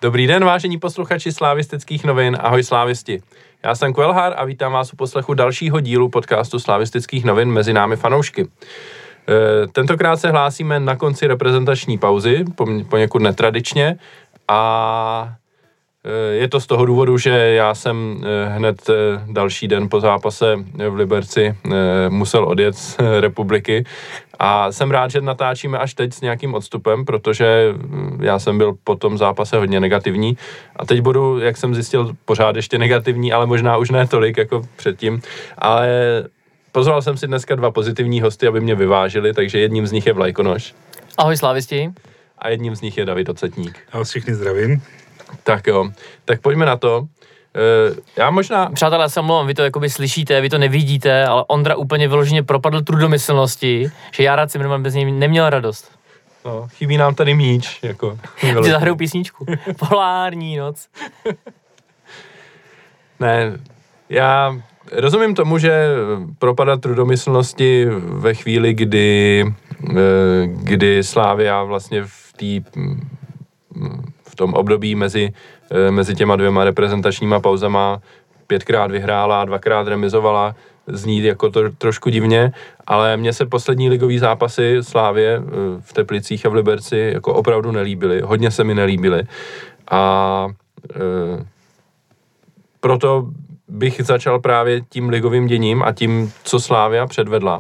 Dobrý den, vážení posluchači Slavistických novin, ahoj slávisti. Já jsem Kvelhar a vítám vás u poslechu dalšího dílu podcastu Slavistických novin Mezi námi fanoušky. Tentokrát se hlásíme na konci reprezentační pauzy, poněkud netradičně, a je to z toho důvodu, že já jsem hned další den po zápase v Liberci musel odjet z republiky a jsem rád, že natáčíme až teď s nějakým odstupem, protože já jsem byl po tom zápase hodně negativní a teď budu, jak jsem zjistil, pořád ještě negativní, ale možná už ne tolik jako předtím, ale pozval jsem si dneska 2 pozitivní hosty, aby mě vyvážili, takže jedním z nich je Vlajkonoš. Ahoj slávisti. A jedním z nich je David Ocetník. Ahoj, všichni zdravím. Tak jo, tak pojďme na to. Já možná... Přátelé, já se omlouvám, vy to jakoby slyšíte, vy to nevidíte, ale Ondra úplně vyloženě propadl trudomyslnosti, že já rád si bez něj neměl radost. No, chybí nám tady míč, jako. Ti zahraju písničku. Polární noc. Ne, já rozumím tomu, že propadat trudomyslnosti ve chvíli, kdy Slavia vlastně v tom období mezi těma 2 reprezentačníma pauzama 5krát vyhrála, 2krát remizovala, zní jako to trošku divně, ale mně se poslední ligový zápasy Slavie v Teplicích a v Liberci jako opravdu nelíbily, hodně se mi nelíbily a proto bych začal právě tím ligovým děním a tím, co Slavia předvedla.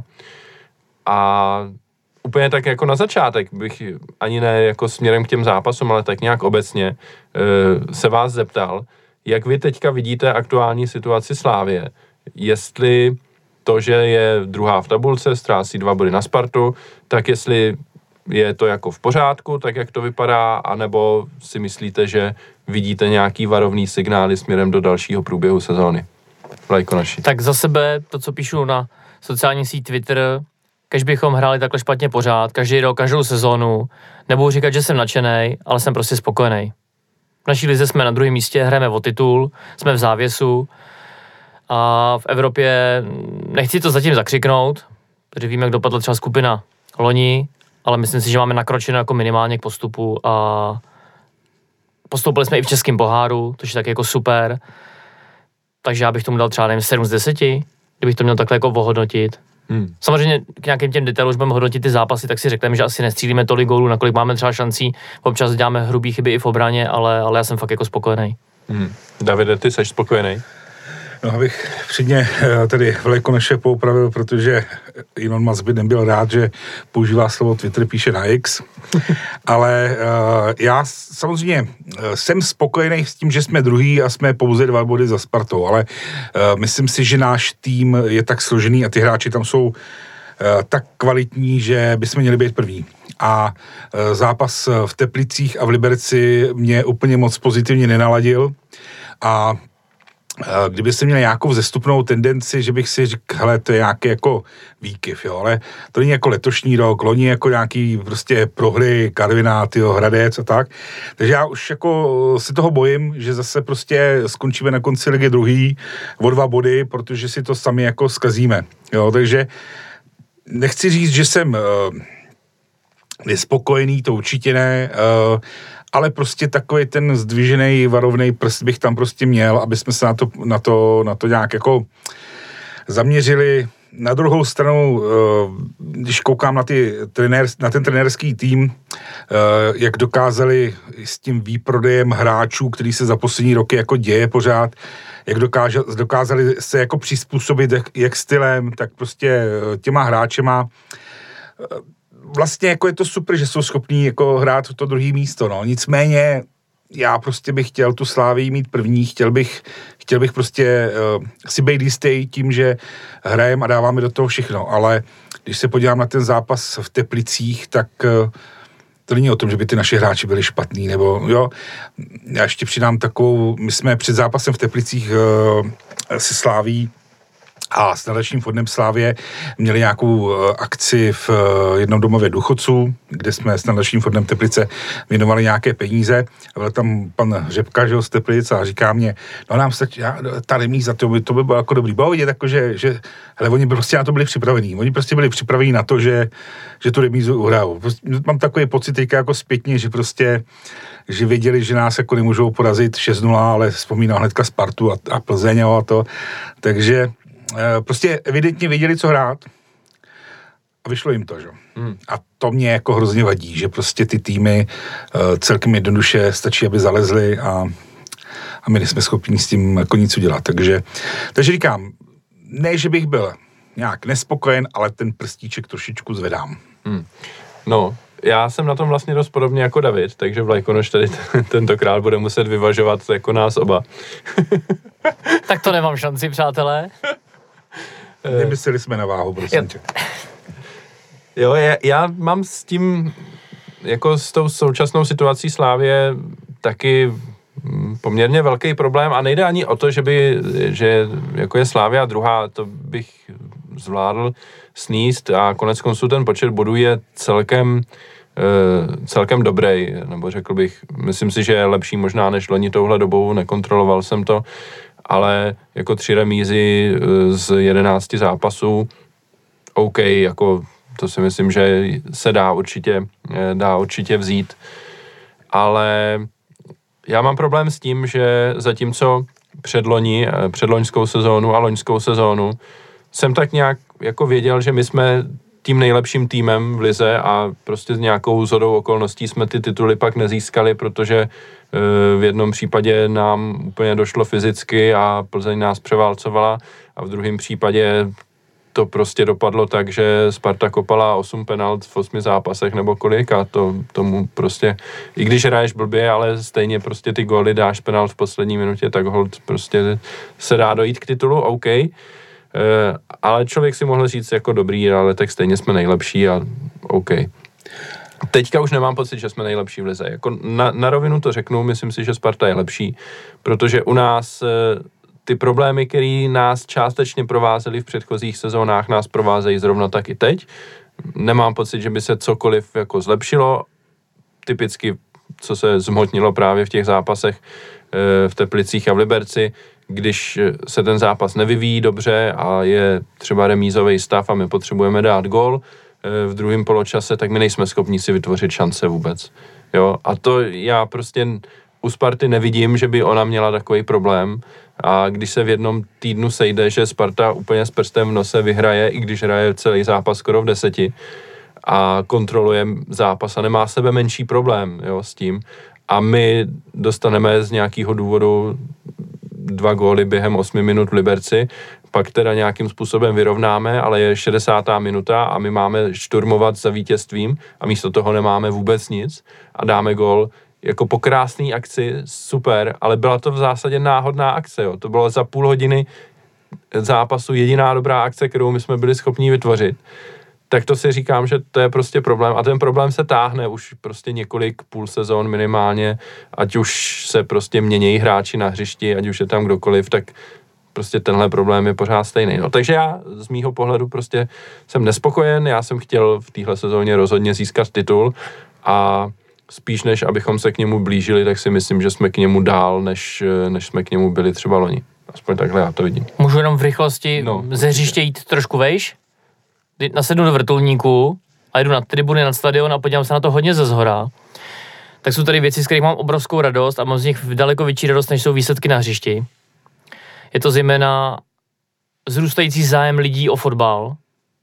A úplně tak jako na začátek bych ani ne jako směrem k těm zápasům, ale tak nějak obecně se vás zeptal, jak vy teďka vidíte aktuální situaci Slavie. Jestli to, že je druhá v tabulce, ztrácí 2 body na Spartu, tak jestli je to jako v pořádku, tak jak to vypadá, anebo si myslíte, že vidíte nějaký varovný signály směrem do dalšího průběhu sezóny? Vlajkonoši. Tak za sebe to, co píšu na sociální síť Twitter, když bychom hráli takhle špatně pořád, každý rok, každou sezónu, nebudu říkat, že jsem nadšenej, ale jsem prostě spokojený. V naší lize jsme na 2. místě, hrajeme o titul, jsme v závěsu a v Evropě nechci to zatím zakřiknout, protože víme, jak dopadla třeba skupina loni, ale myslím si, že máme nakročeno jako minimálně k postupu a postoupili jsme i v českém poháru, což je tak jako super, takže já bych tomu dal třeba 7 z 10, kdybych to měl takhle jako ohodnotit. Samozřejmě k nějakým těm detailům, už budeme hodnotit ty zápasy, tak si řekneme, že asi nestřílíme tolik gólů, nakolik máme třeba šancí, občas děláme hrubý chyby i v obraně, ale já jsem fakt jako spokojený. Davide, ty seš spokojený? No, abych předně tady Vlajkonoše poupravil, protože Elon Musk by nebyl rád, že používá slovo Twitter, píše na X. Ale já samozřejmě jsem spokojený s tím, že jsme druhý a jsme pouze 2 body za Spartou, ale myslím si, že náš tým je tak složený a ty hráči tam jsou tak kvalitní, že bychom měli být první. A zápas v Teplicích a v Liberci mě úplně moc pozitivně nenaladil a kdyby se měl nějakou vzestupnou tendenci, že bych si řekl, hele, to je nějaký jako výkyv, jo, ale to není jako letošní rok, loni jako nějaký prostě prohry, Karviná, Hradec a tak. Takže já už jako se toho bojím, že zase prostě skončíme na konci ligy druhý o 2 body, protože si to sami jako zkazíme, jo, takže nechci říct, že jsem nespokojený, to určitě ne, ale prostě takový ten zdvižený varovný prst bych tam prostě měl, aby jsme se na to nějak jako zaměřili. Na druhou stranu, když koukám na ten trenérský tým, jak dokázali s tím výprodejem hráčů, který se za poslední roky jako děje pořád, jak dokázali se jako přizpůsobit jak stylem, tak prostě těma hráčema. Vlastně jako je to super, že jsou schopní jako hrát to druhé místo, no. Nicméně já prostě bych chtěl tu Slávii mít první, chtěl bych prostě si být jistý tím, že hrajeme a dáváme do toho všechno, ale když se podívám na ten zápas v Teplicích, tak to není o tom, že by ty naši hráči byli špatný, nebo jo, já ještě přidám takovou, my jsme před zápasem v Teplicích se Slaví A s nadačním fondem Slávě měli nějakou akci v jednom domově důchodců, kde jsme s nadačním fondem Teplice věnovali nějaké peníze. A byl tam pan Řepka, že z Teplic, a říká mě, no nám stačí, ta remíza, to by bylo jako dobrý. Bylo vidět, jako, že hele, oni prostě na to byli připravení. Oni prostě byli připraveni na to, že tu remízu uhrajou. Prostě, mám takový pocit teďka jako zpětně, že prostě že věděli, že nás jako nemůžou porazit 6-0, ale vzpomínal hnedka Spartu a Plzeň a to. Takže prostě evidentně věděli, co hrát a vyšlo jim to, že? A to mě jako hrozně vadí, že prostě ty týmy celkem jednoduše stačí, aby zalezly a my nejsme schopni s tím jako nic udělat. Takže říkám, ne, že bych byl nějak nespokojen, ale ten prstíček trošičku zvedám. No, já jsem na tom vlastně dost podobně jako David, takže Vlajkonoš tady tentokrát bude muset vyvažovat jako nás oba. Tak to nemám šanci, přátelé. Nemysleli jsme na váhu, prosím tě. Jo, já mám s tím, jako s tou současnou situací Slávie taky poměrně velký problém a nejde ani o to, že jako je Slávia druhá, to bych zvládl sníst a konec konců ten počet bodů je celkem dobrý, nebo řekl bych, myslím si, že je lepší možná než loni touhle dobou, nekontroloval jsem to, ale jako 3 remízy z 11 zápasů, OK, jako to si myslím, že se dá určitě vzít, ale já mám problém s tím, že zatímco předloňskou sezónu a loňskou sezónu jsem tak nějak jako věděl, že my jsme tím nejlepším týmem v lize a prostě s nějakou shodou okolností jsme ty tituly pak nezískali, protože v jednom případě nám úplně došlo fyzicky a Plzeň nás převálcovala a v druhém případě to prostě dopadlo tak, že Sparta kopala 8 penalt v 8 zápasech nebo kolik a tomu prostě, i když hraješ blbě, ale stejně prostě ty góly dáš penalt v poslední minutě, tak holt prostě se dá dojít k titulu, OK. Ale člověk si mohl říct jako dobrý, ale tak stejně jsme nejlepší a OK. Teďka už nemám pocit, že jsme nejlepší v lize. Jako na rovinu to řeknu, myslím si, že Sparta je lepší, protože u nás ty problémy, které nás částečně provázely v předchozích sezónách, nás provázejí zrovna tak i teď. Nemám pocit, že by se cokoliv jako zlepšilo. Typicky, co se zhmotnilo právě v těch zápasech v Teplicích a v Liberci, když se ten zápas nevyvíjí dobře a je třeba remízový stav a my potřebujeme dát gól v druhém poločase, tak my nejsme schopni si vytvořit šance vůbec. Jo? A to já prostě u Sparty nevidím, že by ona měla takový problém. A když se v jednom týdnu sejde, že Sparta úplně s prstem v nose vyhraje, i když hraje celý zápas skoro v 10 a kontroluje zápas a nemá sebe menší problém, jo, s tím. A my dostaneme z nějakého důvodu 2 góly během 8 minut v Liberci, pak teda nějakým způsobem vyrovnáme, ale je 60. minuta a my máme šturmovat za vítězstvím a místo toho nemáme vůbec nic a dáme gól jako po krásný akci, super, ale byla to v zásadě náhodná akce, jo. To bylo za půl hodiny zápasu jediná dobrá akce, kterou my jsme byli schopni vytvořit. Tak to si říkám, že to je prostě problém a ten problém se táhne už prostě několik půl sezon minimálně, ať už se prostě měnějí hráči na hřišti, ať už je tam kdokoliv, tak prostě tenhle problém je pořád stejný. No, takže já z mýho pohledu prostě jsem nespokojen, já jsem chtěl v téhle sezóně rozhodně získat titul a spíš než abychom se k němu blížili, tak si myslím, že jsme k němu dál, než jsme k němu byli třeba loni. Aspoň takhle já to vidím. Můžu jenom v rychlosti ze hřiště jít trošku vejš? Nasednu do vrtulníku a jdu na tribuny, nad stadion a podívám se na to hodně ze zhora. Tak jsou tady věci, z kterých mám obrovskou radost a mám z nich daleko větší radost, než jsou výsledky na hřišti. Je to zejména vzrůstající zájem lidí o fotbal,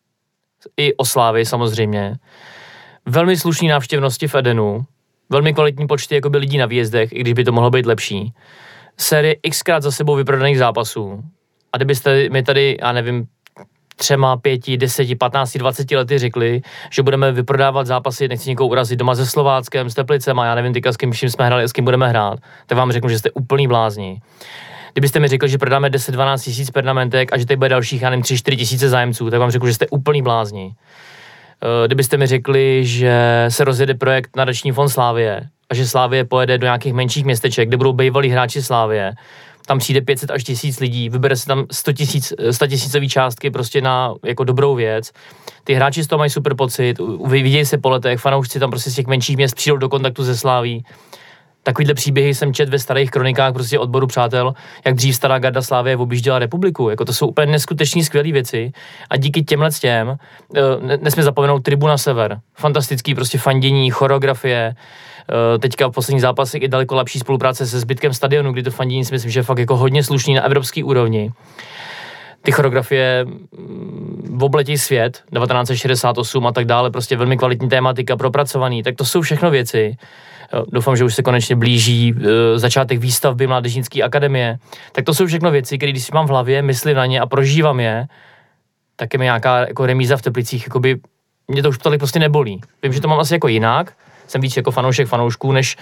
i o Slávy samozřejmě, velmi slušný návštěvnosti v Edenu, velmi kvalitní počty jakoby lidí na výjezdech, i když by to mohlo být lepší. Série xkrát za sebou vyprodaných zápasů. A kdybyste mi tady, já nevím, 3, 5, 10, 15, 20 lety řekli, že budeme vyprodávat zápasy, nechci někoho urazit, doma se Slováckem, s Teplicem a já nevím teďka s kým jsme hráli a s kým budeme hrát, tak vám řeknu, že jste úplný blázni. Kdybyste mi řekli, že prodáme 10-12 tisíc pernamentek a že tady bude dalších, já nevím, 3-4 tisíce zájemců, tak vám řeknu, že jste úplný blázni. Kdybyste mi řekli, že se rozjede projekt Nadační fond Slávie a že Slávie pojede do nějakých menších městeček, kde budou bývalí hráči Slávie, tam přijde 500 až 1000 lidí, vybere se tam 100 000 částky prostě na jako dobrou věc. Ty hráči z toho mají super pocit, vidějí se po letech, fanoušci tam prostě z těch menších měst přijdou do kontaktu se Slaví. Takovýhle příběhy jsem čet ve starých kronikách prostě odboru přátel, jak dřív stará garda Slávie objížděla republiku. Jako to jsou úplně neskutečně skvělé věci a díky těm nesmíme zapomenout Tribuna Sever. Fantastický prostě fandění, choreografie, teďka v posledních zápasech i daleko lepší spolupráce se zbytkem stadionu, kdy to fandění si myslím, že je fakt jako hodně slušný na evropské úrovni. Ty choreografie obletí svět, 1968 a tak dále, prostě velmi kvalitní tématika, propracovaný, tak to jsou všechno věci. Doufám, že už se konečně blíží začátek výstavby Mládežnické akademie. Tak to jsou všechno věci, které když si mám v hlavě, myslím na ně a prožívám je, tak je mi nějaká jako remíza v Teplicích, jakoby mě to už tolik prostě nebolí. Vím, že to mám asi jako jinak, jsem víc jako fanoušek fanoušků, než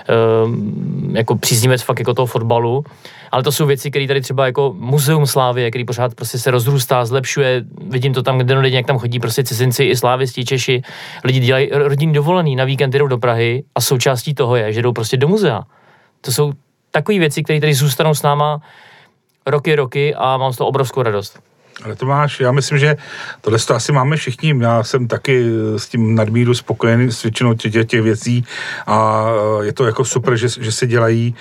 jako příznivec fakt jako toho fotbalu, ale to jsou věci, které tady třeba jako Muzeum Slávie, který pořád prostě se rozrůstá, zlepšuje, vidím to tam, kde denně, jak tam chodí prostě cizinci i slávisti, Češi, lidi dělají rodinný dovolený, na víkend jdou do Prahy a součástí toho je, že jdou prostě do muzea. To jsou takové věci, které tady zůstanou s náma roky a mám z toho obrovskou radost. Ale to máš, já myslím, že tohle to asi máme všichni, já jsem taky s tím nadmíru spokojený s většinou těch věcí a je to jako super, že se dělají,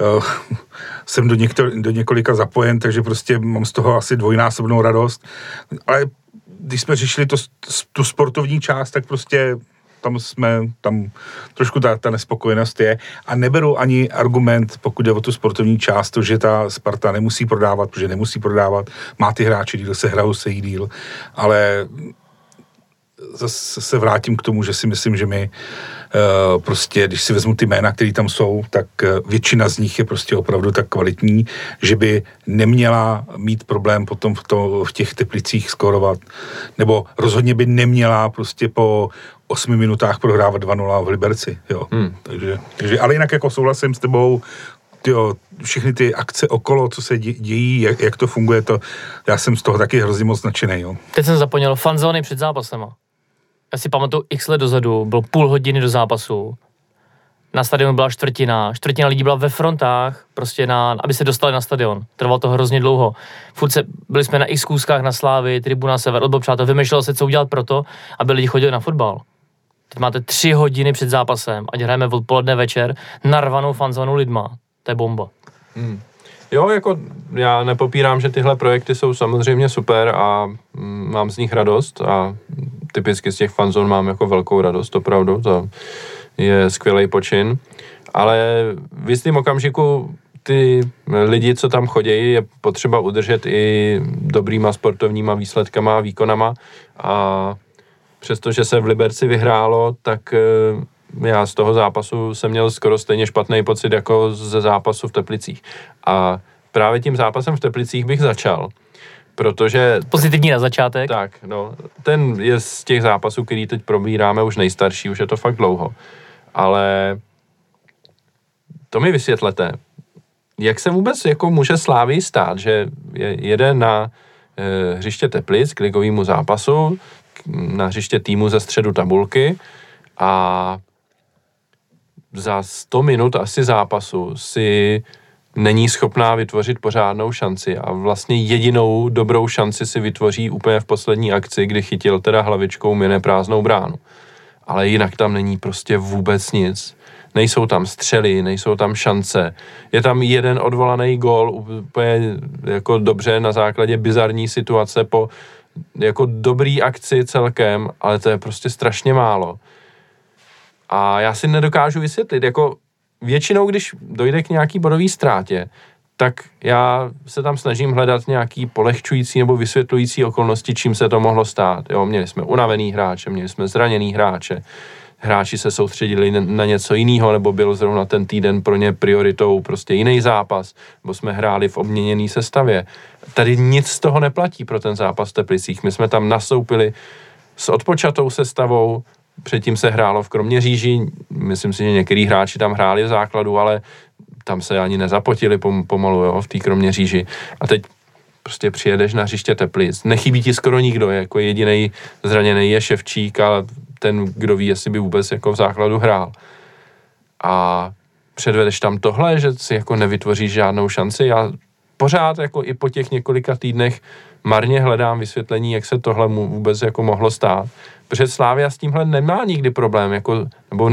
jsem do několika zapojen, takže prostě mám z toho asi dvojnásobnou radost, ale když jsme řešili tu sportovní část, tak prostě tam trošku ta nespokojenost je a neberu ani argument, pokud jde o tu sportovní část, to, že ta Sparta nemusí prodávat, protože nemusí prodávat, má ty hráči díl, se hrajou se jí díl, ale zase se vrátím k tomu, že si myslím, že my prostě, když si vezmu ty jména, které tam jsou, tak většina z nich je prostě opravdu tak kvalitní, že by neměla mít problém potom v těch Teplicích skórovat, nebo rozhodně by neměla prostě po 8 minutách prohrávat 2-0 v Liberci, jo. Takže, ale jinak jako souhlasím s tebou, všechny ty akce okolo, co se dějí, jak to funguje, já jsem z toho taky hrozně moc nadšenej, jo. Teď jsem zapomněl fanzóny před zápasema. Já si pamatuju x let dozadu, byl půl hodiny do zápasu, na stadionu byla čtvrtina lidí byla ve frontách, prostě aby se dostali na stadion. Trvalo to hrozně dlouho. Byli jsme na x kůzkách na Slávy, Tribuna Sever, odbor přátel, vymýšlelo se, co udělat pro to, aby lidi chodili na fotbal. Teď máte 3 hodiny před zápasem, ať hrajeme odpoledne večer, narvanou fanzónu lidma. To je bomba. Jo, jako já nepopírám, že tyhle projekty jsou samozřejmě super a mám z nich radost a typicky z těch fanzón mám jako velkou radost, opravdu, to je skvělý počin, ale v jistým okamžiku ty lidi, co tam chodí, je potřeba udržet i dobrýma sportovníma výsledkama a výkonama a přestože se v Liberci vyhrálo, tak já z toho zápasu jsem měl skoro stejně špatný pocit jako ze zápasu v Teplicích. A právě tím zápasem v Teplicích bych začal, protože... Pozitivní na začátek. Tak, no, ten je z těch zápasů, který teď probíráme, už nejstarší, už je to fakt dlouho. Ale to mi vysvětlete, jak se vůbec jako může Slávii stát, že jede na hřiště Teplic k ligovému zápasu, na hřiště týmu ze středu tabulky a za 100 minut asi zápasu si není schopná vytvořit pořádnou šanci a vlastně jedinou dobrou šanci si vytvoří úplně v poslední akci, kdy chytil teda hlavičkou mine prázdnou bránu. Ale jinak tam není prostě vůbec nic. Nejsou tam střely, nejsou tam šance. Je tam jeden odvolaný gól úplně jako dobře na základě bizarní situace po jako dobrý akci celkem, ale to je prostě strašně málo. A já si nedokážu vysvětlit, jako většinou, když dojde k nějaký bodový ztrátě, tak já se tam snažím hledat nějaký polehčující nebo vysvětlující okolnosti, čím se to mohlo stát. Jo, měli jsme unavený hráče, měli jsme zraněný hráče, hráči se soustředili na něco jiného, nebo byl zrovna ten týden pro ně prioritou prostě jiný zápas, nebo jsme hráli v obměněné sestavě. Tady nic z toho neplatí pro ten zápas v Teplicích. My jsme tam nastoupili s odpočatou sestavou, předtím se hrálo v Kroměříži, myslím si, že některý hráči tam hráli v základu, ale tam se ani nezapotili pomalu, jo, v té Kroměříži. A teď prostě přijedeš na hřiště Teplic. Nechybí ti skoro nikdo, jako jedinej zraněný je Ševčík a ten, kdo ví, jestli by vůbec jako v základu hrál. A předvedeš tam tohle, že si jako nevytvoříš žádnou šanci. Já pořád jako i po těch několika týdnech marně hledám vysvětlení, jak se tohle mu vůbec jako mohlo stát. Protože Slavia s tímhle nemá nikdy problém, jako, nebo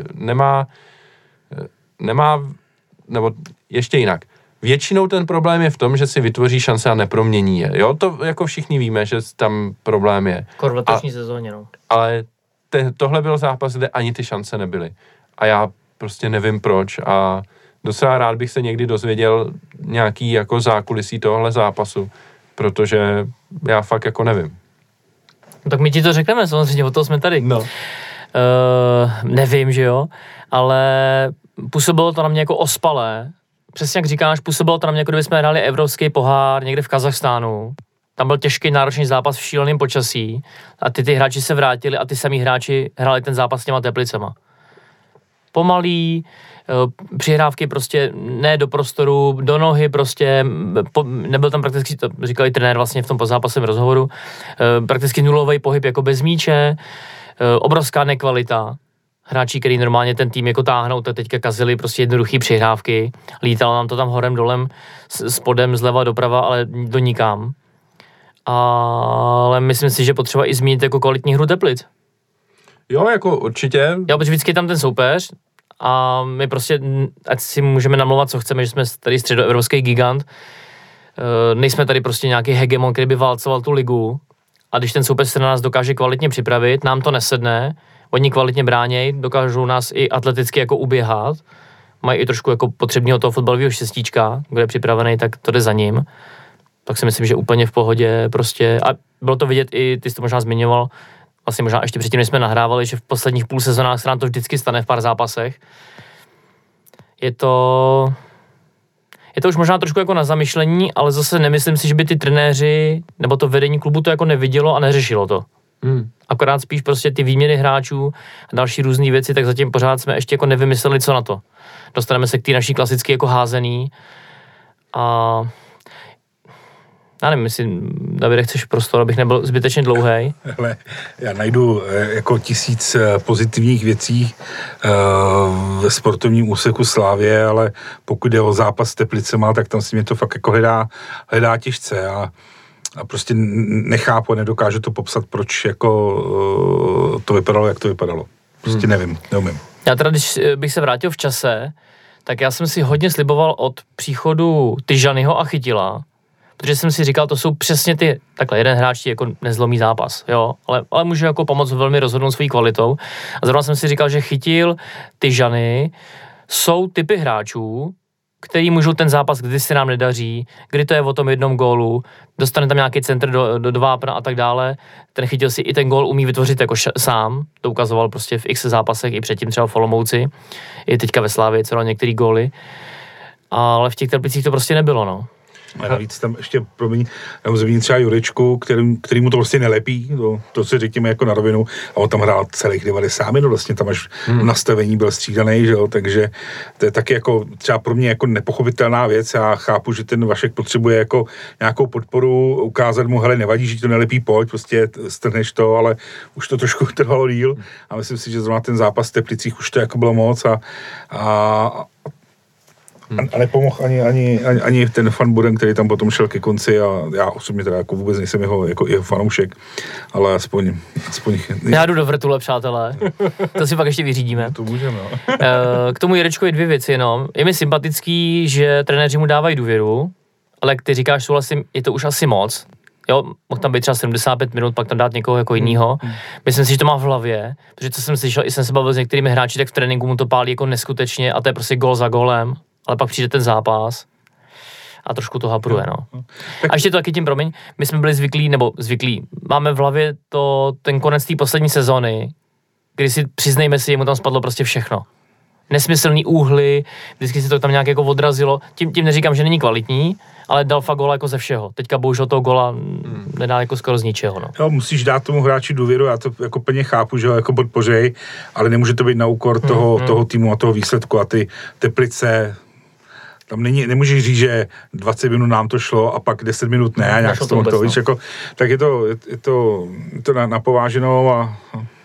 nemá, nebo ještě jinak. Většinou ten problém je v tom, že si vytvoří šance a nepromění je. Jo, to jako všichni víme, že tam problém je. V letošní sezóně, no. Ale tohle byl zápas, kde ani ty šance nebyly. A já prostě nevím proč a docela rád bych se někdy dozvěděl nějaký jako zákulisí tohle zápasu, protože já fakt jako nevím. No, tak my ti to řekneme, samozřejmě, o toho jsme tady. No. Nevím, že jo, ale působilo to na mě jako ospalé. Přesně jak říkáš, působilo to na mě, jako kdyby jsme hráli evropský pohár někde v Kazachstánu. Tam byl těžký, náročný zápas v šíleném počasí a ty hráči se vrátili a ty samý hráči hráli ten zápas s těma Teplicema. Pomalý, přihrávky prostě ne do prostoru, do nohy prostě, nebyl tam prakticky, to říkal i trenér vlastně v tom pozápasovém rozhovoru, prakticky nulový pohyb jako bez míče, obrovská nekvalita. Hráči, který normálně ten tým jako táhnou, to teďka kazili prostě jednoduchý přihrávky, lítalo nám to tam horem dolem, spodem zleva doprava, ale do nikam. Ale myslím si, že potřeba i zmínit jako kvalitní hru Teplic. Jo, jako určitě. Jo, protože vždycky je tam ten soupeř a my prostě, ať si můžeme namlouvat, co chceme, že jsme tady středoevropský gigant, nejsme tady prostě nějaký hegemon, který by válcoval tu ligu a když ten soupeř se na nás dokáže kvalitně připravit, nám to nesedne, oni kvalitně bráněj, dokážou nás i atleticky jako uběhat, mají i trošku jako potřebného toho fotbalového šestíčka, kdo je připravený, tak to jde za ním. Tak si myslím, že úplně v pohodě prostě, a bylo to vidět i, ty jsi to možná zmiňoval, vlastně možná ještě předtím, než jsme nahrávali, že v posledních půl sezónách se nám to vždycky stane v pár zápasech. Je to už možná trošku jako na zamyšlení, ale zase nemyslím si, že by ty trenéři nebo to vedení klubu to jako nevidělo a neřešilo to. Akorát spíš prostě ty výměny hráčů a další různé věci, tak zatím pořád jsme ještě jako nevymysleli, co na to. Dostaneme se k té naší klasicky jako házený a já nevím, jestli, Davide, chceš prostor, abych nebyl zbytečně dlouhej. Hele, já najdu jako 1000 pozitivních věcí ve sportovním úseku Slavie, ale pokud jde o zápas s Teplicema, tak tam si mě to fakt jako hledá těžce a prostě nechápu, nedokážu to popsat, proč jako to vypadalo, jak to vypadalo. Prostě neumím. Já teda, když bych se vrátil v čase, tak já jsem si hodně sliboval od příchodu Tyžanyho a Chytila, protože jsem si říkal, to jsou přesně ty, takhle jeden hráč jako nezlomí zápas, jo, ale může jako pomoct velmi rozhodnout svojí kvalitou. A zrovna jsem si říkal, že Chytil, Tyžany jsou typy hráčů, který můžou ten zápas, kdy se nám nedaří, kdy to je o tom jednom gólu, dostane tam nějaký centr do vápna a tak dále. Ten Chytil si i ten gól umí vytvořit jako sám, to ukazoval prostě v x zápasech i předtím třeba v Olomouci, i teďka ve Slavii, co dal některý góly, ale v těch Teplicích to prostě nebylo, no. A navíc tam ještě, zmíním třeba Jurečku, kterýmu to vlastně nelepí, to si řekněme jako na rovinu, a on tam hrál celých 90 minut, vlastně tam až v nastavení byl střídaný, že jo, takže to je taky jako třeba pro mě jako nepochopitelná věc, já chápu, že ten Vašek potřebuje jako nějakou podporu, ukázat mu, hele, nevadí, že ti to nelepí, pojď, prostě strhneš to, ale už to trošku trvalo díl a myslím si, že zrovna ten zápas v Teplicích už to jako bylo moc a nepomohl ani ten fanbuden, který tam potom šel ke konci a já osobně teda jako vůbec nejsem jeho fanoušek, ale aspoň... Já jdu do vrtule, přátelé. To si pak ještě vyřídíme. To můžeme, no. K tomu Jirečkovi 2 věci jenom. Je mi sympatický, že trenéři mu dávají důvěru, ale jak ty říkáš, souhlasím, je to už asi moc. Jo, mohl tam být třeba 75 minut, pak tam dát někoho jako jinýho. Myslím si, že to má v hlavě, protože co jsem slyšel, i jsem se bavil s některými hráči, tak v tréninku mu to pálí jako neskutečně a to je prostě gól za gólem. Ale pak přijde ten zápas a trošku to hapruje, no. A ještě to taky tím, promiň, my jsme byli zvyklí, máme v hlavě ten konec té poslední sezony, kdy si, přiznejme si, jemu tam spadlo prostě všechno. Nesmyslný úhly, vždycky se to tam nějak jako odrazilo, tím neříkám, že není kvalitní, ale dal fakt góla jako ze všeho. Teďka bohužel toho góla nedá jako skoro z ničeho, no. Jo, musíš dát tomu hráči důvěru, já to jako plně chápu, že ho jako podpořej, ale nemůže to být na úkor toho týmu a toho výsledku a ty Teplice. Tam nemůžeš říct, že 20 minut nám to šlo a pak 10 minut ne, nějak to víš, jako, tak je to napováženou a...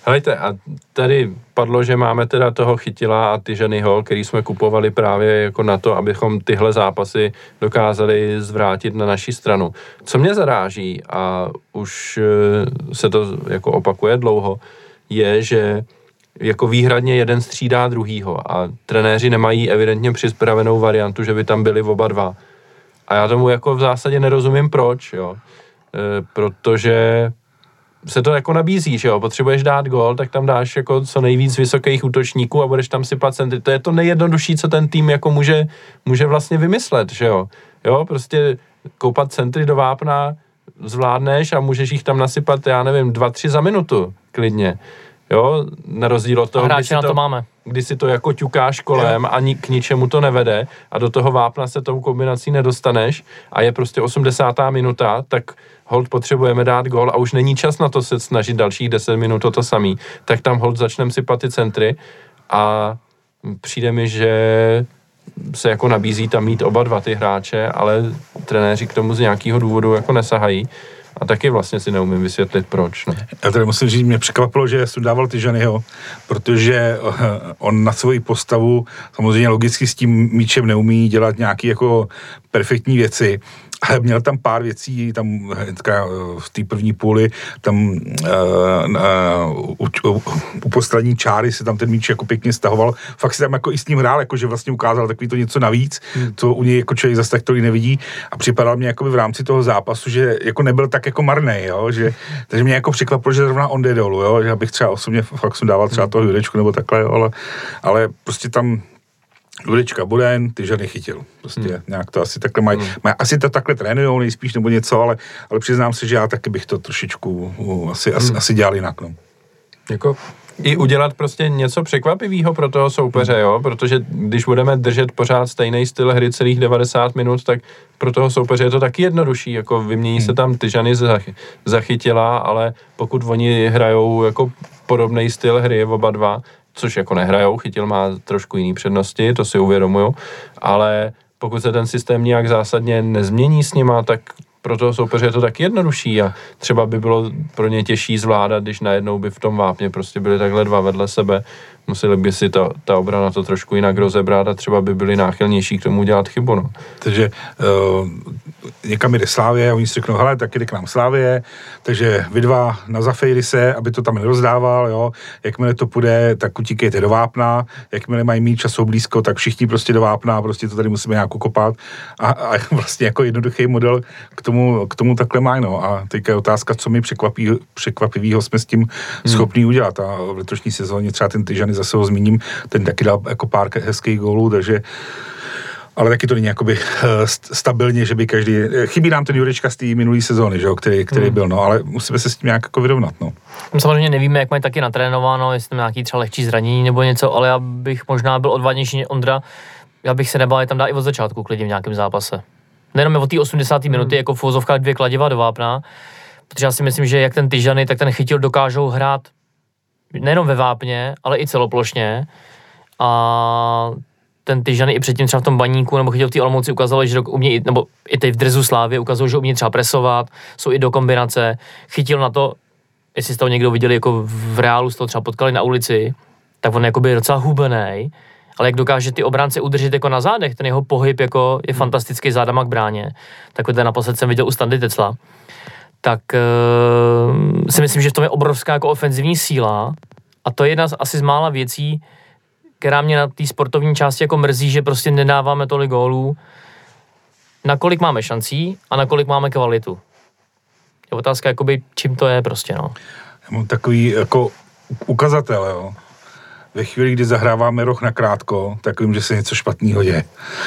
Helejte, a tady padlo, že máme teda toho Chytila a Tyžanyho, který jsme kupovali právě jako na to, abychom tyhle zápasy dokázali zvrátit na naši stranu. Co mě zaráží, a už se to jako opakuje dlouho, je, že jako výhradně jeden střídá druhýho a trenéři nemají evidentně připravenou variantu, že by tam byli oba dva. A já tomu jako v zásadě nerozumím proč, jo. Protože se to jako nabízí, že jo, potřebuješ dát gól, tak tam dáš jako co nejvíc vysokých útočníků a budeš tam sypat centry. To je to nejjednodušší, co ten tým jako může vlastně vymyslet, že jo. Jo, prostě koupat centry do vápna zvládneš a můžeš jich tam nasypat, já nevím, 2-3 za minutu, klidně. Jo, na rozdíl od toho, kdy si to jako ťukáš kolem a k ničemu to nevede a do toho vápna se tou kombinací nedostaneš a je prostě 80. minuta, tak hold potřebujeme dát gól a už není čas na to se snažit dalších 10 minut o to samý, tak tam hold začneme sypat ty centry a přijde mi, že se jako nabízí tam mít oba dva ty hráče, ale trenéři k tomu z nějakého důvodu jako nesahají. A taky vlastně si neumím vysvětlit, proč. Ne? Já tady musím říct, mě překvapilo, že jsem dával Tyžanyho, protože on na svoji postavu samozřejmě logicky s tím míčem neumí dělat nějaké jako perfektní věci, ale měl tam pár věcí, tam v té první půli, tam u postranní čáry se tam ten míč jako pěkně stahoval, fakt si tam jako i s ním hrál, jakože vlastně ukázal takový to něco navíc, co u něj jako člověk zase tak tolik nevidí a připadal mě jakoby v rámci toho zápasu, že jako nebyl tak jako marnej, jo, že, takže mě jako překvapilo, že zrovna on jde dolů, jo, že abych třeba osobně fakt jsem dával třeba toho Jurečku nebo takhle, jo, ale prostě tam Jurečka Boden, Tyžany Chytil. Prostě nějak to asi takhle mají. Asi to takhle trénujou nejspíš nebo něco, ale přiznám se, že já taky bych to trošičku asi dělal jinak. No. Jako i udělat prostě něco překvapivého pro toho soupeře, jo? Protože když budeme držet pořád stejný styl hry celých 90 minut, tak pro toho soupeře je to taky jednodušší, jako vymění se tam Tyžany za Chytila, ale pokud oni hrajou jako podobný styl hry oba dva, což jako nehrajou, Chytil má trošku jiný přednosti, to si uvědomuju, ale pokud se ten systém nějak zásadně nezmění s nima, tak pro toho soupeře je to taky jednodušší a třeba by bylo pro ně těžší zvládat, když najednou by v tom vápně prostě byli takhle dva vedle sebe. Museli by si ta obrana to trošku jinak rozebrat a třeba by byli náchylnější k tomu dělat chybu. No. Takže někam jde Slávě a oni si řeknou, hele, tak jde k nám Slávě, takže vy dva nazafejli se, aby to tam nerozdával, jo. Jakmile to půjde, tak utíkejte do vápna, jakmile mají mít čas blízko, tak všichni prostě do vápna, prostě to tady musíme nějak kopat a vlastně jako jednoduchý model k tomu takhle mají, no. A teďka je otázka, co mi překvapivýho jsme s tím schopní udělat. A v letošní sezóně třeba ten Tyžany, zase ho zmíním, ten taky dal jako pár hezkých gólů, takže ale taky to není jakoby stabilně, že by každý, chybí nám ten Jurečka z té minulé sezóny, že jo, který byl, no, ale musíme se s tím nějak jako vyrovnat, no. Samozřejmě nevíme, jak mají taky natrénováno, jestli tam nějaký třeba lehčí zranění nebo něco, ale já bych možná byl odvážnější Ondra, já bych se nebál, tam dá i od začátku klidně v nějakém zápase. Nejenom od té 80. minuty, jako v uvozovkách 2 kladiva do vápna, protože já si myslím, že jak ten Tyžany, tak ten Chytil dokážou hrát nejenom ve vápně, ale i celoplošně. A ten Tyžany i předtím třeba v tom Baníku nebo Chytil v té Olomouci ukázalo, že umí, nebo i teď v dresu Slávy ukázalo, že umí třeba presovat, jsou i do kombinace. Chytil na to, jestli jste to někdo viděli jako v reálu, jste to třeba potkali na ulici, tak on jakoby je docela hubenej, ale jak dokáže ty obránce udržet jako na zádech, ten jeho pohyb jako je fantastický zádama k bráně. Takhle naposled jsem viděl u Standy Tecla. Tak si myslím, že v tom je obrovská jako ofenzivní síla a to je jedna asi z mála věcí, která mě na té sportovní části jako mrzí, že prostě nedáváme tolik gólů, nakolik máme šancí a nakolik máme kvalitu. Je otázka, jakoby, čím to je prostě, no. Já mám takový jako ukazatel, jo. Ve chvíli, kdy zahráváme roh na krátko, tak vím, že se něco špatného děje.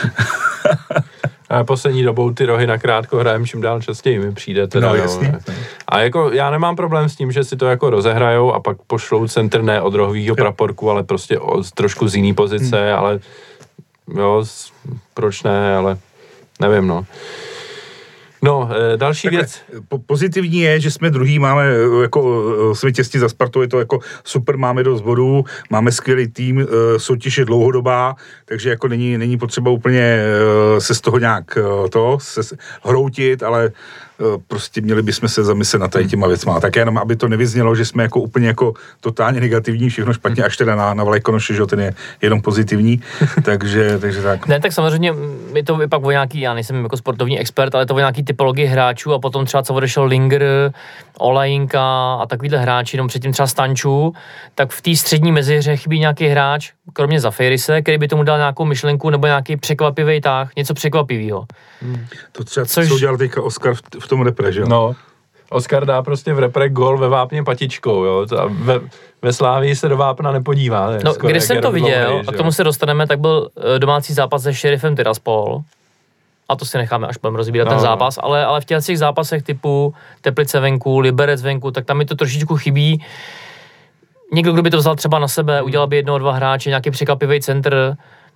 A poslední dobou ty rohy na krátko hrajeme čím dál častěji, mi přijde teda. No, jasně. A jako já nemám problém s tím, že si to jako rozehrajou a pak pošlou centr ne od rohovýho praporku, ale prostě trošku z jiný pozice, ale jo, proč ne, ale nevím, no. No, další takhle, věc. Pozitivní je, že jsme druhý, jsme těsně za Spartou, je to jako super, máme dost bodů, máme skvělý tým, soutěž je dlouhodobá, takže jako není potřeba úplně se z toho nějak hroutit, ale prostě měli bychom se zamyslet nad těma věcma. Tak jenom, aby to nevyznělo, že jsme jako úplně jako totálně negativní, všechno špatně, až teda na Vlajkonoši, že ten je jenom pozitivní, takže tak. Ne, tak samozřejmě je to pak o nějaký, já nejsem jako sportovní expert, ale to o nějaký typologii hráčů a potom třeba co odešel Linger, Olajinka a takovýhle hráči, jenom předtím třeba Stančů, tak v té střední mezihře chybí nějaký hráč, kromě Zafirise, který by tomu dal nějakou myšlenku nebo nějaký překvapivý tah, něco překvapivého. To třeba, co udělal teďka Oskar v tom repre, že jo? No, Oskar dá prostě v repre gól ve Vápně patičkou, jo, a ve Slávii se do Vápna nepodívá. No, když jsem to viděl, a k tomu se dostaneme, tak byl domácí zápas se Sheriffem Tiraspol, a to si necháme, až budeme rozbírat ten zápas, ale v těch zápasech typu Teplice venku, Liberec venku, tak tam mi to trošičku chybí. Někdo, kdo by to vzal třeba na sebe, udělal by 1-2 hráče, nějaký překvapivý centr.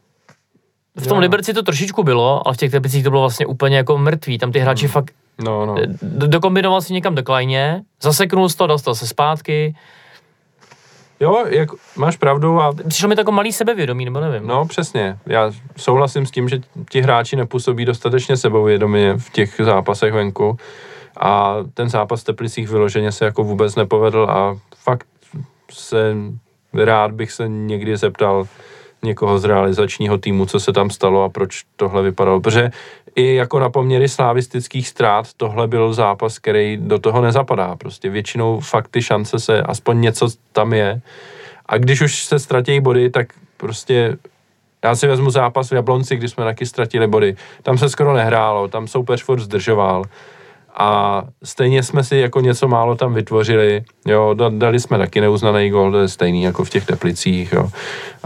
V tom Liberci to trošičku bylo, ale v těch Teplicích to bylo vlastně úplně jako mrtvý. Tam ty hráči fakt dokombinoval si někam do klajně, zaseknul to, dostal se zpátky. Jo, máš pravdu. A přišlo mi to jako malý sebevědomí, nebo nevím. No, přesně. Já souhlasím s tím, že ti hráči nepůsobí dostatečně sebevědomě v těch zápasech venku a ten zápas v Teplicích vyloženě se jako vůbec nepovedl a fakt rád bych se někdy zeptal někoho z realizačního týmu, co se tam stalo a proč tohle vypadalo. Protože i jako na poměry slavistických ztrát tohle byl zápas, který do toho nezapadá. Prostě většinou fakt ty šance se, aspoň něco tam je. A když už se ztratí body, tak prostě já si vezmu zápas v Jablonci, kdy jsme taky ztratili body. Tam se skoro nehrálo, tam soupeř furt zdržoval. A stejně jsme si jako něco málo tam vytvořili. Jo, dali jsme taky neuznaný gól, to je stejný jako v těch Teplicích, jo.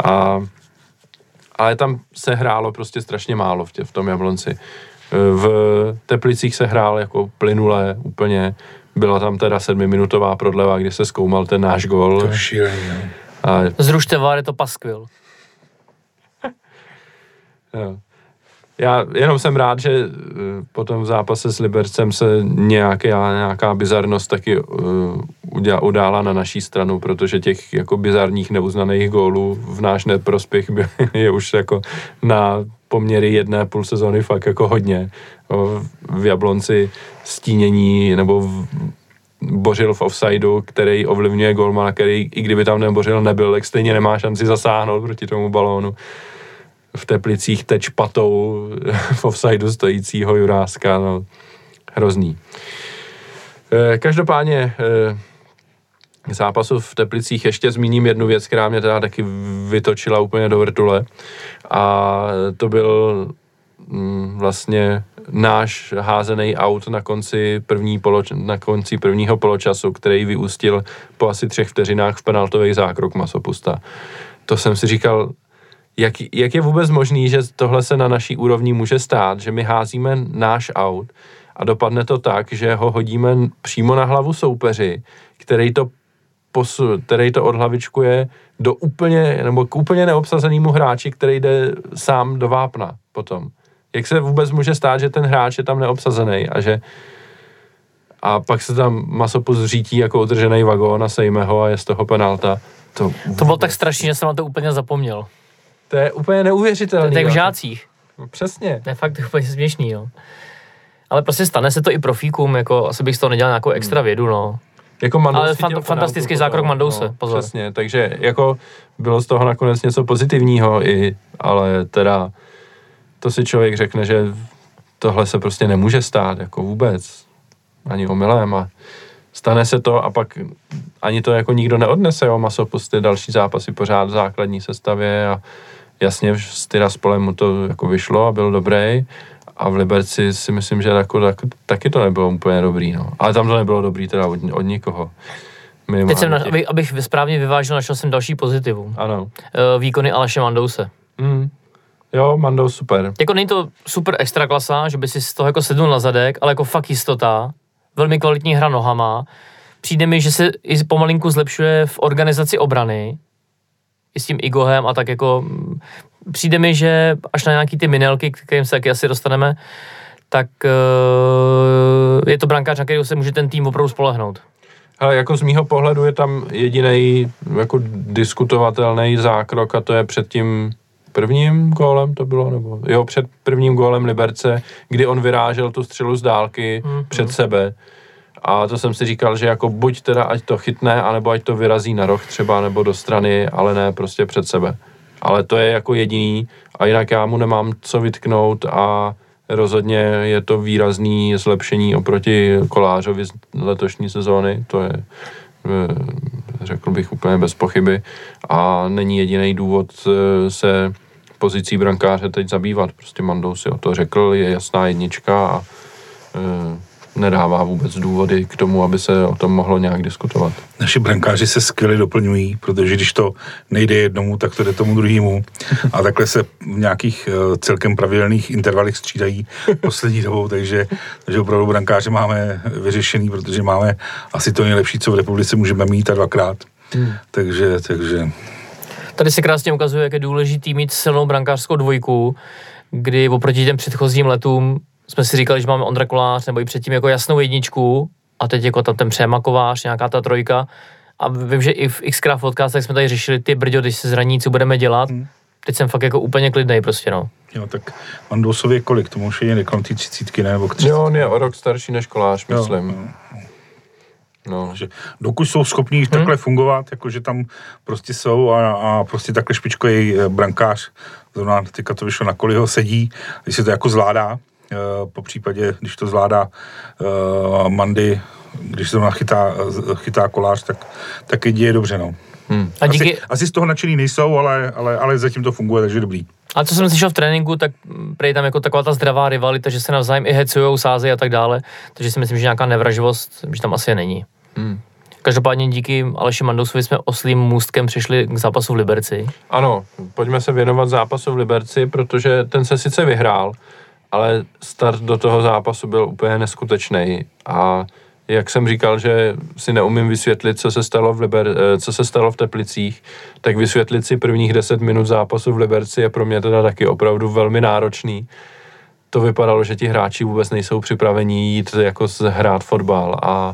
Ale tam se hrálo prostě strašně málo v tom Jablonci. V Teplicích se hrál jako plynule úplně. Byla tam teda 7minutová prodleva, kdy se zkoumal ten náš gól. To je šílený, ne? Zrušte VAR, je to paskvil. Jo. Já jenom jsem rád, že potom v zápase s Libercem se nějaká bizarnost taky udála na naší stranu, protože těch jako bizarních neuznaných gólů v náš neprospěch je už jako na poměry 1,5 sezony fakt jako hodně. V Jablonci stínění nebo bořil v offsideu, který ovlivňuje gólmana, který i kdyby tam nebořil nebyl, tak stejně nemá šanci zasáhnout proti tomu balónu. V Teplicích teď patou v offsideu stojícího Juráska, no, hrozný. Každopádně k zápasu v Teplicích ještě zmíním jednu věc, která mě teda taky vytočila úplně do vrtule a to byl vlastně náš házený aut na konci prvního poločasu, který vyústil po asi 3 vteřinách v penaltový zákrok Masopusta. To jsem si říkal, jak je vůbec možný, že tohle se na naší úrovni může stát, že my házíme náš aut a dopadne to tak, že ho hodíme přímo na hlavu soupeři, který to odhlavičkuje do k úplně neobsazenému hráči, který jde sám do vápna potom. Jak se vůbec může stát, že ten hráč je tam neobsazený a pak se tam Masopust řítí jako udržený vagón a sejme ho a je z toho penalta. To bylo tak strašný, že jsem na to úplně zapomněl. To je úplně neuvěřitelné. To je v žácích. No, přesně. To je fakt úplně směšný, jo. Ale prostě stane se to i profíkům, jako asi bych z toho nedělal nějakou extra vědu, no. Jako ale fantastický zákrok Mandouse, pozor. Přesně, takže jako bylo z toho nakonec něco pozitivního ale teda to si člověk řekne, že tohle se prostě nemůže stát, jako vůbec. Ani omylem a stane se to a pak ani to jako nikdo neodnese, jo, Masopusty další zápasy pořád v základní sestavě a jasně s Tiraspolem mu to jako vyšlo a byl dobrý a v Liberci si myslím, že taky to nebylo úplně dobrý, no. Ale tam to nebylo dobrý teda od nikoho. Teď jsem, abych správně vyvážil, našel jsem další pozitivu. Ano. Výkony Aleše Mandouse. Jo, Mandous super. Jako není to super extra klasa, že by si z toho jako sednul na zadek, ale jako fakt jistota. Velmi kvalitní hra nohama. Přijde mi, že se i pomalinku zlepšuje v organizaci obrany. I s tím Igohem a tak jako... Přijde mi, že až na nějaký ty minelky, kterým se taky asi dostaneme, tak je to brankář, na kterého se může ten tým opravdu spolehnout. Ale jako z mýho pohledu je tam jediný jako diskutovatelný zákrok a to je před tím prvním gólem to bylo, nebo jo, před prvním gólem Liberce, kdy on vyrážel tu střelu z dálky před sebe. A to jsem si říkal, že jako buď teda ať to chytne, anebo ať to vyrazí na roh třeba, nebo do strany, ale ne prostě před sebe. Ale to je jako jediný a jinak já mu nemám co vytknout a rozhodně je to výrazný zlepšení oproti Kolářovi z letošní sezóny, to je, řekl bych, úplně bez pochyby a není jediný důvod se pozicí brankáře teď zabývat. Prostě Mandou si o to řekl, je jasná jednička a nedává vůbec důvody k tomu, aby se o tom mohlo nějak diskutovat. Naši brankáři se skvěle doplňují, protože když to nejde jednomu, tak to jde tomu druhému. A takhle se v nějakých celkem pravidelných intervalech střídají poslední dobou, takže opravdu brankáře máme vyřešený, protože máme asi to nejlepší, co v republice můžeme mít a dvakrát. Takže... Tady se krásně ukazuje, jak je důležitý mít silnou brankářskou dvojku, kdy oproti těm předchozím letům jsme si říkali, že máme Ondra Kolář, nebo i předtím jako jasnou jedničku a teď jako tam ten Přema Kovář, nějaká ta trojka. A vím, že i v xkrát podcastech jsme tady řešili ty brďo, když se zraní, co budeme dělat. Teď jsem fakt jako úplně klidnej prostě, no. Jo, tak Mandousovi je kolik? Tomu už je nekolem té 30, ne? Nebo 30. Jo, on je o rok starší než Kolář, myslím. Jo. No. Že dokud jsou schopní takhle fungovat, jakože tam prostě jsou a prostě takhle špičkový brankář, zrovna teďka to vyšlo na Koliho, sedí, když se to jako zvládá, po případě, když to zvládá Mandy, když se to chytá Kolář, tak je dobře, no. A díky... asi z toho nadšený nejsou, ale zatím to funguje, takže dobrý. A co jsem slyšel v tréninku, tak prý tam jako taková ta zdravá rivalita, že se navzájem i hecujou, sázejí a tak dále, takže si myslím, že nějaká nevraživost, že tam asi není. Každopádně díky Aleši Mandousovi jsme oslým můstkem přišli k zápasu v Liberci. Ano, pojďme se věnovat zápasu v Liberci, protože ten se sice vyhrál, ale start do toho zápasu byl úplně neskutečný a jak jsem říkal, že si neumím vysvětlit, co se stalo v Teplicích, tak vysvětlit si prvních 10 minut zápasu v Liberci je pro mě teda taky opravdu velmi náročný. To vypadalo, že ti hráči vůbec nejsou připraveni jít jako hrát fotbal a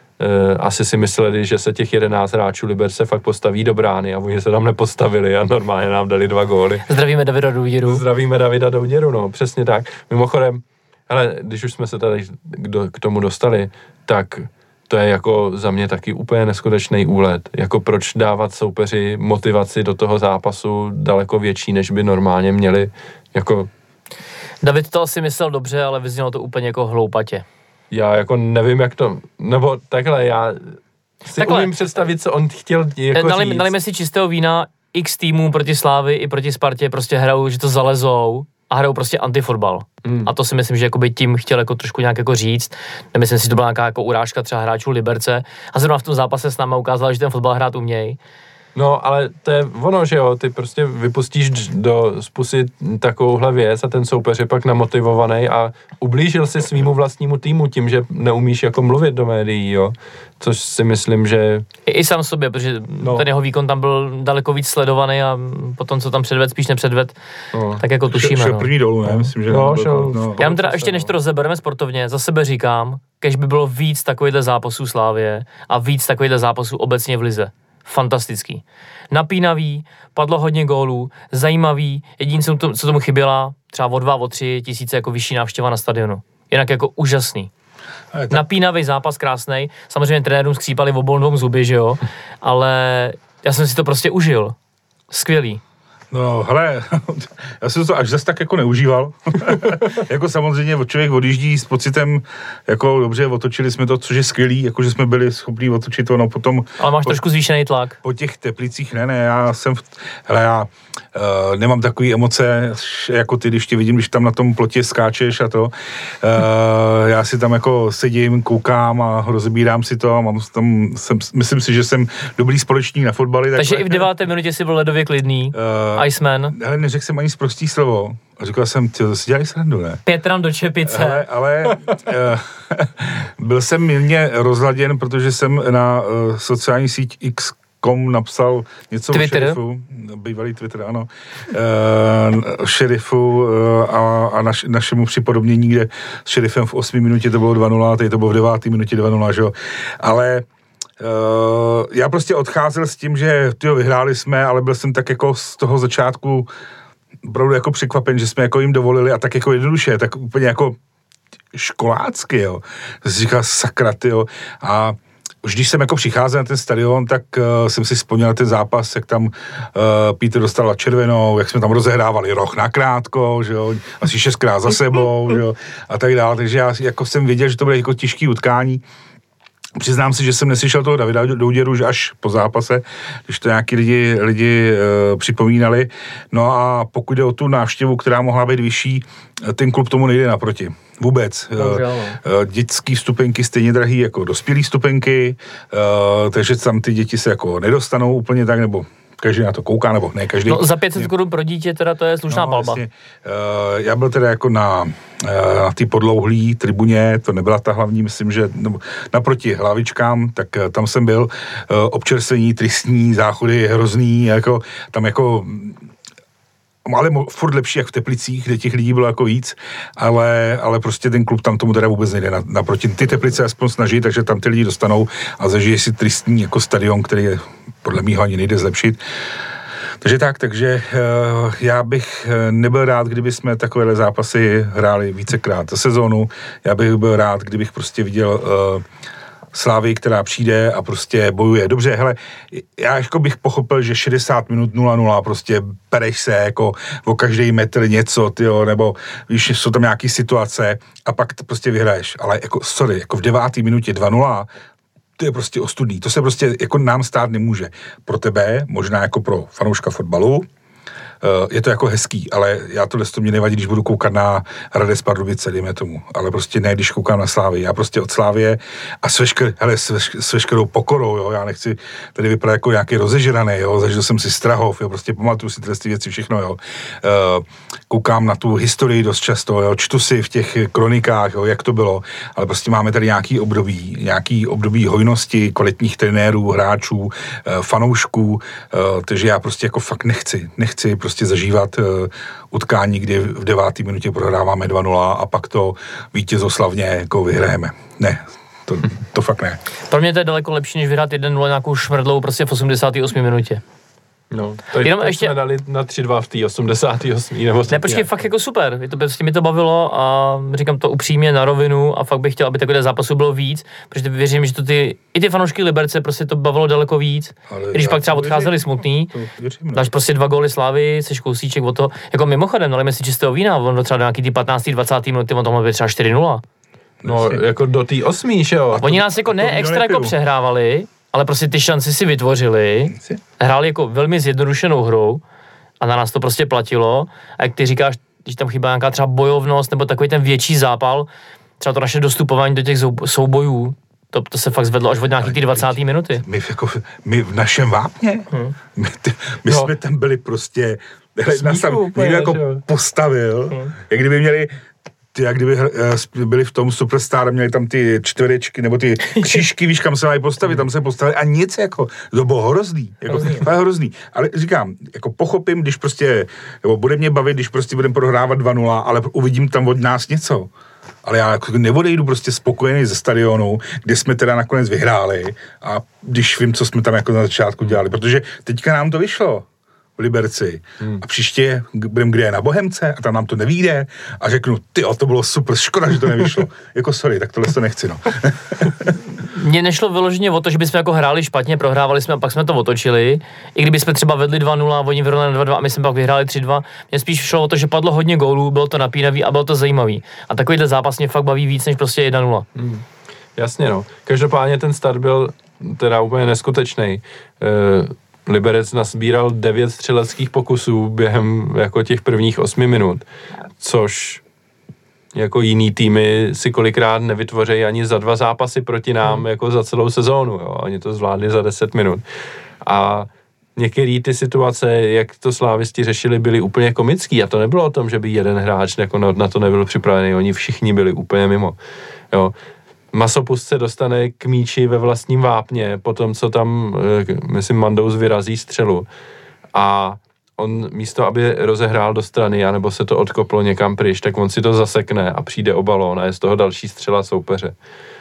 asi si mysleli, že se těch 11 hráčů Liberce fakt postaví do brány a oni se tam nepostavili a normálně nám dali 2 góly. Zdravíme Davida Douděru. Zdravíme Davida Douděru, no, přesně tak. Mimochodem, hele, když už jsme se tady k tomu dostali, tak to je jako za mě taky úplně neskutečný úlet. Jako proč dávat soupeři motivaci do toho zápasu daleko větší, než by normálně měli. Jako... David to asi myslel dobře, ale vyznělo to úplně jako hloupatě. Já jako nevím, jak to... Nebo takhle, já si umím představit, co on chtěl jako říct. Nalíme si čistého vína, x týmů proti Slávy i proti Spartě prostě hrajou, že to zalezou a hrajou prostě antifotbal. A to si myslím, že jakoby tím chtěl jako trošku nějak jako říct. Nemyslím si, že to byla nějaká jako urážka třeba hráčů Liberce. A zrovna v tom zápase s námi ukázal, že ten fotbal hrát umějí. No, ale to je ono, že jo, ty prostě vypustíš do spusy takovouhle věc a ten soupeř je pak namotivovaný a ublížil si svýmu vlastnímu týmu tím, že neumíš jako mluvit do médií, jo. Což si myslím, že... I sám sobě, protože ten jeho výkon tam byl daleko víc sledovaný a potom, co tam předved, spíš nepředved, tak jako tušíme. Šel první dolů, ne? Myslím, že Já mám teda ještě, než to rozebereme sportovně, za sebe říkám, kež by bylo víc takovýchhle zápasů Slávie a víc takovýchhle zápasů obecně v lize. Fantastický. Napínavý, padlo hodně gólů, zajímavý, jediné, co tomu chyběla, třeba o 2, o 3 tisíce jako vyšší návštěva na stadionu. Jinak jako úžasný. Napínavý zápas, krásnej. Samozřejmě trenérům skřípali v obolnou zuby, že jo, ale já jsem si to prostě užil. Skvělý. No, hele, já jsem to až zase tak jako neužíval. Jako samozřejmě člověk odjíždí s pocitem, jako dobře, otočili jsme to, což je skvělý, jako že jsme byli schopní otočit to, no potom... Ale máš trošku zvýšený tlak. Po těch Teplicích, ne, já nemám takový emoce, jako ty, když tě vidím, když tam na tom plotě skáčeš a to. Já si tam jako sedím, koukám a rozebírám si to, myslím si, že jsem dobrý společník na fotbali. Takže i v 9. minutě si byl ledově klidný. Iceman. Ale neřekl jsem ani prostý slovo. A říkal jsem, to si dělají srandu, ne? Pětram do čepice. Ale byl jsem mírně rozladěn, protože jsem na sociální síť X Šerifu.com napsal něco Twitter. o Šerifu, bývalý Twitter, ano, Šerifu a našemu připodobnění, kde s Šerifem v 8 minutě to bylo 2-0, teď to bylo v 9 minutě 2-0, že jo, ale já prostě odcházel s tím, že vyhráli jsme, ale byl jsem tak jako z toho začátku opravdu jako překvapen, že jsme jako jim dovolili a tak jako jednoduše, tak úplně jako školácky, jo. To si říkal, sakra, tyjo. A už když jsem jako přicházel na ten stadion, tak jsem si vzpomněl ten zápas, jak tam Peter dostal červenou, jak jsme tam rozehrávali roh nakrátko, že jo, asi 6krát za sebou, že jo, a tak dále. Takže já jako jsem věděl, že to bude jako těžký utkání. Přiznám si, že jsem neslyšel toho Davida Douděru, že až po zápase, když to nějaký lidi připomínali. No a pokud jde o tu návštěvu, která mohla být vyšší, ten klub tomu nejde naproti. Vůbec. Dětský vstupenky stejně drahý jako dospělý vstupenky, takže tam ty děti se jako nedostanou úplně tak, nebo každý na to kouká, nebo ne každý. No za 500 korun pro dítě teda to je slušná palba. Vlastně, já byl teda jako na té podlouhlý tribuně, to nebyla ta hlavní, myslím, že naproti hlavičkám, tak tam jsem byl, občerstvení, tristní, záchody hrozný, jako tam jako ale furt lepší jak v Teplicích, kde těch lidí bylo jako víc, ale prostě ten klub tam tomu teda vůbec nejde naproti. Ty Teplice aspoň snaží, takže tam ty lidi dostanou a zažijí si tristní jako stadion, který je podle mýho ani nejde zlepšit. Takže já bych nebyl rád, kdyby jsme takovéhle zápasy hráli vícekrát za sezónu. Já bych byl rád, kdybych prostě viděl Slávy, která přijde a prostě bojuje. Dobře, hele, já jako bych pochopil, že 60 minut 0-0, prostě pereš se jako o každý metr něco, tyjo, nebo víš, jsou tam nějaký situace a pak prostě vyhraješ. Ale jako, sorry, jako v 9. minutě 2-0, to je prostě ostudný. To se prostě jako nám stát nemůže. Pro tebe, možná jako pro fanouška fotbalu, je to jako hezký, ale já tohle to mě nevadí, když budu koukat na Hradec Pardubice, dejme tomu, ale prostě ne, když koukám na Slávy. Já prostě od Slávie a s veškerou pokorou, jo, já nechci tady vypadat jako nějaký rozežraný, jo, zažil jsem si Strahov, jo, prostě pamatuju si ty věci, všechno, jo. Koukám na tu historii dost často, jo, čtu si v těch kronikách, jo, jak to bylo, ale prostě máme tady nějaký období hojnosti, kvalitních trenérů, hráčů, fanoušků, takže já prostě jako fakt nechci prostě zažívat utkání, kdy v 9. minutě prohráváme 2-0 a pak to vítězoslavně jako vyhrajeme. Ne, to fakt ne. Pro mě to je daleko lepší, než vyhrát 1-0 nějakou šmrdlou prostě v 88. minutě. No, jenom ještě jsme dali na 3-2 v té 88. nebo ne, počkej, fakt jako super, prostě mi to bavilo a říkám to upřímně na rovinu a fakt bych chtěl, aby takové zápasů bylo víc, protože věřím, že to i ty fanoušky Liberce prostě to bavilo daleko víc, když pak třeba odcházeli smutný, dáš prostě 2 góly Slávy, seš kousíček od toho, jako mimochodem, nalejme si čistého vína, on třeba do nějaký ty 15. 20. minuty, on to mohl být třeba 4-0. No, jako do té 8, že jo? Oni nás jako ne extra jako přehrávali, ale prostě ty šanci si vytvořili, hráli jako velmi zjednodušenou hrou a na nás to prostě platilo. A jak ty říkáš, když tam chybá nějaká třeba bojovnost nebo takový ten větší zápal, třeba to naše dostupování do těch soubojů, to se fakt zvedlo až od nějaký ty 20. minuty. My v našem vápně, my jsme tam byli prostě, někdo jako postavil, jak kdyby měli jak kdyby byli v tom Superstar, měli tam ty čtverečky, nebo ty křížky, víš, kam se mají postavit, tam se postavili a nic, jako, to bylo hrozný, hrozný. Ale říkám, jako pochopím, když prostě, nebo bude mě bavit, když prostě budeme prohrávat 2-0, ale uvidím tam od nás něco. Ale já jako neodejdu prostě spokojený ze stadionu, kde jsme teda nakonec vyhráli a když vím, co jsme tam jako na začátku dělali, protože teďka nám to vyšlo v Liberci. A příště budeme kde na Bohemce a tam nám to nevyjde a řeknu, to bylo super, škoda, že to nevyšlo. Jako sorry, tak tohle to nechci, no. Mně nešlo vyloženě o to, že bychom jako hráli špatně, prohrávali jsme a pak jsme to otočili. I kdyby jsme třeba vedli 2-0, oni vyrovnali na 2-2 a my jsme pak vyhráli 3-2. Mně spíš šlo o to, že padlo hodně gólů, bylo to napínavý a bylo to zajímavý. A takovýhle zápas mě fakt baví víc než prostě 1-0. Jasně, no. Každopádně ten start byl teda úplně neskutečný. Liberec nasbíral 9 střeleckých pokusů během jako těch prvních 8 minut, což jako jiný týmy si kolikrát nevytvoří ani za 2 zápasy proti nám jako za celou sezónu, jo. Oni to zvládli za 10 minut. A některé ty situace, jak to slávisti řešili, byly úplně komický a to nebylo o tom, že by jeden hráč jako na to nebyl připravený, oni všichni byli úplně mimo, jo. Masopust se dostane k míči ve vlastním vápně, potom co tam, myslím, Mandous vyrazí střelu. A on místo, aby rozehrál do strany, anebo se to odkoplo někam pryč, tak on si to zasekne a přijde o balón a je z toho další střela soupeře.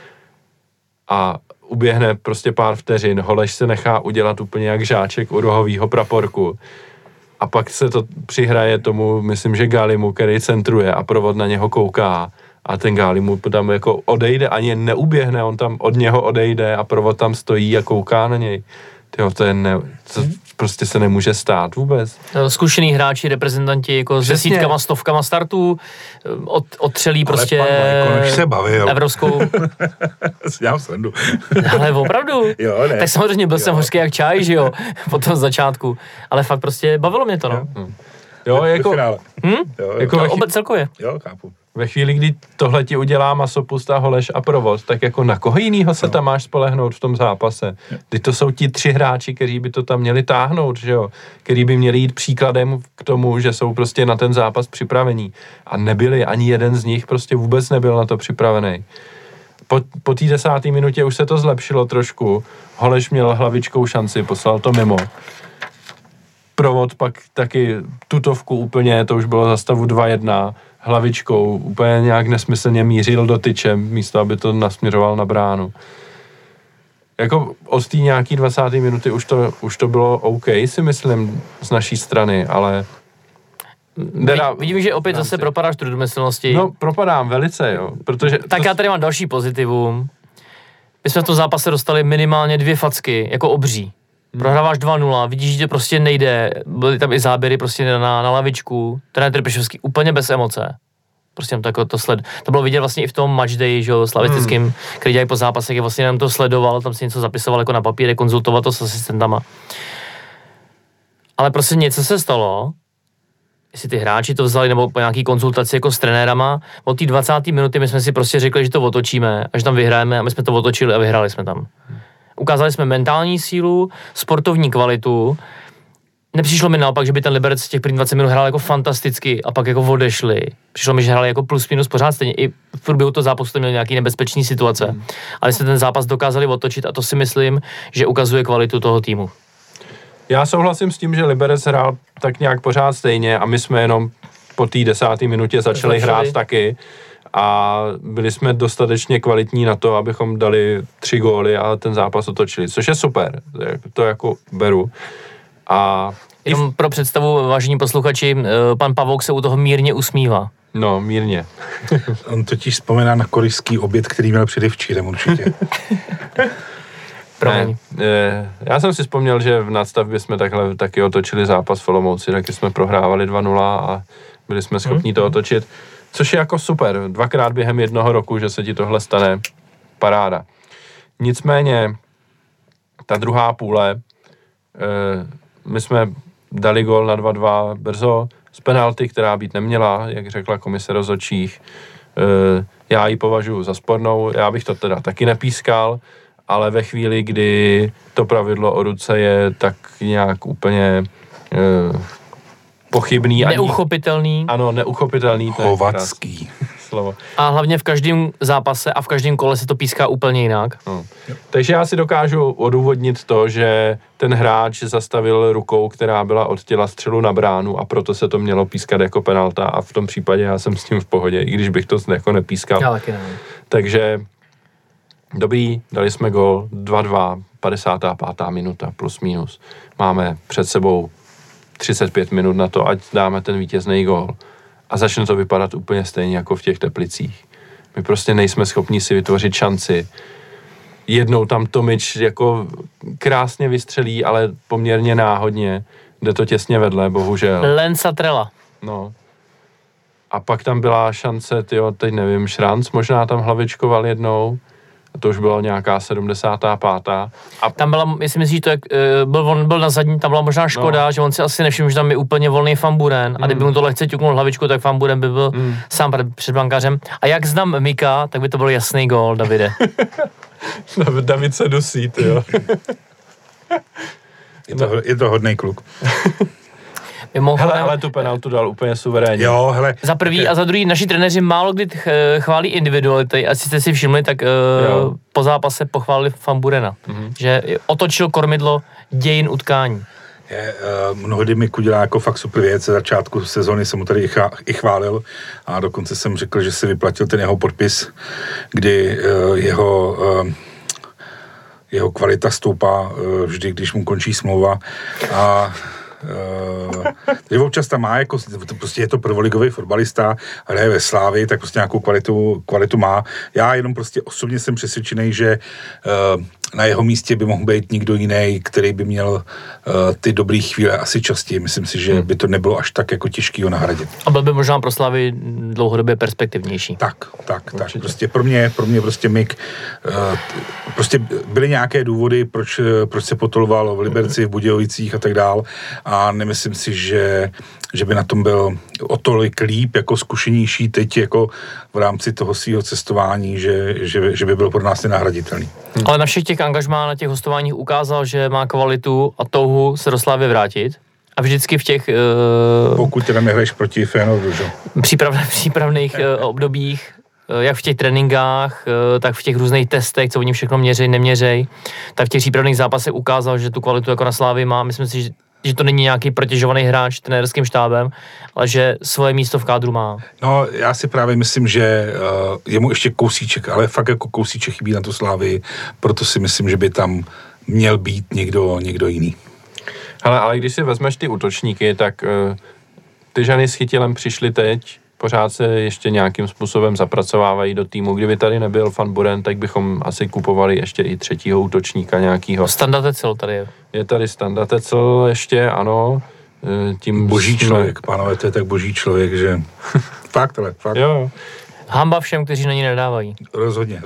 A uběhne prostě pár vteřin, Holeš se nechá udělat úplně jak žáček u rohovýho praporku. A pak se to přihraje tomu, myslím, že Gálimu, který centruje a provod na něho kouká. A ten Gálimu tam jako odejde, ani neuběhne, on tam od něho odejde a provod tam stojí a kouká na něj. Tyjo, to prostě se nemůže stát vůbec. Zkušený hráči, reprezentanti jako s desítkama, stovkama startů, otřelí prostě se bavil. Evropskou... Já srandu. Ale opravdu. Jo, ne. Tak samozřejmě byl jsem hořký jak čaj, že jo, po tom začátku. Ale fakt prostě bavilo mě to, no. Jo, jako... Jako celkově. Jo, chápu. Ve chvíli, kdy tohle ti udělá Masopust a Holeš a provod, tak jako na koho jinýho se tam máš spolehnout v tom zápase? Teď to jsou ti 3 hráči, kteří by to tam měli táhnout, že jo? Kteří by měli jít příkladem k tomu, že jsou prostě na ten zápas připravení. A nebyli, ani jeden z nich prostě vůbec nebyl na to připravený. Po té 10. minutě už se to zlepšilo trošku. Holeš měl hlavičkou šanci, poslal to mimo. Provod pak taky tutovku úplně, to už bylo za stavu 2-1, hlavičkou, úplně nějak nesmyslně mířil do tyče, místo aby to nasměřoval na bránu. Jako od té nějaký 20. minuty už to bylo OK, si myslím, z naší strany, ale... Vidím, že opět zase propadáš tu domyslnosti. No, propadám velice, jo, protože... Tak já tady mám další pozitivum. My jsme v tom zápase dostali minimálně 2 facky, jako obří. Prohráváš 2-0, vidíš, že tě prostě nejde, byly tam i záběry prostě na lavičku, trenér Trpišovský úplně bez emoce. Prostě to bylo vidět vlastně i v tom matchday, že jo, slavistickým, který dělají po zápasech, vlastně jenom to sledoval, tam si něco zapisoval jako na papíře, konzultoval to s asistentama. Ale prostě něco se stalo, jestli ty hráči to vzali nebo po nějaký konzultaci jako s trenérama, od té 20. minuty my jsme si prostě řekli, že to otočíme a že tam vyhrajeme a my jsme to otočili a vyhráli jsme tam. Ukázali jsme mentální sílu, sportovní kvalitu. Nepřišlo mi naopak, že by ten Liberec z těch prvních 20 minut hrál jako fantasticky a pak jako odešli. Přišlo mi, že hráli jako plus minus pořád stejně. I v průběhu toho zápasu to měl nějaký nebezpečný situace. Ale jsme ten zápas dokázali otočit a to si myslím, že ukazuje kvalitu toho týmu. Já souhlasím s tím, že Liberec hrál tak nějak pořád stejně a my jsme jenom po té 10. minutě začali hrát taky. A byli jsme dostatečně kvalitní na to, abychom dali 3 góly a ten zápas otočili, což je super, to jako beru. A jenom pro představu, vážení posluchači, pan Pavouk se u toho mírně usmívá. No, mírně. On totiž vzpomíná na korejský oběd, který měl předevčírem určitě. Já jsem si vzpomněl, že v nadstavbě jsme takhle taky otočili zápas v Olomouci, taky jsme prohrávali 2-0 a byli jsme schopni to otočit. Což je jako super, 2krát během 1 roku, že se ti tohle stane, paráda. Nicméně, ta druhá půle, my jsme dali gól na 2-2 brzo, z penalty, která být neměla, jak řekla komise rozhodčích. Já ji považuji za spornou, já bych to teda taky nepískal, ale ve chvíli, kdy to pravidlo o ruce je tak nějak úplně... pochybný. Neuchopitelný. Ano, neuchopitelný. Chovacký. Slovo. A hlavně v každém zápase a v každém kole se to píská úplně jinak. No. Takže já si dokážu odůvodnit to, že ten hráč zastavil rukou, která byla od těla střelu na bránu a proto se to mělo pískat jako penalta a v tom případě já jsem s tím v pohodě, i když bych to jako nepískal. Já taky ne. Takže dobrý, dali jsme gól 2-2, 55. minuta plus minus. Máme před sebou 35 minut na to, ať dáme ten vítězný gól. A začne to vypadat úplně stejně jako v těch Teplicích. My prostě nejsme schopni si vytvořit šanci. Jednou tam Tomič jako krásně vystřelí, ale poměrně náhodně. Jde to těsně vedle, bohužel. Lensa Trela. No. A pak tam byla šance, teď nevím, Šranc možná tam hlavičkoval jednou. A to už bylo nějaká 75. A tam byla, jestli myslíš, to jak byl na zadní, tam byla možná škoda, že on si asi nevšiml, že tam je úplně volný Famburen a kdyby mu to lehce ťuknul hlavičku, tak Famburen by byl sám před brankářem. A jak znám Mika, tak by to byl jasný gól, Davide. David se dusí, jo. Je to hodnej kluk. Hele, ale tu penaltu dal úplně suverénně. Jo, hele. Za prvý a za druhý, naši trenéři málo kdy chválí individuality, asi jste si všimli, tak po zápase pochválili Van Burena, že otočil kormidlo dějin utkání. Mnohdy Miku dělá jako fakt super věc, začátku sezóny jsem mu tady i chválil a dokonce jsem řekl, že si vyplatil ten jeho podpis, kdy jeho kvalita stoupá vždy, když mu končí smlouva a takže občas tam má, jako, prostě je to prvoligový fotbalista, hraje ve Slávii, tak prostě nějakou kvalitu má. Já jenom prostě osobně jsem přesvědčený, že na jeho místě by mohl být nikdo jiný, který by měl ty dobré chvíle asi častěji. Myslím si, že by to nebylo až tak jako těžký ho nahradit. A byl by možná pro Slávy dlouhodobě perspektivnější. Tak. Prostě pro mě prostě Mik, prostě byly nějaké důvody, proč se potoloval v Liberci, v Budějovicích a tak dál. A nemyslím si, že by na tom byl o tolik líp, jako zkušenější teď jako v rámci toho svého cestování, že by byl pro nás nenahraditelný. Ale na všech těch angažmá, na těch hostováních ukázal, že má kvalitu a touhu se do Slávy vrátit. A vždycky v těch... Pokud teda nehraješ proti Fénoru, že? Přípravných obdobích, jak v těch tréninkách, tak v těch různých testech, co oni všechno měří, neměří, tak v těch přípravných zápasech ukázal, že tu kvalitu jako na Slávy má. Myslím si, že to není nějaký protěžovaný hráč trenérským štábem, ale že svoje místo v kádru má. No, já si právě myslím, že je mu ještě kousíček, ale fakt jako kousíček chybí na tu Slávii, proto si myslím, že by tam měl být někdo jiný. Hele, ale když si vezmeš ty útočníky, tak Tyžany s Chytilem přišli teď, pořád se ještě nějakým způsobem zapracovávají do týmu. Kdyby tady nebyl Van Buren, tak bychom asi kupovali ještě i třetího útočníka nějakýho. Standa Tecel tady je. Je tady Standa Tecel ještě, ano. Tím boží člověk, pánové, to je tak boží člověk, že... fakt. Jo. Hamba všem, kteří na ní nedávají. Rozhodně.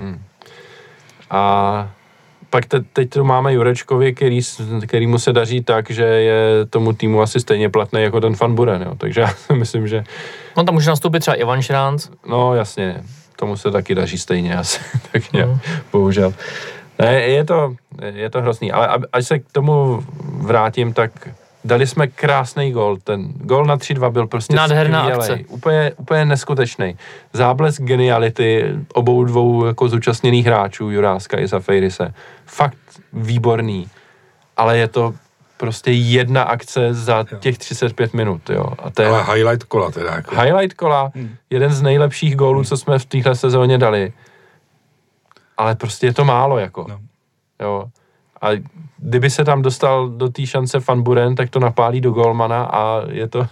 A pak teď tu máme Jurečkovi, který mu se daří tak, že je tomu týmu asi stejně platný jako ten Van Buren, jo. Takže já si myslím, že... No tam může nastoupit třeba Ivan Šránc. No jasně, tomu se taky daří stejně asi, tak nějak, bohužel. Ne, je to hrozný, ale až se k tomu vrátím, tak dali jsme krásný gól. Ten gól na 3-2 byl prostě nádherná akce. Úplně neskutečný. Záblesk geniality obou dvou jako zúčastněných hráčů, Juráska i Zafeirise. Fakt výborný. Ale je to prostě jedna akce za těch 35 minut, jo. A to je ale highlight kola teda. Jako. Highlight kola, jeden z nejlepších gólů, co jsme v téhle sezóně dali. Ale prostě je to málo, jako. No. Jo. A kdyby se tam dostal do té šance Van Buren, tak to napálí do golmana a je to...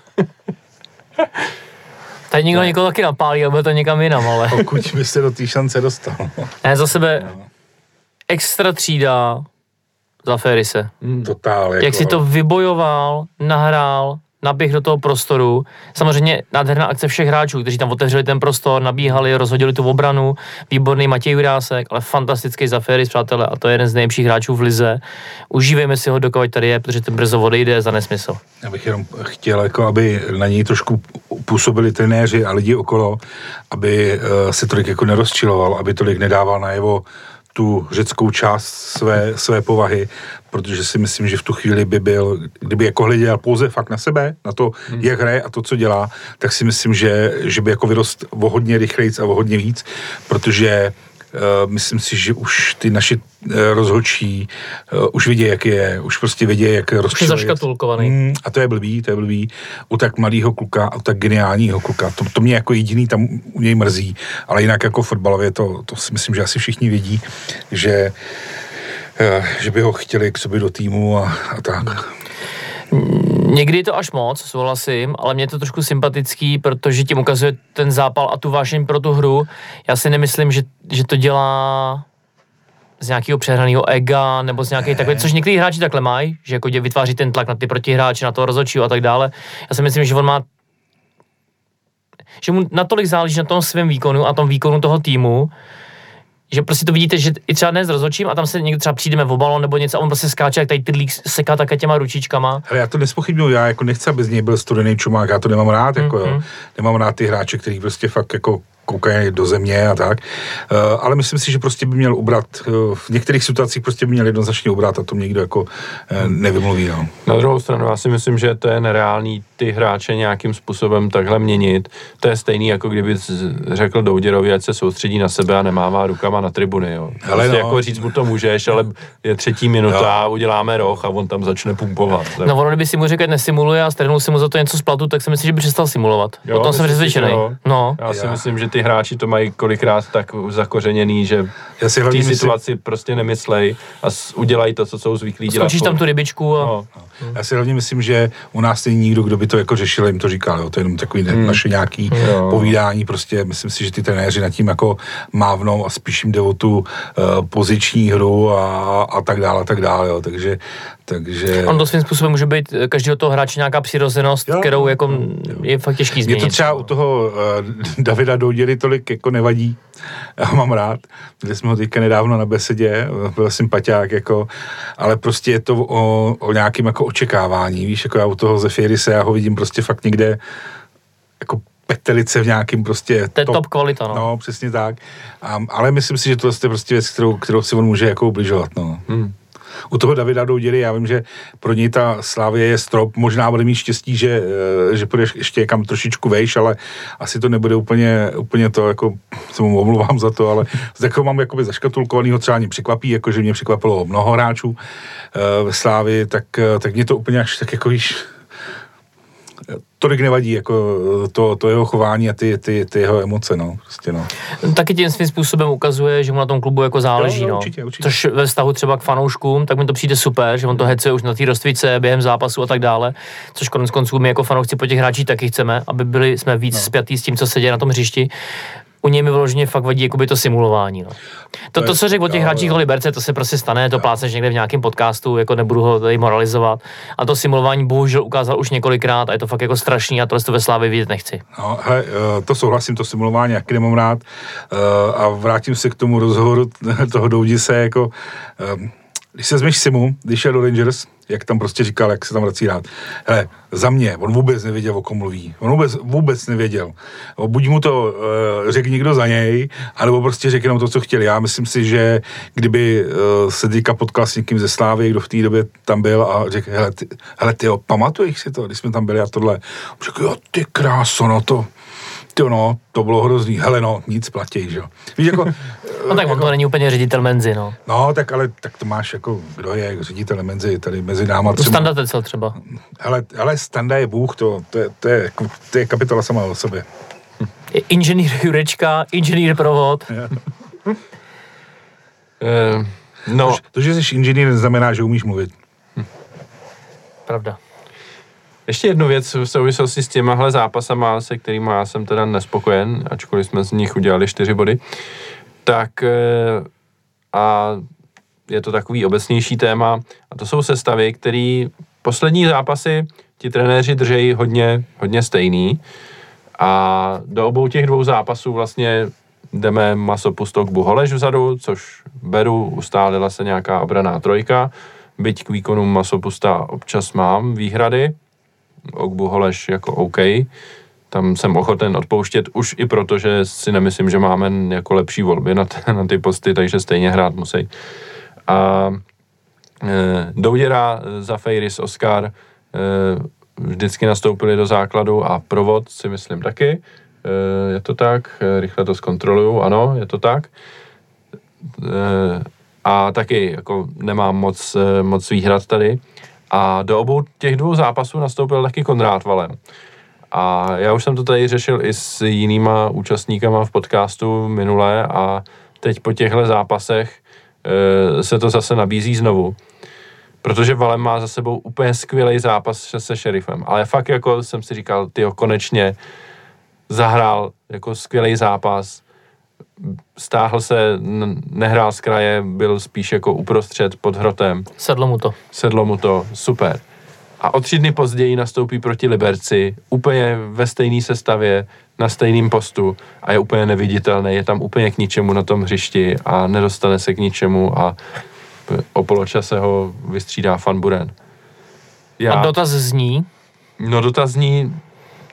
Tady někdo někoho taky napálí, ale bude to někam jinam, ale... Pokud by se do té šance dostal. Ne, za sebe extra třída Zafeirise. Totál. Jak si to vybojoval, nahrál, naběh do toho prostoru. Samozřejmě nádherná akce všech hráčů, kteří tam otevřeli ten prostor, nabíhali, rozhodili tu obranu. Výborný Matěj Jurásek, ale fantastický Zafeiris, přátelé, a to je jeden z nejlepších hráčů v lize. Užívejme si ho, dokud tady je, protože ten brzo odejde za nesmysl. Já bych jenom chtěl, jako aby na něj trošku působili trenéři a lidi okolo, aby se tolik jako nerozčiloval, aby tolik nedával najevo tu řeckou část své povahy, protože si myslím, že v tu chvíli by byl, kdyby jako hleděl pouze fakt na sebe, na to, jak hraje a to, co dělá, tak si myslím, že by jako vyrost o hodně rychlejc a o hodně víc, protože myslím si, že už ty naši rozhodčí už vidí, jak je, už prostě vidí, jak rozčiluje. Už je zaškatulkovaný. A to je blbý. U tak mladého kluka a u tak geniálního kluka. To mě jako jediný tam u něj mrzí, ale jinak jako fotbalově to si myslím, že asi všichni vidí, že by ho chtěli k sobě do týmu a tak. Někdy je to až moc, souhlasím, ale mě je to trošku sympatický, protože tím ukazuje ten zápal a tu vášeň pro tu hru. Já si nemyslím, že to dělá z nějakého přehraného ega nebo z nějakých takových, což někteří hráči takhle mají, že jako vytváří ten tlak na ty protihráče, na toho rozhodčího a tak dále. Já si myslím, že on má, že mu natolik záleží na tom svém výkonu a tom výkonu toho týmu, že prostě to vidíte, že i třeba dnes rozhodčím a tam se někdo třeba přijdeme v balón nebo něco a on prostě skáče, jak tady tydlík seká také těma ručičkama. Ale já to nespochybnuju, já jako nechci, aby z něj byl studený čumák, já to nemám rád, jako jo. Nemám rád ty hráče, kteří prostě fakt jako koukají do země a tak. Ale myslím si, že prostě by měl ubrat, v některých situacích prostě by měl jednoznačně ubrat a to mě nikdo jako nevymluví. No. Na druhou stranu, já si myslím, že to je nereálný ty hráče nějakým způsobem takhle měnit. To je stejný, jako kdyby řekl Douděrovi, ať se soustředí na sebe a nemává rukama na tribuny. Jo. Prostě jako říct mu to můžeš, ale je 3. minuta, uděláme roh a on tam začne pumpovat. Tak. No ono, kdyby si mu řekl, nesimuluje a strhnul si mu za to něco z platu, tak si myslím, že by přestal simulovat. O tom jsem přesvědčený. No. Já si myslím, že ty hráči to mají kolikrát tak zakořeněný, že v té situaci prostě nemyslej a udělají to, co jsou zvyklí dělat. Skočíš tam tu rybičku a... No. Já si hlavně myslím, že u nás není nikdo, kdo by to jako řešil, jim to říkal, jo. To je jenom takový naše nějaký povídání, prostě myslím si, že ty trenéři nad tím jako mávnou a spíš jim jde o tu poziční hru a tak dále, jo. Takže... On to svým způsobem může být každého toho hráče nějaká přirozenost, kterou jako je fakt těžký změnit. Mě to třeba u toho Davida Douděry tolik jako nevadí, já mám rád, kde jsme ho teďka nedávno na besedě, byl sympatiák, jako, ale prostě je to o nějakým jako očekávání, víš, jako já u toho Zefirise, já ho vidím prostě fakt někde jako petelice v nějakým prostě... To je top kvalita, no. No, přesně tak, ale myslím si, že to je prostě věc, kterou si on může jako ubližovat, no. U toho Davida Douděry, já vím, že pro něj ta Slavie je strop, možná bude mít štěstí, že půjdeš ještě někam trošičku vejš, ale asi to nebude úplně to, jako se mu omluvám za to, ale z takového mám jakoby zaškatulkovanýho, třeba mě překvapí, jako že mě překvapilo mnoho hráčů ve Slávii, tak mě to úplně až tak jako víš, tolik nevadí, jako to jeho chování a ty jeho emoce, no, prostě, no. Taky tím svým způsobem ukazuje, že mu na tom klubu jako záleží, no. Určitě. Což ve vztahu třeba k fanouškům, tak mi to přijde super, že on to hecuje už na té roztvice během zápasu a tak dále, což konec konců my jako fanoušci po těch hráčích taky chceme, aby jsme víc spjatí s tím, co se děje na tom hřišti. U něj mi vyloženě fakt vadí jakoby to simulování, no. To, co řekl o těch hráčích o Liberce, to se prostě stane, to plácneš někde v nějakém podcastu, jako nebudu ho tady moralizovat. A to simulování bohužel ukázal už několikrát a je to fakt jako strašný a tohle to ve Slávii vidět nechci. No, hele, to souhlasím, to simulování, jaký nemám rád. A vrátím se k tomu rozhovoru toho Doudise, jako... Když se zmeš Simu, když šel do Rangers, jak tam prostě říkal, jak se tam vrací rád. Hele, za mě, on vůbec nevěděl, o kom mluví. On vůbec nevěděl. Buď mu to řekl někdo za něj, anebo prostě řekl jenom to, co chtěl. Já myslím si, že kdyby se teďka potkal s někým ze Slávy, kdo v té době tam byl a řekl, hele tyjo, pamatuješ si to, když jsme tam byli a tohle. Řekl, jo, ty kráso, no to... to bylo hrozný. Hele, no, nic platí, že jo. Víš, jako... No tak on to není úplně ředitel Menzy, no. No, tak to máš jako, kdo je ředitel Menzy tady mezi náma třeba. Standa Tecel třeba. Ale Standa je bůh, to je kapitola sama o sobě. Inženýr Jurečka, inženýr Provod. No. To, že jsi inženýr, neznamená, že umíš mluvit. Pravda. Ještě jednu věc v souvislosti s těmahle zápasama, se kterými já jsem teda nespokojen, ačkoliv jsme z nich udělali 4 body, tak a je to takový obecnější téma a to jsou sestavy, který poslední zápasy ti trenéři držejí hodně stejný a do obou těch 2 zápasů vlastně jdeme Masopustok Buholeš vzadu, což beru, ustálila se nějaká obranná trojka, byť k výkonům Masopusta občas mám výhrady, Ogbu Holeš jako OK, tam jsem ochoten odpouštět už i proto, že si nemyslím, že máme jako lepší volby na ty posty, takže stejně hrát musí. A Douděra, Zafeiris, Oskar vždycky nastoupili do základu a Provod si myslím taky. Je to tak, rychle to zkontroluju, ano, je to tak. A taky jako nemám moc výhrad tady. A do obou těch 2 zápasů nastoupil taky Konrád Valem. A já už jsem to tady řešil i s jinýma účastníkama v podcastu minule a teď po těchto zápasech se to zase nabízí znovu. Protože Valem má za sebou úplně skvělý zápas se Šerifem. Ale fakt jako jsem si říkal, tyjo, konečně zahrál jako skvělý zápas. Stáhl se, nehrál z kraje, byl spíš jako uprostřed pod hrotem. Sedlo mu to, super. A o 3 dny později nastoupí proti Liberci, úplně ve stejné sestavě, na stejném postu a je úplně neviditelný, je tam úplně k ničemu na tom hřišti a nedostane se k ničemu a o poločase ho vystřídá Van Buren. A dotaz zní? No dotaz zní,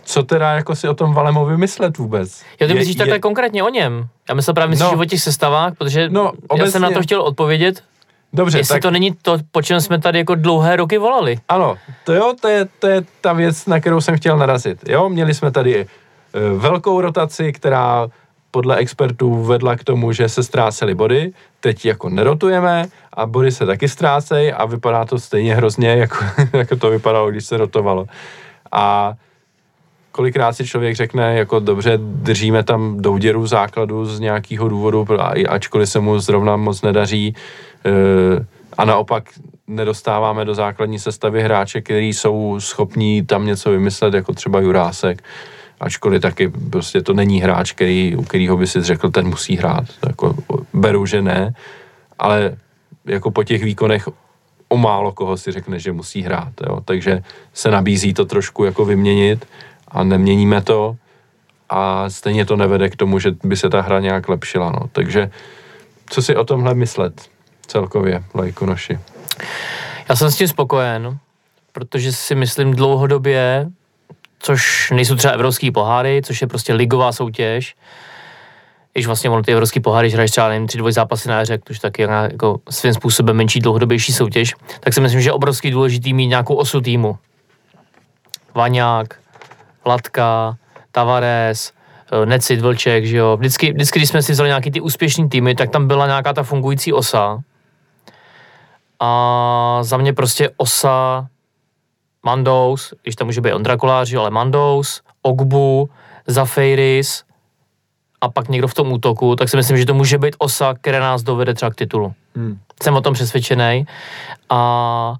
co teda jako si o tom Valemovi myslet vůbec? Jo, ty myslíš takhle konkrétně o něm? Já myslel právě o těch sestavách, protože já jsem na to chtěl odpovědět. Dobře, jestli to není to, po čem jsme tady jako dlouhé roky volali. Ano, to je ta věc, na kterou jsem chtěl narazit. Jo, měli jsme tady velkou rotaci, která podle expertů vedla k tomu, že se ztrácely body. Teď jako nerotujeme a body se taky ztrácejí a vypadá to stejně hrozně, jako to vypadalo, když se rotovalo. A kolikrát si člověk řekne, jako dobře, držíme tam douděru základu z nějakého důvodu, ačkoliv se mu zrovna moc nedaří, a naopak nedostáváme do základní sestavy hráče, kteří jsou schopní tam něco vymyslet, jako třeba Jurásek, ačkoliv taky prostě to není hráč, u kterýho by si řekl, ten musí hrát. Jako, beru, že ne, ale jako po těch výkonech o málo koho si řekne, že musí hrát. Jo? Takže se nabízí to trošku jako vyměnit a neměníme to a stejně to nevede k tomu, že by se ta hra nějak lepšila. No. Takže co si o tomhle myslet celkově, Lajkonoši? Já jsem s tím spokojen, protože si myslím dlouhodobě, což nejsou třeba evropský poháry, což je prostě ligová soutěž, když vlastně ono ty evropský poháry, že hraješ třeba 3 zápasy na jaře, což taky jako svým způsobem menší dlouhodobější soutěž, tak si myslím, že je obrovský důležitý mít nějakou osu týmu. Vaňák, Latka, Tavares, Necit, Vlček, že jo. Vždycky, když jsme si vzali nějaký ty úspěšný týmy, tak tam byla nějaká ta fungující osa. A za mě prostě osa Mandous, když tam může být Ondra Kolář, ale Mandous, Ogbu, Zafeiris a pak někdo v tom útoku, tak si myslím, že to může být osa, která nás dovede třeba k titulu. Jsem o tom přesvědčený. A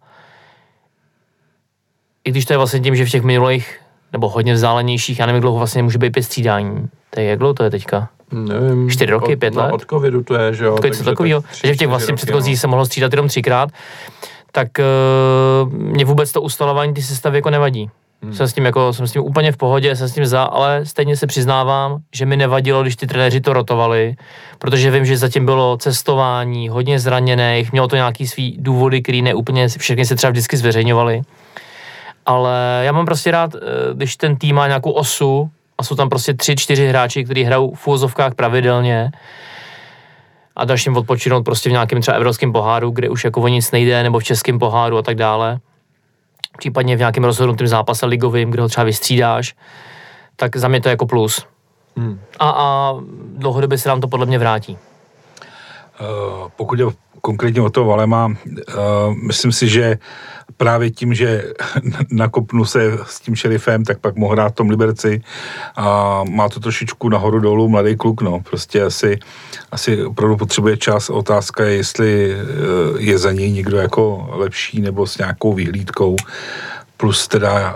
i když to je vlastně tím, že v těch minulých nebo hodně vzdálenějších, já nevím, jak dlouho vlastně může být 5 střídání. Tak jak dlouho to je teďka? Nevím. 4 roky, 5 let? Od covidu to je, že jo. Takže v těch vlastně předchozích se mohlo střídat jenom 3krát. Tak mě vůbec to ustalování ty sestavy jako nevadí. Jsem s tím úplně v pohodě, jsem s tím ale stejně se přiznávám, že mi nevadilo, když ty trenéři to rotovali, protože vím, že zatím bylo cestování, hodně zraněných, mělo to nějaký svý důvody, který ne úplně všechny se třeba vždycky zveřejňovaly. Ale já mám prostě rád, když ten tým má nějakou osu a jsou tam prostě 3-4 hráči, kteří hrajou v úvozovkách pravidelně a dáš jim odpočinout prostě v nějakém třeba evropském poháru, kde už jako o nic nejde, nebo v českém poháru a tak dále. Případně v nějakém rozhodnutém zápase ligovým, kde ho třeba vystřídáš, tak za mě to je jako plus. A dlouhodobě se nám to podle mě vrátí. Pokud je konkrétně o toho Valema, myslím si, že právě tím, že nakopnu se s tím Šerifem, tak pak mohl hrát v tom Liberci a má to trošičku nahoru dolů, mladý kluk, no, prostě asi opravdu potřebuje čas. Otázka je, jestli je za něj někdo jako lepší nebo s nějakou vyhlídkou, plus teda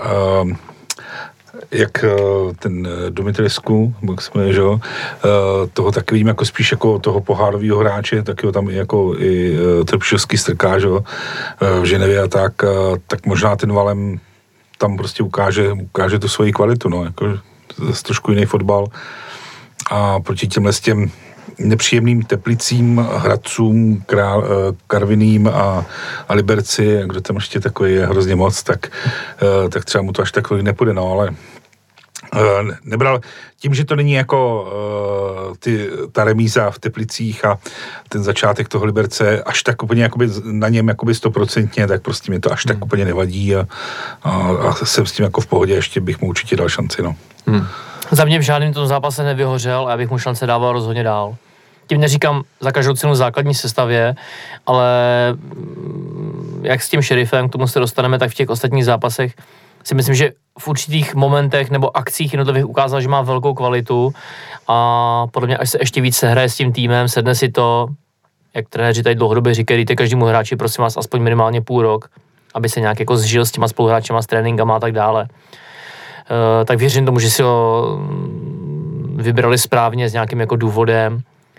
jak ten Dumitrescu, jak se jmenuje, že jo, toho tak vidím jako spíš jako toho pohárového hráče, tak jo, tam jako i Trpšovský strká, že jo, v Ženevě a tak možná ten Valem tam prostě ukáže tu svoji kvalitu, no, jako zase trošku jiný fotbal a proti těm nepříjemným Teplicím, Hradcům, Karviným a Liberci, kdo tam ještě takový je hrozně moc, tak třeba mu to až takový nepůjde, no, ale nebral, tím, že to není jako ta remíza v Teplicích a ten začátek toho Liberce až tak úplně jakoby na něm jakoby 100%, tak prostě mi to až tak úplně nevadí a jsem s tím jako v pohodě, ještě bych mu určitě dal šanci, no. Za mě v žádném tom zápase nevyhořel a já bych mu šance dával rozhodně dál. Tím neříkám za každou cenu základní sestavě, ale jak s tím Šerifem, k tomu se dostaneme, tak v těch ostatních zápasech si myslím, že v určitých momentech nebo akcích jednotlivých ukázal, že má velkou kvalitu a podle mě až se ještě víc sehraje s tím týmem, sedne si to, jak trenéři tady dlouhodobě říkají, dejte každému hráči, prosím vás, aspoň minimálně půl rok, aby se nějak jako zžil s těma spoluhráčema, s tréninkama a tak dále. Tak věřím tomu, že si ho vybrali správně s nějakým jako důvodem.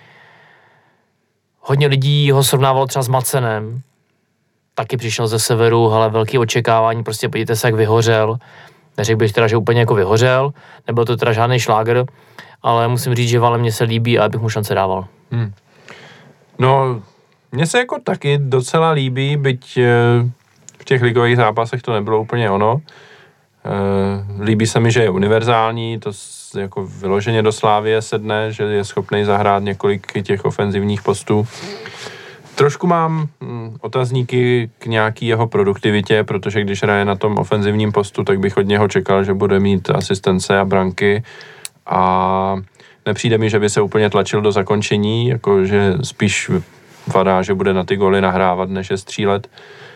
Hodně lidí ho srovnávalo třeba s Macenem. Taky přišel ze severu, ale velký očekávání, prostě podívejte se, jak vyhořel. Neřekl bych teda, že úplně jako vyhořel, nebyl to teda žádný šláger, ale musím říct, že Valem mě se líbí a bych mu šance dával. No, mně se jako taky docela líbí, byť v těch ligových zápasech to nebylo úplně ono. Líbí se mi, že je univerzální, to jako vyloženě do Slávie sedne, že je schopný zahrát několik těch ofenzivních postů. Trošku mám otazníky k nějaký jeho produktivitě, protože když hraje na tom ofenzivním postu, tak bych od něho čekal, že bude mít asistence a branky a nepřijde mi, že by se úplně tlačil do zakončení, jakože spíš vypadá, že bude na ty góly nahrávat, než je střílet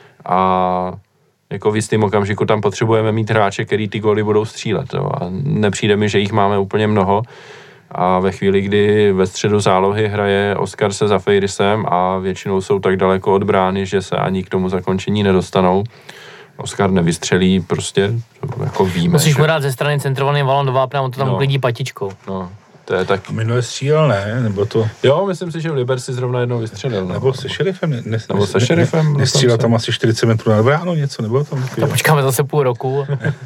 a jako v jistým okamžiku tam potřebujeme mít hráče, který ty góly budou střílet. Jo. A nepřijde mi, že jich máme úplně mnoho. A ve chvíli, kdy ve středu zálohy hraje Oskar se Zafeirisem a většinou jsou tak daleko od brány, že se ani k tomu zakončení nedostanou. Oskar nevystřelí, prostě to jako víme. Musíš mu dát ze strany centrovaný balon do vápna, on to tam uklidí patičkou. No, to je tak. Minule střílel, ne? Nebo to... Jo, myslím si, že v Liberci zrovna jednou vystřelil. Nebo se šerifem. Nebo se šerifem. Nestřílel tam asi 40 metrů na bránu, něco, nebylo tam? To počkáme zase půl roku.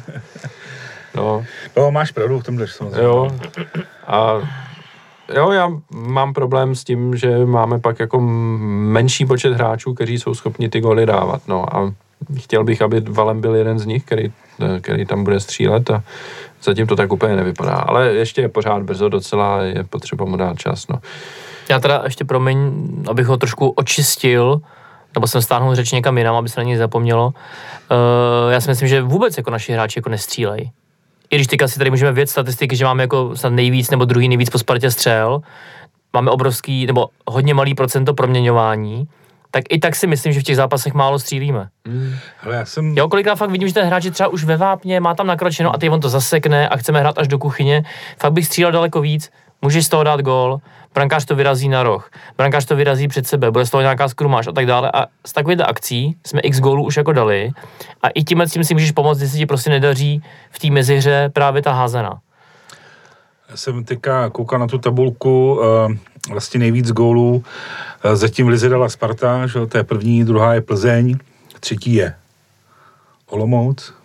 No, máš pravdu v tomhle, samozřejmě. Jo. A jo, já mám problém s tím, že máme pak jako menší počet hráčů, kteří jsou schopni ty góly dávat. No a chtěl bych, aby Valem byl jeden z nich, který tam bude střílet a zatím to tak úplně nevypadá. Ale ještě je pořád brzo docela, je potřeba mu dát čas. No. Já teda ještě promiň, abych ho trošku očistil, nebo jsem stáhnul řeč někam jinam, aby se na něj zapomnělo. Já si myslím, že vůbec jako naši hráči jako nestřílejí. I když teďka si tady můžeme vědět statistiky, že máme jako snad nejvíc nebo druhý nejvíc po Spartě střel, máme obrovský nebo hodně malý procento proměňování, tak i tak si myslím, že v těch zápasech málo střílíme. Ale Jo, kolikrát fakt vidím, že ten hráč je třeba už ve vápně, má tam nakročeno a teď on to zasekne a chceme hrát až do kuchyně. Fakt bych střílel daleko víc, můžeš z toho dát gól, brankář to vyrazí na roh, brankář to vyrazí před sebe, bude z toho nějaká skrumáž a tak dále. A z takovýchto akcí jsme x gólů už jako dali a i tím si můžeš pomoct, když se ti prostě nedaří v té mezihře právě ta házená. Já jsem teďka koukal na tu tabulku, vlastně nejvíc gólů zatím v lize dala Sparta, že to je první, druhá je Plzeň, třetí je Olomouc.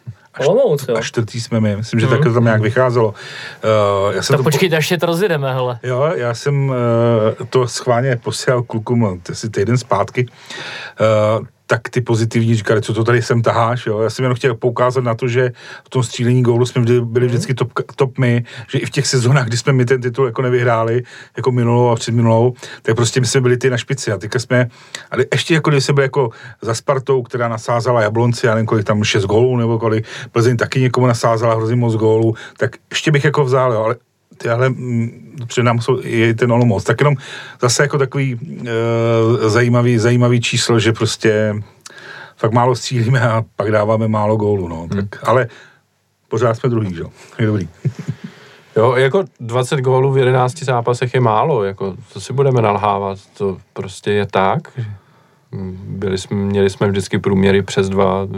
A čtvrtý jsme my. Myslím, že takhle tam nějak vycházelo. Tak počkejte, až je to rozjedeme, hele. Jo, já jsem to schválně posílal klukům asi týden zpátky. Tak ty pozitivní říkali, co to tady sem taháš, jo. Já jsem jenom chtěl poukázat na to, že v tom střílení gólu jsme byli vždycky top my, že i v těch sezónách, kdy jsme my ten titul jako nevyhráli, jako minulou a předminulou, tak prostě my jsme byli ty na špici a teďka jsme, ale ještě jako když jsme byli jako za Spartou, která nasázala Jablonci, já nevím kolik tam 6 gólů, nebo kolik Plzeň taky někomu nasázala hrozně moc gólů, tak ještě bych jako vzal, jo, ale tyhle před nám je ten Olomouc. Tak jenom zase jako takový zajímavý číslo, že prostě fakt málo střílíme a pak dáváme málo gólů, no. Tak, ale pořád jsme druhý, že jo. Je dobrý. Jo, jako 20 gólů v 11 zápasech je málo, jako to si budeme nalhávat, to prostě je tak. Měli jsme vždycky průměry přes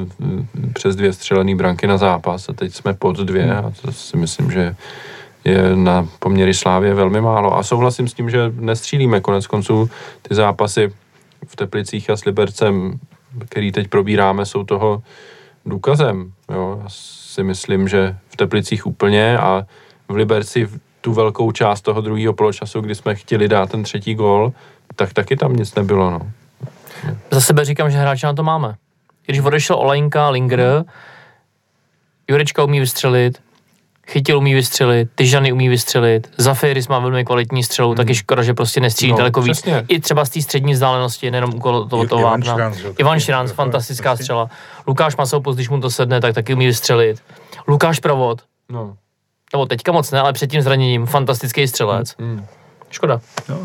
dvě střelený branky na zápas a teď jsme pod 2 a to si myslím, že je na poměry Slávie velmi málo. A souhlasím s tím, že nestřílíme. Konec konců ty zápasy v Teplicích a s Libercem, který teď probíráme, jsou toho důkazem. Jo? Já si myslím, že v Teplicích úplně a v Liberci tu velkou část toho druhého poločasu, kdy jsme chtěli dát ten třetí gól, tak taky tam nic nebylo. No. Za sebe říkám, že hráče na to máme. Když odešel Olajnka, Linger, Jurečka umí vystřelit, Chytil umí vystřelit, Tyžany umí vystřelit, Zafeiris má velmi kvalitní střelu, taky škoda, že prostě nestřílí daleko víc. I třeba z té střední vzdálenosti, nejenom úkolo toho vápna. Ivan Šranc, fantastická střela. Lukáš Masopust, když mu to sedne, tak taky umí vystřelit. Lukáš Pravod. No. Nebo teďka moc ne, ale před tím zraněním fantastický střelec. Škoda.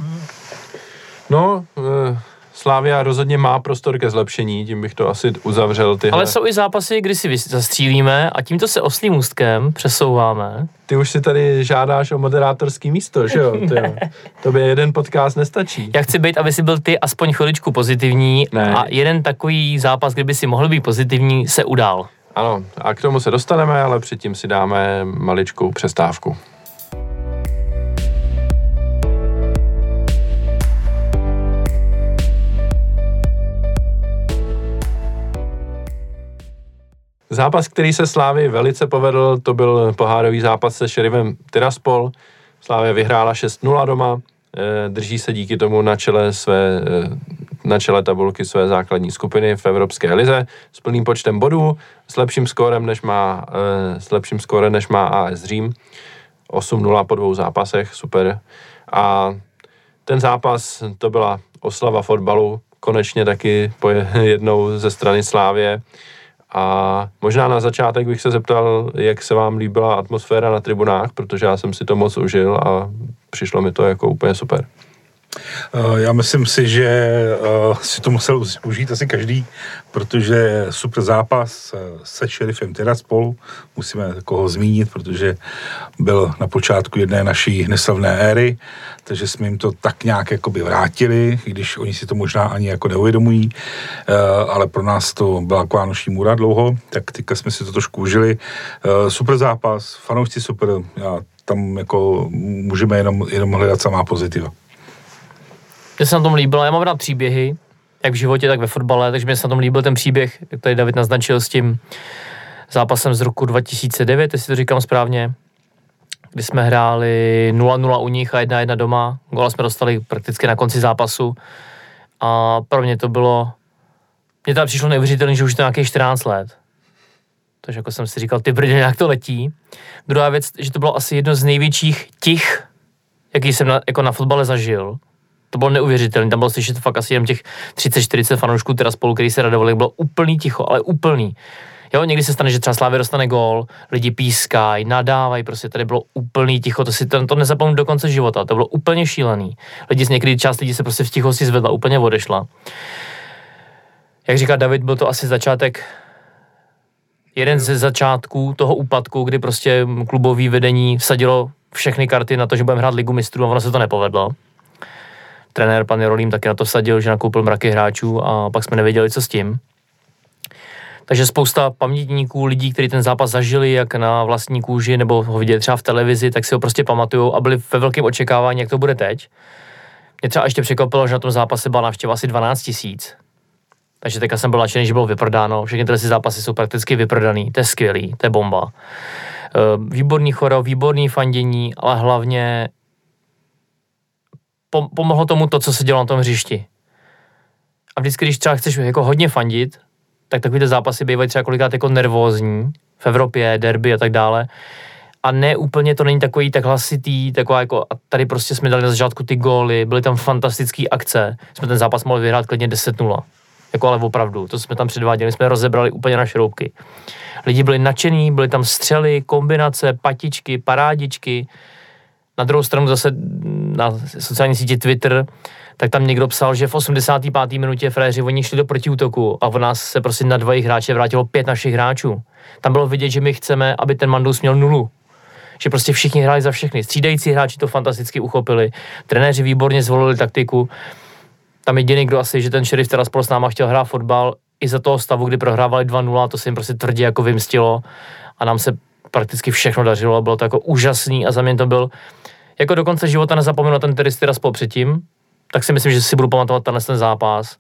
Slavia rozhodně má prostor ke zlepšení, tím bych to asi uzavřel. Ale jsou i zápasy, kdy si zastřílíme a tímto se oslím můstkem přesouváme. Ty už si tady žádáš o moderátorský místo, že jo? Tobě jeden podcast nestačí. Já chci být, aby si byl ty aspoň chviličku pozitivní a jeden takový zápas, kdyby si mohl být pozitivní, se udál. Ano, a k tomu se dostaneme, ale předtím si dáme maličkou přestávku. Zápas, který se Slávii velice povedl, to byl pohárový zápas se Sheriffem Tiraspol. Slávia vyhrála 6-0 doma, drží se díky tomu na čele své na čele tabulky své základní skupiny v Evropské lize s plným počtem bodů, s lepším skórem, než má AS Řím. 8-0 po 2 zápasech, super. A ten zápas, to byla oslava fotbalu, konečně taky jednou ze strany Slávie. A možná na začátek bych se zeptal, jak se vám líbila atmosféra na tribunách, protože já jsem si to moc užil a přišlo mi to jako úplně super. Já myslím si, že si to musel užít asi každý, protože super zápas se Sheriffem Tiraspol, musíme koho zmínit, protože byl na počátku jedné naší neslavné éry, takže jsme jim to tak nějak jakoby vrátili, i když oni si to možná ani jako neuvědomují, ale pro nás to byla taková noční můra dlouho, tak teďka jsme si to trošku užili. Super zápas, fanoušci super, já tam jako můžeme jenom hledat samá pozitiva. Mně se na tom líbilo, já mám rád příběhy, jak v životě, tak ve fotbale, takže mě se na tom líbil ten příběh, jak tady David naznačil s tím zápasem z roku 2009, jestli to říkám správně, kdy jsme hráli 0-0 u nich a 1-1 doma, góla jsme dostali prakticky na konci zápasu a pro mě to bylo, mně tam přišlo neuvěřitelné, že už to nějakých 14 let. Takže jako jsem si říkal, ty brdě, jak to letí. Druhá věc, že to bylo asi jedno z největších těch, jaký jsem na fotbale zažil. To bylo neuvěřitelné, tam bylo slyšet fakt asi jen těch 30-40 fanoušků Tiraspolu, který se radovali, bylo úplný ticho, ale úplný. Jo, někdy se stane, že třeba Slavia dostane gól, lidi pískají, nadávají, prostě tady bylo úplný ticho, to nezapomenu do konce života, to bylo úplně šílený. Někdy část lidí se prostě v tichosti zvedla, úplně odešla. Jak říká David, byl to asi začátek, jeden ze začátků toho úpadku, kdy prostě klubový vedení vsadilo všechny karty na to, že budeme hrát Ligu mistrů a ono se to nepovedlo. Trenér pan Jarolím taky na to vsadil, že nakoupil mraky hráčů a pak jsme nevěděli, co s tím. Takže spousta pamětníků, lidí, kteří ten zápas zažili, jak na vlastní kůži, nebo ho viděli třeba v televizi, tak si ho prostě pamatujou a byli ve velkém očekávání, jak to bude teď. Mě třeba ještě překvapilo, že na tom zápase byla návštěva asi 12 000. Takže teďka jsem byl nadšený, že bylo vyprodáno. Všechny tyhle zápasy jsou prakticky vyprodaný. To je skvělý, to je bomba. Výborný choreo, výborný fandění, ale hlavně pomohlo tomu to, co se dělo na tom hřišti. A vždycky, když třeba chceš jako hodně fandit, tak takovýto zápasy bývají třeba kolikrát jako nervózní v Evropě, derby a tak dále. A ne úplně to není takový tak hlasitý, taková jako, a tady prostě jsme dali na začátku ty góly, byly tam fantastické akce, jsme ten zápas mohli vyhrát klidně 10-0. Jako ale opravdu, to jsme tam předváděli, jsme rozebrali úplně na šroubky. Lidi byli nadšení, byly tam střely, kombinace, patičky, parádičky. Na druhou stranu zase na sociální síti Twitter, tak tam někdo psal, že v 85. minutě frajeři oni šli do protiútoku a v nás se prostě na 2 hráče vrátilo 5 našich hráčů. Tam bylo vidět, že my chceme, aby ten Mandus měl 0. Že prostě všichni hráli za všechny. Střídající hráči to fantasticky uchopili. Trenéři výborně zvolili taktiku. Tam jediný, kdo asi, že ten Sheriff Tiraspol s náma chtěl hrát fotbal i za toho stavu, kdy prohrávali 2-0, to se jim prostě tvrdě jako vymstilo a nám se prakticky všechno dařilo, bylo to jako úžasný a za mě to byl jako do konce života nezapomenu na ten Tiraspol předtím, tak si myslím, že si budu pamatovat ten zápas.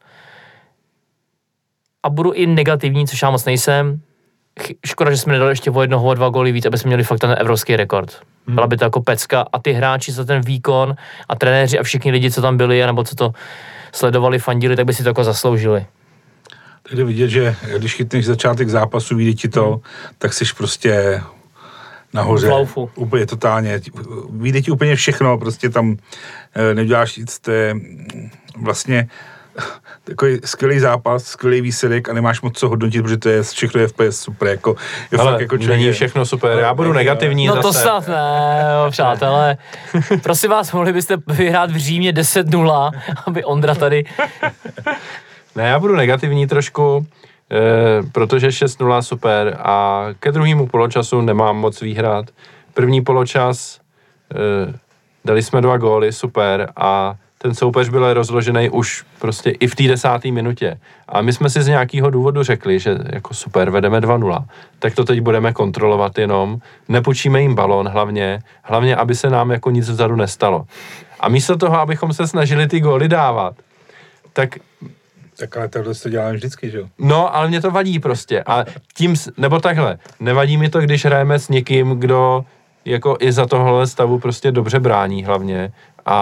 A budu i negativní, což já moc nejsem. Škoda, že jsme nedali ještě o 1, o 2 góly víc, aby jsme měli fakt ten evropský rekord. Byla by to jako pecka a ty hráči za ten výkon a trenéři a všichni lidi, co tam byli, nebo co to sledovali, fandili, tak by si to jako zasloužili. Tak jde vidět, že když chytneš začátek zápasu, vyjde ti to, tak jsi prostě nahoře. Úplně totálně. Vyjde ti úplně všechno, prostě tam neuděláš nic, to je vlastně takový skvělý zápas, skvělý výsledek a nemáš moc co hodnotit, protože to je všechno je FPS super, jako je ale fakt jako není všechno super, já budu negativní no zase. No to snad ne, přátelé. Prosím vás, mohli byste vyhrát v Římě 10-0, aby Ondra tady... Ne, já budu negativní trošku, protože 6-0 super a ke druhému poločasu nemám moc výhrad. První poločas dali jsme 2 góly, super a ten soupeř byl rozložený už prostě i v té 10. minutě. A my jsme si z nějakého důvodu řekli, že jako super, vedeme 2-0, tak to teď budeme kontrolovat jenom, nepůjčíme jim balón hlavně, aby se nám jako nic vzadu nestalo. A místo toho, abychom se snažili ty góly dávat, tak ale tohle to děláme vždycky, že jo? No, ale mě to vadí prostě. A tím, nebo takhle, nevadí mi to, když hrajeme s někým, kdo jako i za tohle stavu prostě dobře brání hlavně. A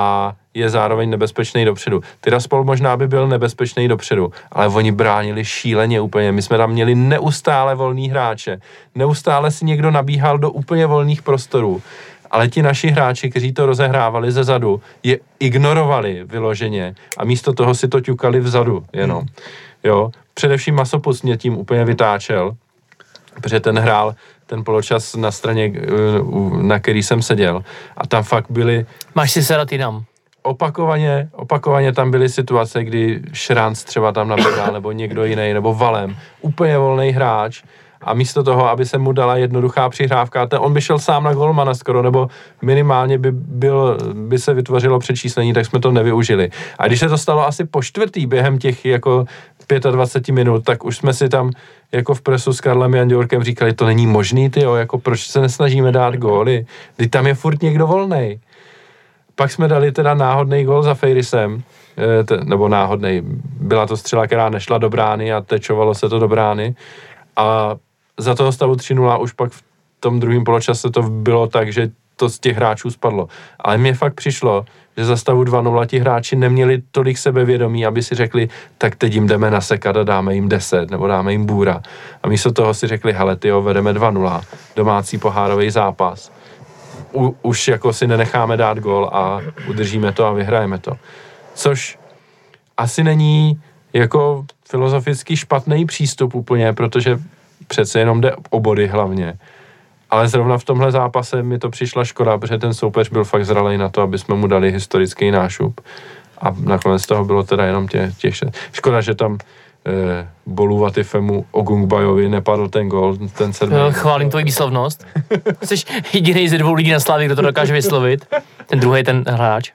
je zároveň nebezpečný dopředu. Tiraspol možná by byl nebezpečný dopředu, ale oni bránili šíleně úplně. My jsme tam měli neustále volný hráče. Neustále si někdo nabíhal do úplně volných prostorů. Ale ti naši hráči, kteří to rozehrávali ze zadu, je ignorovali vyloženě a místo toho si to ťukali vzadu jenom. Jo? Především Masopust mě tím úplně vytáčel, protože ten hrál ten poločas na straně, na který jsem seděl. A tam fakt byly... Máš si sedat jinam. Opakovaně tam byly situace, kdy Šranc třeba tam nabíhal, nebo někdo jiný, nebo Valem. Úplně volný hráč. A místo toho, aby se mu dala jednoduchá přihrávka, on by šel sám na golmana skoro, nebo minimálně by se vytvořilo přečíslení, tak jsme to nevyužili. A když se to stalo asi po čtvrtý během těch jako 25 minut, tak už jsme si tam jako v presu s Karlem Janděurkem říkali, to není možný, tyjo, jako proč se nesnažíme dát góly, když tam je furt někdo volnej. Pak jsme dali teda náhodný gól za Fejrisem, nebo náhodný, byla to střela, která nešla do brány a tečovalo se to do brány. A za toho stavu 3-0 už pak v tom druhém poločase to bylo tak, že to z těch hráčů spadlo. Ale mně fakt přišlo, že za stavu 2-0 ti hráči neměli tolik sebevědomí, aby si řekli, tak teď jim jdeme nasekat a dáme jim 10, nebo dáme jim bůra. A místo toho si řekli, hele, tyjo, vedeme 2-0, domácí pohárový zápas. Už jako si nenecháme dát gól a udržíme to a vyhrajeme to. Což asi není jako filozoficky špatný přístup úplně, protože přece jenom jde o body hlavně. Ale zrovna v tomhle zápase mi to přišla škoda, protože ten soupeř byl fakt zralej na to, aby jsme mu dali historický nášup. A nakonec toho bylo teda jenom těch 6. Škoda, že tam Boluvatifemu Ogungbajovi nepadl ten gól, ten 7. Chválím tvoji výslovnost. Jsi jediný ze 2 lidí na Slávii, kdo to dokáže vyslovit. Ten druhý, ten hráč.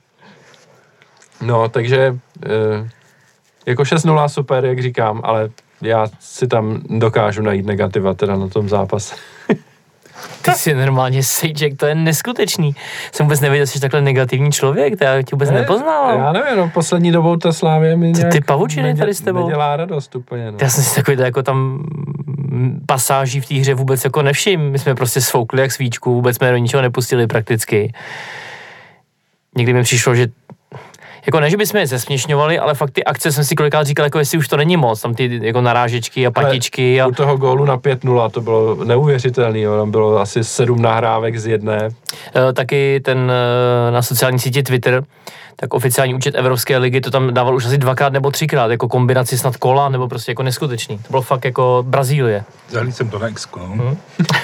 No, takže jako 6-0 super, jak říkám, ale já si tam dokážu najít negativa teda na tom zápase. Ty jsi normálně sejček, to je neskutečný. Jsem vůbec nevěděl, že jsi takhle negativní člověk, to já tě vůbec nepoznával. Já nevím, no, poslední dobou ta Slávě mi nějak ty pavučiny tady s tebou nedělá radost úplně. No. Já jsem si takový jako tam pasáží v té hře vůbec jako nevšim. My jsme prostě svoukli jak svíčku, vůbec jsme do ničeho nepustili prakticky. Někdy mi přišlo, že jako ne, že bychom je zesměšňovali, ale fakt ty akce jsem si kolikrát říkal, jako jestli už to není moc, tam ty jako narážečky a patičky. U toho gólu na 5-0 to bylo neuvěřitelný, jo. Tam bylo asi 7 nahrávek z jedné. Taky ten na sociální síti Twitter, tak oficiální účet Evropské ligy to tam dával už asi 2x nebo 3x, jako kombinaci snad kola, nebo prostě jako neskutečný. To bylo fakt jako Brazílie. Zahlíd jsem to na X-ko, no.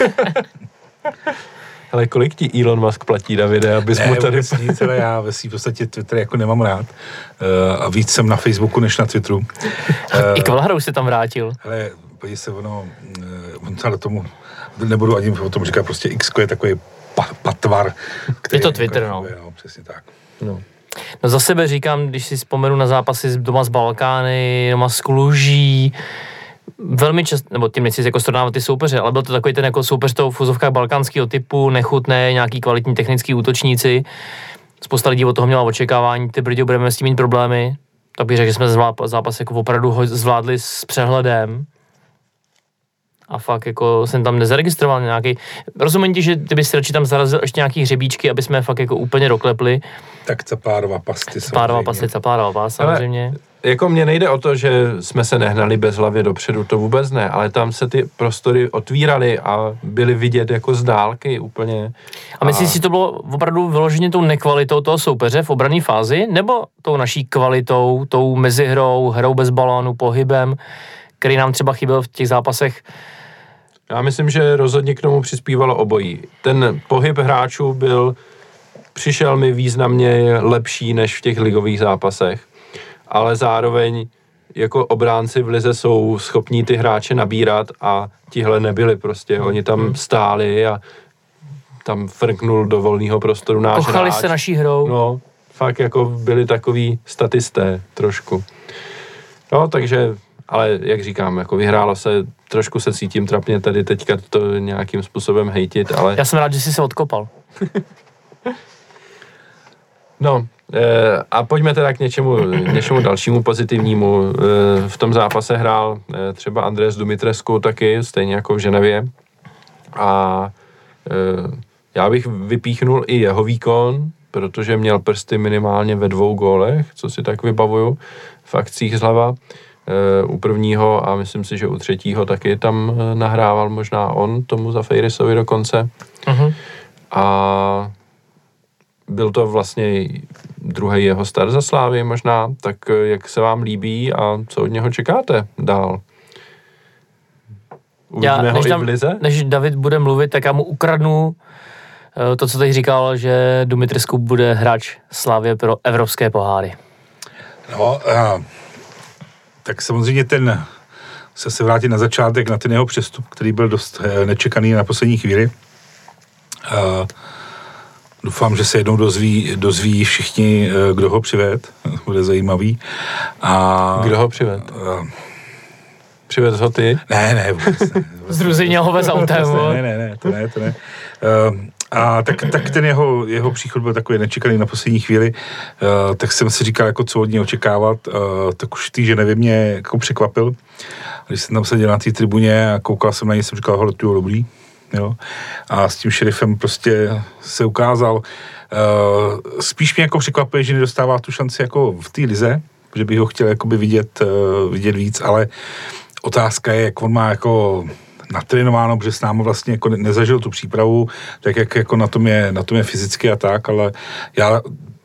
Ale kolik ti Elon Musk platí, Davide, abys mu tady... Nic, ale já ve svým podstatě Twitter jako nemám rád. A víc jsem na Facebooku než na Twitteru. I Kvelhar už se tam vrátil. Ale podívej se, on ale tomu, nebudu ani o tom říkat, prostě X-ko je takový patvar. Je to Twitter, no. Přesně tak. No za sebe říkám, když si vzpomenu na zápasy doma z Balkány, doma z Kluží, velmi často, nebo tím nechci jako srovnávat ty soupeře, ale byl to takový ten jako soupeř toho v úzovkách balkánského typu, nechutné, nějaký kvalitní technický útočníci. Spousta lidí od toho měla očekávání, ty brďo, budeme s tím mít problémy. Tak bych řekl, že jsme zápas jako opravdu zvládli s přehledem. A fakt jako jsem tam nezaregistroval nějaký... Rozumím ti, že ty bys radši tam zarazil ještě nějaký hřebíčky, aby jsme fakt jako úplně doklepli. Tak Capárova pasty Capárova pas, samozřejmě. Ale jako mně nejde o to, že jsme se nehnali bezhlavě dopředu, to vůbec ne, ale tam se ty prostory otvíraly a byly vidět jako z dálky úplně. A myslíš si, to bylo opravdu vyloženě tou nekvalitou toho soupeře v obranné fázi, nebo tou naší kvalitou, tou mezihrou, hrou bez balónu, pohybem, který nám třeba chyběl v těch zápasech? Já myslím, že rozhodně k tomu přispívalo obojí. Ten pohyb hráčů přišel mi významně lepší než v těch ligových zápasech, ale zároveň jako obránci v lize jsou schopní ty hráče nabírat a tihle nebyli prostě. Oni tam stáli a tam frknul do volného prostoru náš hráč. Kochali se naší hrou. No, fakt jako byli takový statisté trošku. No, takže, ale jak říkám, jako vyhrálo se, trošku se cítím trapně tady teďka to nějakým způsobem hejtit, ale... Já jsem rád, že jsi se odkopal. No, a pojďme teda k něčemu dalšímu pozitivnímu. V tom zápase hrál třeba Andrés Dumitrescu taky, stejně jako v Ženevě. A já bych vypíchnul i jeho výkon, protože měl prsty minimálně ve 2 gólech, co si tak vybavuju v akcích zleva. U prvního a myslím si, že u třetího taky tam nahrával možná on tomu Zafeirisovi dokonce. A byl to vlastně druhý jeho start za Slávy možná, tak jak se vám líbí a co od něho čekáte dál? Uvidíme ho i v lize? Než David bude mluvit, tak já mu ukradnu to, co tady říkal, že Dumitrescu bude hráč Slávě pro evropské poháry. No, tak samozřejmě se vrátit na začátek, na ten jeho přestup, který byl dost nečekaný na poslední chvíli. Doufám, že se jednou dozví všichni, kdo ho přived. Bude zajímavý. Kdo ho přived? Přived ho ty? Ne, vůbec ne. Zruzinil ho bez autem. Ne, to ne. A tak ten jeho příchod byl takový nečekaný na poslední chvíli, tak jsem si říkal, jako co od něj očekávat, tak už v Ženevě mě jako překvapil. Když jsem tam seděl na té tribuně a koukal jsem na něj, jsem říkal, hele, tu dobrý. Jo? A s tím Šerifem prostě se ukázal. Spíš mě jako překvapuje, že nedostává tu šanci jako v té lize, že bych ho chtěl jakoby vidět víc, ale otázka je, jak on má jako natrénováno, protože s námi vlastně jako nezažil tu přípravu, tak jak jako na tom je fyzicky a tak, ale já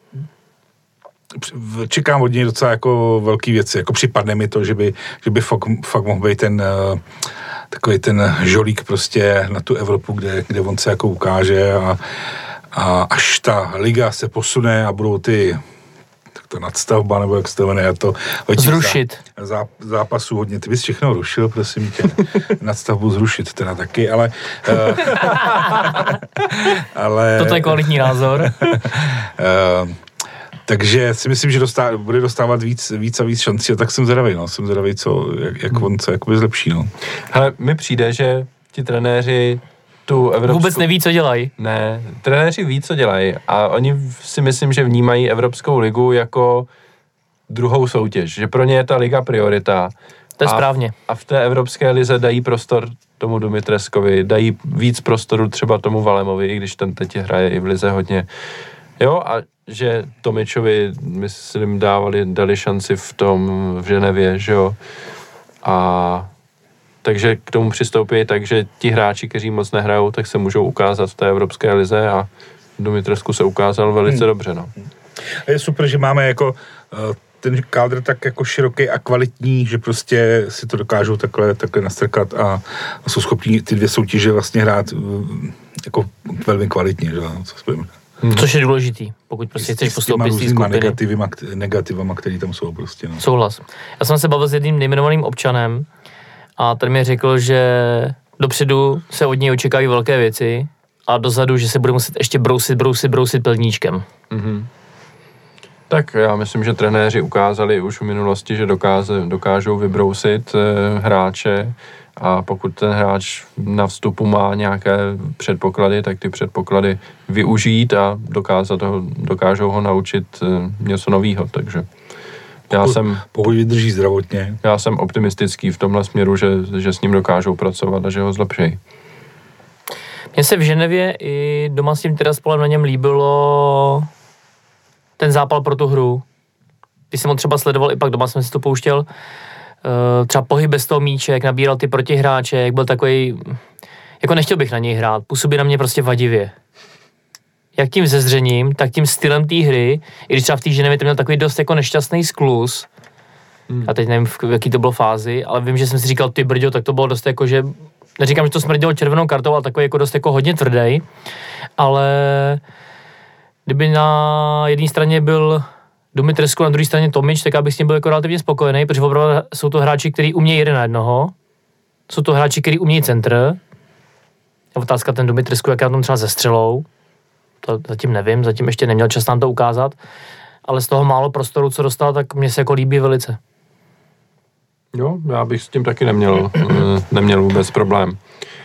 čekám od něj docela jako velký věci, jako připadne mi to, že by fakt mohl být takový ten žolík prostě na tu Evropu, kde on se jako ukáže a až ta liga se posune a budou ta nadstavba, nebo jak se to jmenuje, to zrušit. Zápasů hodně. Ty bys všechno rušil, prosím tě. Nadstavbu zrušit teda taky, ale Toto je kvalitní názor. Takže si myslím, že bude dostávat víc a víc šancí a tak jsem zvědavý, jak on se jakoby zlepší, no. Hele, mi přijde, že ti trenéři tu evropskou... Vůbec neví, co dělají. Ne, trenéři ví, co dělají a oni si myslím, že vnímají Evropskou ligu jako druhou soutěž, že pro ně je ta liga priorita. To je správně. A v té Evropské lize dají prostor tomu Dumitreskovi, dají víc prostoru třeba tomu Valemovi, i když ten teď hraje i v lize hodně. Jo, a že Tomičovi, myslím, dali šanci v Ženevě, že jo. A takže k tomu přistoupí tak, že ti hráči, kteří moc nehrajou, tak se můžou ukázat v té Evropské lize a Dumitrescu se ukázal velice dobře, no. A je super, že máme jako ten kádr tak jako široký a kvalitní, že prostě si to dokážou takhle nastrkat a jsou schopní ty 2 soutěže vlastně hrát jako velmi kvalitně, že? Což je důležitý, pokud prostě chceš postoupit z té skupiny. Negativama, které tam jsou prostě. No. Souhlas. Já jsem se bavil s jedním nejmenovaným občanem a ten mi řekl, že dopředu se od něj očekávají velké věci a dozadu, že se bude muset ještě brousit pilníčkem. Mm-hmm. Tak já myslím, že trenéři ukázali už v minulosti, že dokážou vybrousit hráče a pokud ten hráč na vstupu má nějaké předpoklady, tak ty předpoklady využít a dokážou ho naučit něco nového, takže pokud vydrží zdravotně. Já jsem optimistický v tomhle směru, že s ním dokážou pracovat a že ho zlepší. Mně se v Ženevě i doma s tím Tiraspolem na něm líbilo ten zápal pro tu hru. Když jsem ho třeba sledoval, i pak doma jsem si to pouštěl, třeba pohyb bez toho míče, jak nabíral ty protihráče, jak byl takový, jako nechtěl bych na něj hrát, působí na mě prostě vadivě. Jak tím zezřením, tak tím stylem té hry, i když třeba v té Ženevě to měl takový dost jako nešťastný skluz, a teď nevím, v jaký to bylo fázi, ale vím, že jsem si říkal, ty brďo, tak to bylo dost jako, že, neříkám, že to smrdělo červenou kartou, ale takový jako dost jako hodně tvrdý, ale kdyby na jedné straně byl Dumitrescu, na druhé straně Tomič, tak já bych s tím byl jako relativně spokojený, protože opravdu jsou to hráči, kteří umějí 1 na 1, jsou to hráči, kteří umějí centr. A otázka ten Dumitrescu, jak já tam třeba ze střelou, to zatím nevím, zatím ještě neměl čas nám to ukázat, ale z toho málo prostoru, co dostal, tak mně se jako líbí velice. Jo, já bych s tím taky neměl vůbec problém.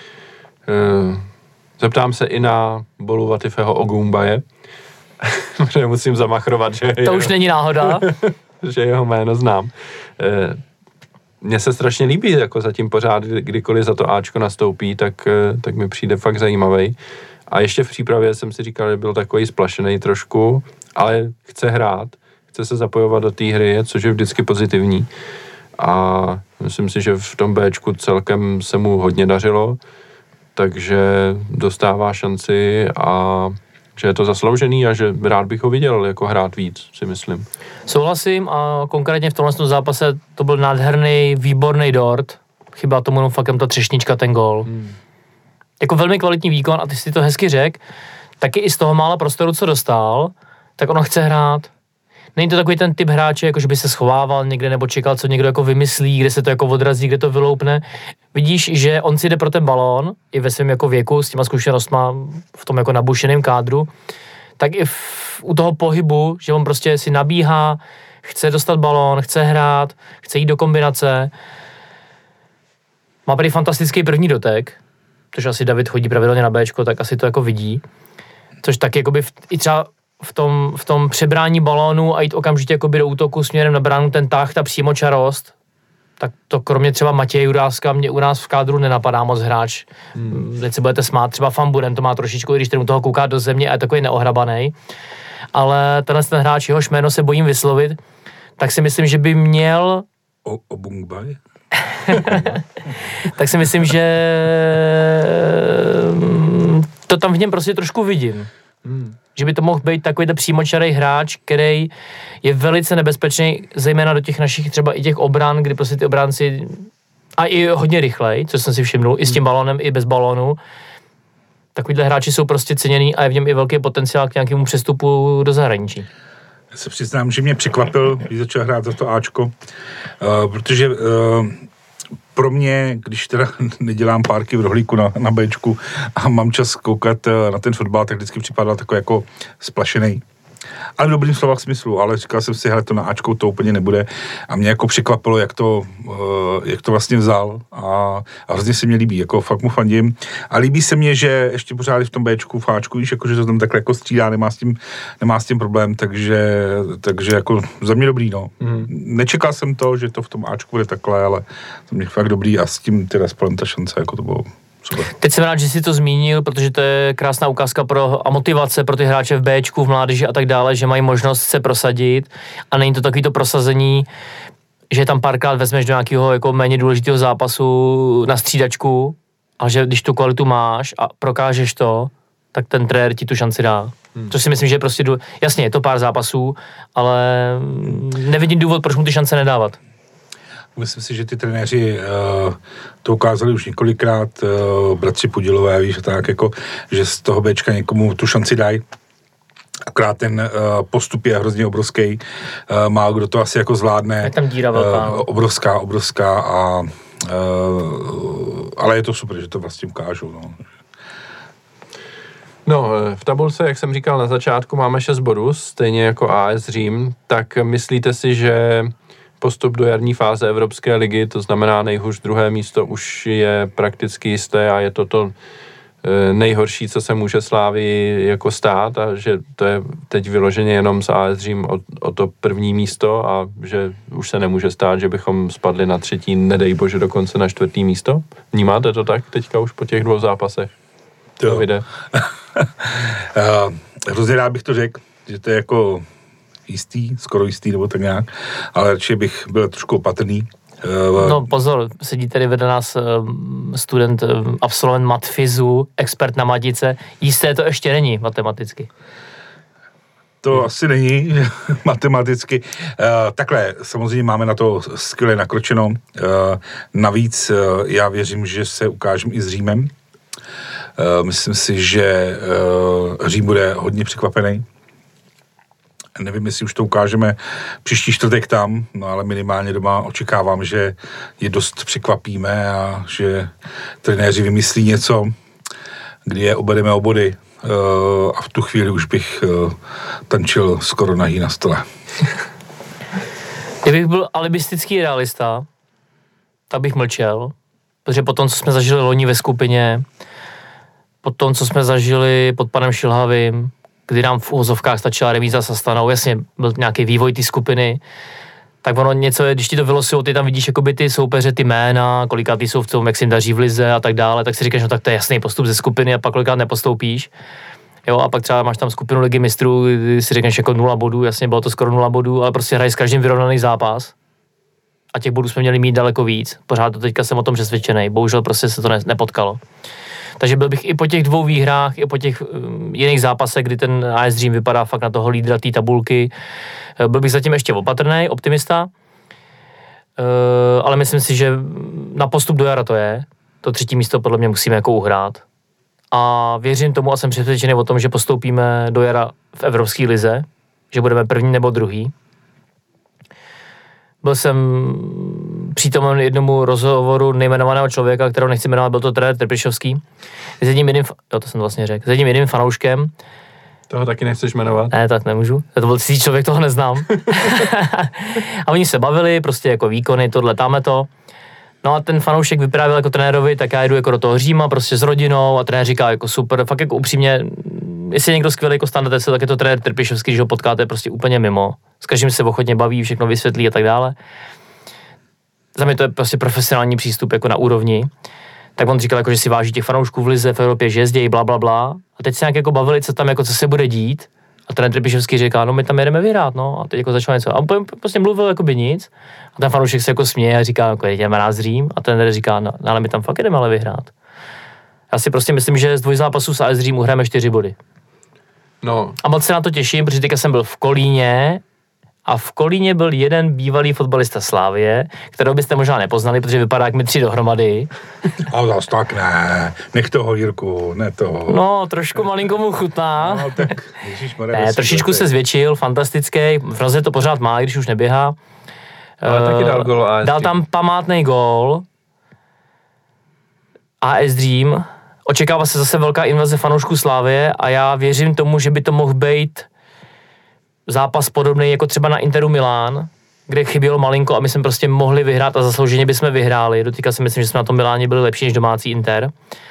Zeptám se i na Bolu Vatifeho Ogumbaje, protože musím zamachrovat, že to už není náhoda. že jeho jméno znám. Mně se strašně líbí, jako zatím pořád, kdykoliv za to Ačko nastoupí, tak mi přijde fakt zajímavý. A ještě v přípravě jsem si říkal, že byl takový splašený trošku, ale chce hrát, chce se zapojovat do té hry, což je vždycky pozitivní. A myslím si, že v tom Bčku celkem se mu hodně dařilo, takže dostává šanci a že je to zasloužený a že rád bych ho viděl jako hrát víc, si myslím. Souhlasím a konkrétně v tomhle zápase to byl nádherný, výborný dort. Chybá tomu fakt ta třešnička, ten gól. Jako velmi kvalitní výkon a ty si to hezky řekl, taky i z toho mála prostoru, co dostal, tak ono chce hrát. Není to takový ten typ hráče, jako že by se schovával někde nebo čekal, co někdo jako vymyslí, kde se to jako odrazí, kde to vyloupne. Vidíš, že on si jde pro ten balón, i ve svém jako věku, s těma zkušenostma v tom jako nabušeném kádru, tak i u toho pohybu, že on prostě si nabíhá, chce dostat balón, chce hrát, chce jít do kombinace. Má prý fantastický první dotek, protože asi David chodí pravidelně na Bčko, tak asi to jako vidí. Což tak jakoby i třeba v tom přebrání balónu a jít okamžitě jakoby do útoku směrem na bránu, ten tah, ta přímočarost, tak to kromě třeba Matěje Juráska mě u nás v kádru nenapadá moc hráč. Teď se budete smát, třeba Fanburen to má trošičku, když ten u toho kouká do země a je takový neohrabaný. Ale tenhle ten hráč, jehož jméno se bojím vyslovit, tak si myslím, že by měl... Obungbaj? Tak si myslím, že to tam v něm prostě trošku vidím. Že by to mohl být takový přímočarej hráč, který je velice nebezpečný, zejména do těch našich třeba i těch obran, kdy prostě ty obránci a i hodně rychlej, co jsem si všimnul, i s tím balónem, i bez balónu. Takovýhle hráči jsou prostě ceněný a je v něm i velký potenciál k nějakému přestupu do zahraničí. Já se přiznám, že mě překvapil, když začal hrát za to Ačko, protože pro mě, když teda nedělám párky v rohlíku na Bčku a mám čas koukat na ten fotbal, tak vždycky připadal takový jako splašený. Ale v dobrým slovách smyslu, ale říkal jsem si, hele, to na Ačkou to úplně nebude. A mě jako překvapilo, jak to vlastně vzal a hrozně se mě líbí, jako fakt mu fandím. A líbí se mně, že ještě pořád v tom Bčku, v Ačku, víš, jako, že to tam takhle jako střídá, nemá s tím problém, takže jako za mě dobrý, no. Nečekal jsem to, že to v tom Ačku bude takhle, ale to mě fakt dobrý a s tím teda spolem ta šance, jako to bylo super. Teď jsem rád, že jsi to zmínil, protože to je krásná ukázka a motivace pro ty hráče v Bčku, v mládeži a tak dále, že mají možnost se prosadit a není to takový to prosazení, že tam párkrát vezmeš do nějakého jako méně důležitého zápasu na střídačku, ale že když tu kvalitu máš a prokážeš to, tak ten trenér ti tu šanci dá. Což si myslím, že je prostě jasně, je to pár zápasů, ale nevidím důvod, proč mu ty šance nedávat. Myslím si, že ty trenéři to ukázali už několikrát, bratři Pudilové, víš, tak jako, že z toho Bčka někomu tu šanci dají. Akorát ten postup je hrozně obrovský, málo kdo to asi jako zvládne. Je tam díra velká. Obrovská ale je to super, že to vlastně ukážou, no. No, v tabulce, jak jsem říkal na začátku, máme 6 bodů, stejně jako AS Řím, tak myslíte si, že postup do jarní fáze Evropské ligy, to znamená nejhůř druhé místo, už je prakticky jisté a je to nejhorší, co se může Slávii jako stát a že to je teď vyloženě jenom s AS Řím o to první místo a že už se nemůže stát, že bychom spadli na třetí, nedej bože dokonce na 4. místo? Vnímáte to tak teďka už po těch 2 zápasech? To vyjde. Hrozně rád bych to řekl, že to je jako jistý, skoro jistý, nebo tak nějak, ale radši bych byl trošku opatrný. No pozor, sedí tady vedle nás student, absolvent matfizu, expert na matice. Jisté to ještě není matematicky. To asi není matematicky. Takhle, samozřejmě máme na to skvěle nakročeno. Navíc já věřím, že se ukážeme i s Římem. Myslím si, že Řím bude hodně překvapený. Nevím, jestli už to ukážeme příští čtvrtek tam, no ale minimálně doma očekávám, že je dost překvapíme a že trenéři vymyslí něco, kdy je obedeme o body a v tu chvíli už bych tančil skoro nahý na stole. Kdybych byl alibistický realista, tak bych mlčel, protože po tom, co jsme zažili loni ve skupině, po tom, co jsme zažili pod panem Šilhavým, kdy nám v uvozovkách stačila remíza s Astanou, jasně byl nějaký vývoj té skupiny, tak ono něco je, když ti to vylosujou, ty tam vidíš jakoby ty soupeře, ty jména, kolikrát ty jsou v tom, jak se jim daří v lize a tak dále, tak si říkáš, no tak to je jasný postup ze skupiny a pak kolikrát nepostoupíš. Jo, a pak třeba máš tam skupinu Ligy mistrů, kdy si řekneš jako 0 bodů, jasně bylo to skoro 0 bodů, ale prostě hraješ s každým vyrovnaný zápas. A těch bodů jsme měli mít daleko víc. Pořád to teďka jsem o tom přesvědčený. Bohužel prostě se to nepotkalo. Takže byl bych i po těch 2 výhrách, i po těch jiných zápasech, kdy ten AS Řím vypadá fakt na toho lídra té tabulky. Byl bych zatím ještě opatrný, optimista. Ale myslím si, že na postup do jara to je. To 3. místo podle mě musíme jako uhrát. A věřím tomu a jsem přesvědčený o tom, že postoupíme do jara v Evropské lize, že budeme první nebo druhý. Byl jsem přítomen jednomu rozhovoru nejmenovaného člověka, kterého nechci jmenovat, byl to trenér Trpišovský, s jedním jiným fanouškem. Toho taky nechceš jmenovat? Ne, tak nemůžu. To byl cizí člověk, toho neznám. A oni se bavili, prostě jako výkony, tohle, to. No a ten fanoušek vyprávěl jako trenérovi, tak já jdu jako do toho Říma, prostě s rodinou a trenér říká jako super, fakt jako upřímně, jestli je někdo skvělý jako standardec, tak je to trenér Trpišovský, když ho potkáte prostě úplně mimo. S každým se ochotně baví, všechno vysvětlí a tak dále. Za mě to je prostě profesionální přístup jako na úrovni. Tak on říkal, jako, že si váží těch fanoušků v lize v Evropě, že jezdí, bla, bla, bla. A teď se nějak jako bavili, co tam jako, co se bude dít. A trenér Trpišovský říká, no my tam jedeme vyhrát, no. A teď jako začal něco. A on prostě mluvil jako by nic. A ten fanoušek se jako směje a říká, jako jdeme na Řím. A trenér říká, no, ale my tam fakt jdeme ale vyhrát. Já si prostě myslím, že z 2 zápasů s AS Řím uhrajeme 4 body. No. A moc se na to těším, protože teďka jsem byl v Kolíně a v Kolíně byl jeden bývalý fotbalista Slávie, kterého byste možná nepoznali, protože vypadá jak my 3 dohromady. A zas tak ne, nech toho Jirku, ne toho. No, trošku malinko mu chutná. No, tak, ne, trošičku se zvětšil, fantastický, v Roze to pořád má, když už neběhá. Ale taky dal gól AS. Dal tam památný gól. AS Řím. Očekává se zase velká invaze fanoušků Slávie a já věřím tomu, že by to mohl být zápas podobný jako třeba na Interu Milán, kde chybělo malinko a my jsme prostě mohli vyhrát a zaslouženě bychom vyhráli. Doteďka si myslím, že jsme na tom Miláně byli lepší než domácí Inter.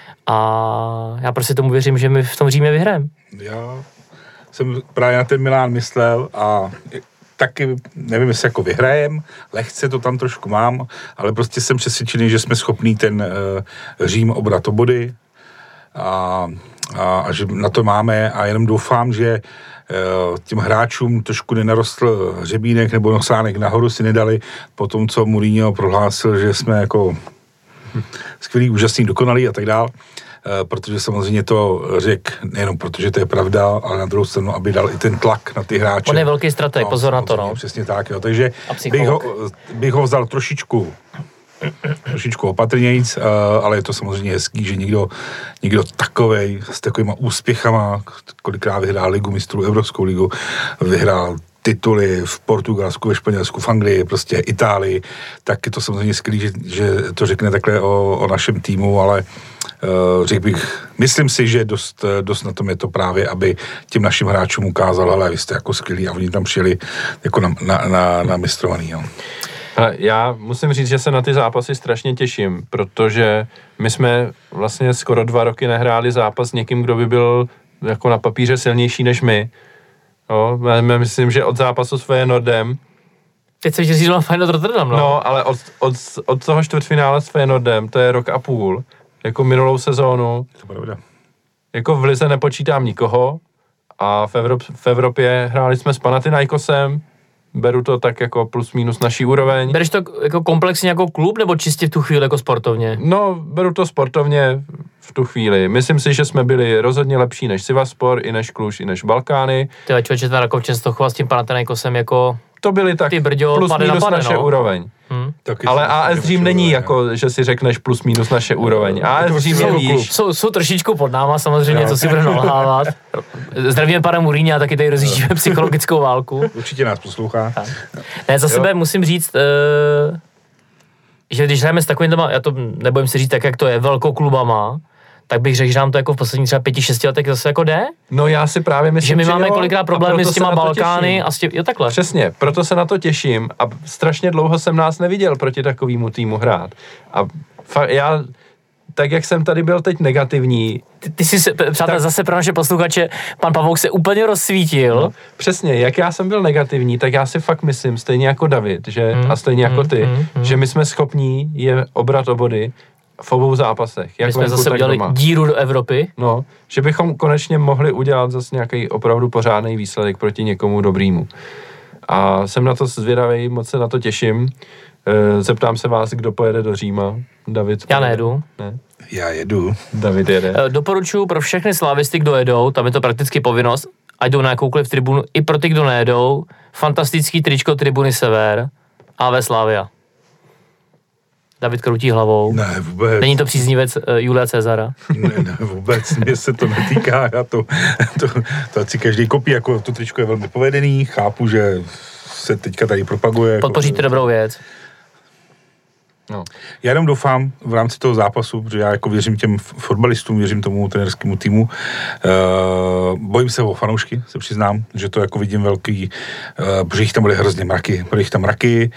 A já prostě tomu věřím, že my v tom Římě vyhrajeme. Já jsem právě na ten Milán myslel a taky nevím, jestli jako vyhrajem, lehce to tam trošku mám, ale prostě jsem přesvědčený, že jsme schopní ten Řím obrat o body a že na to máme a jenom doufám, že těm hráčům trošku nenarostl hřebínek nebo nosánek nahoru si nedali po tom, co Mourinho prohlásil, že jsme jako skvělý, úžasný, dokonalý a tak dál. Protože samozřejmě to řekl, nejenom protože to je pravda, ale na druhou stranu, aby dal i ten tlak na ty hráče. On je velký strateg, no, pozor na to, no. Přesně tak, jo. Takže bych ho vzal trošičku opatrnějc, ale je to samozřejmě hezký, že někdo takovej, s takovýma úspěchama, kolikrát vyhrál Ligu mistrů, Evropskou ligu, vyhrál tituly v Portugalsku, ve Španělsku, v Anglii, prostě Itálii, tak je to samozřejmě skvělý, že to řekne takhle o našem týmu, ale řekl bych, myslím si, že dost na tom je to právě, aby těm našim hráčům ukázal, ale vy jste jako skvělí a oni tam přijeli jako na mistrovaný. Jo. Já musím říct, že se na ty zápasy strašně těším, protože my jsme vlastně skoro 2 roky nehráli zápas s někým, kdo by byl jako na papíře silnější než my. No, myslím, že od zápasu s Feyenoordem. Teď se říct, že Feyenoord Rotterdam, no. No, ale od toho čtvrtfinále s Feyenoordem, to je rok a půl, jako minulou sezónu. Jako v lize nepočítám nikoho a v Evropě hráli jsme s Panathinaikosem, beru to tak jako plus minus naší úroveň. Bereš to jako komplexně jako klub nebo čistě v tu chvíli jako sportovně? No, beru to sportovně v tu chvíli. Myslím si, že jsme byli rozhodně lepší než Sivaspor, i než Kluž, i než Balkány. Ty člověče, ten Rakovčen to choval s tím Panathinaikosem jako... To byly tak plus minus naše úroveň. Ale AS Řím není jako, že si řekneš plus minus naše úroveň. AS Řím je výš. Jsou trošičku pod náma samozřejmě, co si budeme nalhávat. Zdravíme pana Mourinha a taky tady rozjíždíme psychologickou válku. Určitě nás poslouchá. Ne, za sebe musím říct, že když hrajeme s takovým doma, já to nebojím si říct tak, jak to je, velkou klubama, tak bych řekl, že nám to jako v posledních třeba 5-6 letech zase jako jde. No já si právě myslím, že my máme kolikrát problémy s těma Balkány a s tím, jo takhle. Přesně, proto se na to těším a strašně dlouho jsem nás neviděl proti takovému týmu hrát. A já tak jak jsem tady byl teď negativní. Ty jsi se, přátelé, zase pro naše posluchače, pan Pavouk se úplně rozsvítil. No, přesně, jak já jsem byl negativní, tak já si fakt myslím, stejně jako David, že, a stejně jako ty, že my jsme schopní je obrat o body v obou zápasech. My jsme zase udělali díru do Evropy. No, že bychom konečně mohli udělat zase nějaký opravdu pořádný výsledek proti někomu dobrýmu. A jsem na to zvědavý, moc se na to těším. Zeptám se vás, kdo pojede do Říma. David? Já nejedu. Ne? Já jedu. David jede. Doporučuji pro všechny slávisty, kdo jedou, tam je to prakticky povinnost, ať jdou na jakoukoliv tribunu, i pro ty, kdo nejedou, fantastický tričko Tribuny Sever, AV Slavia. David kroutí hlavou. Ne, vůbec. Není to příznivec Julia Cezara? Ne, vůbec, mě se to netýká, já to si každý kopí, jako to tričko je velmi povedený, chápu, že se teďka tady propaguje. Podpoříte dobrou věc. No. Já jenom doufám v rámci toho zápasu, protože já jako věřím těm fotbalistům, věřím tomu trenerskému týmu. Bojím se o fanoušky, se přiznám, že to jako vidím velký, protože jich tam bude hrozně mraky,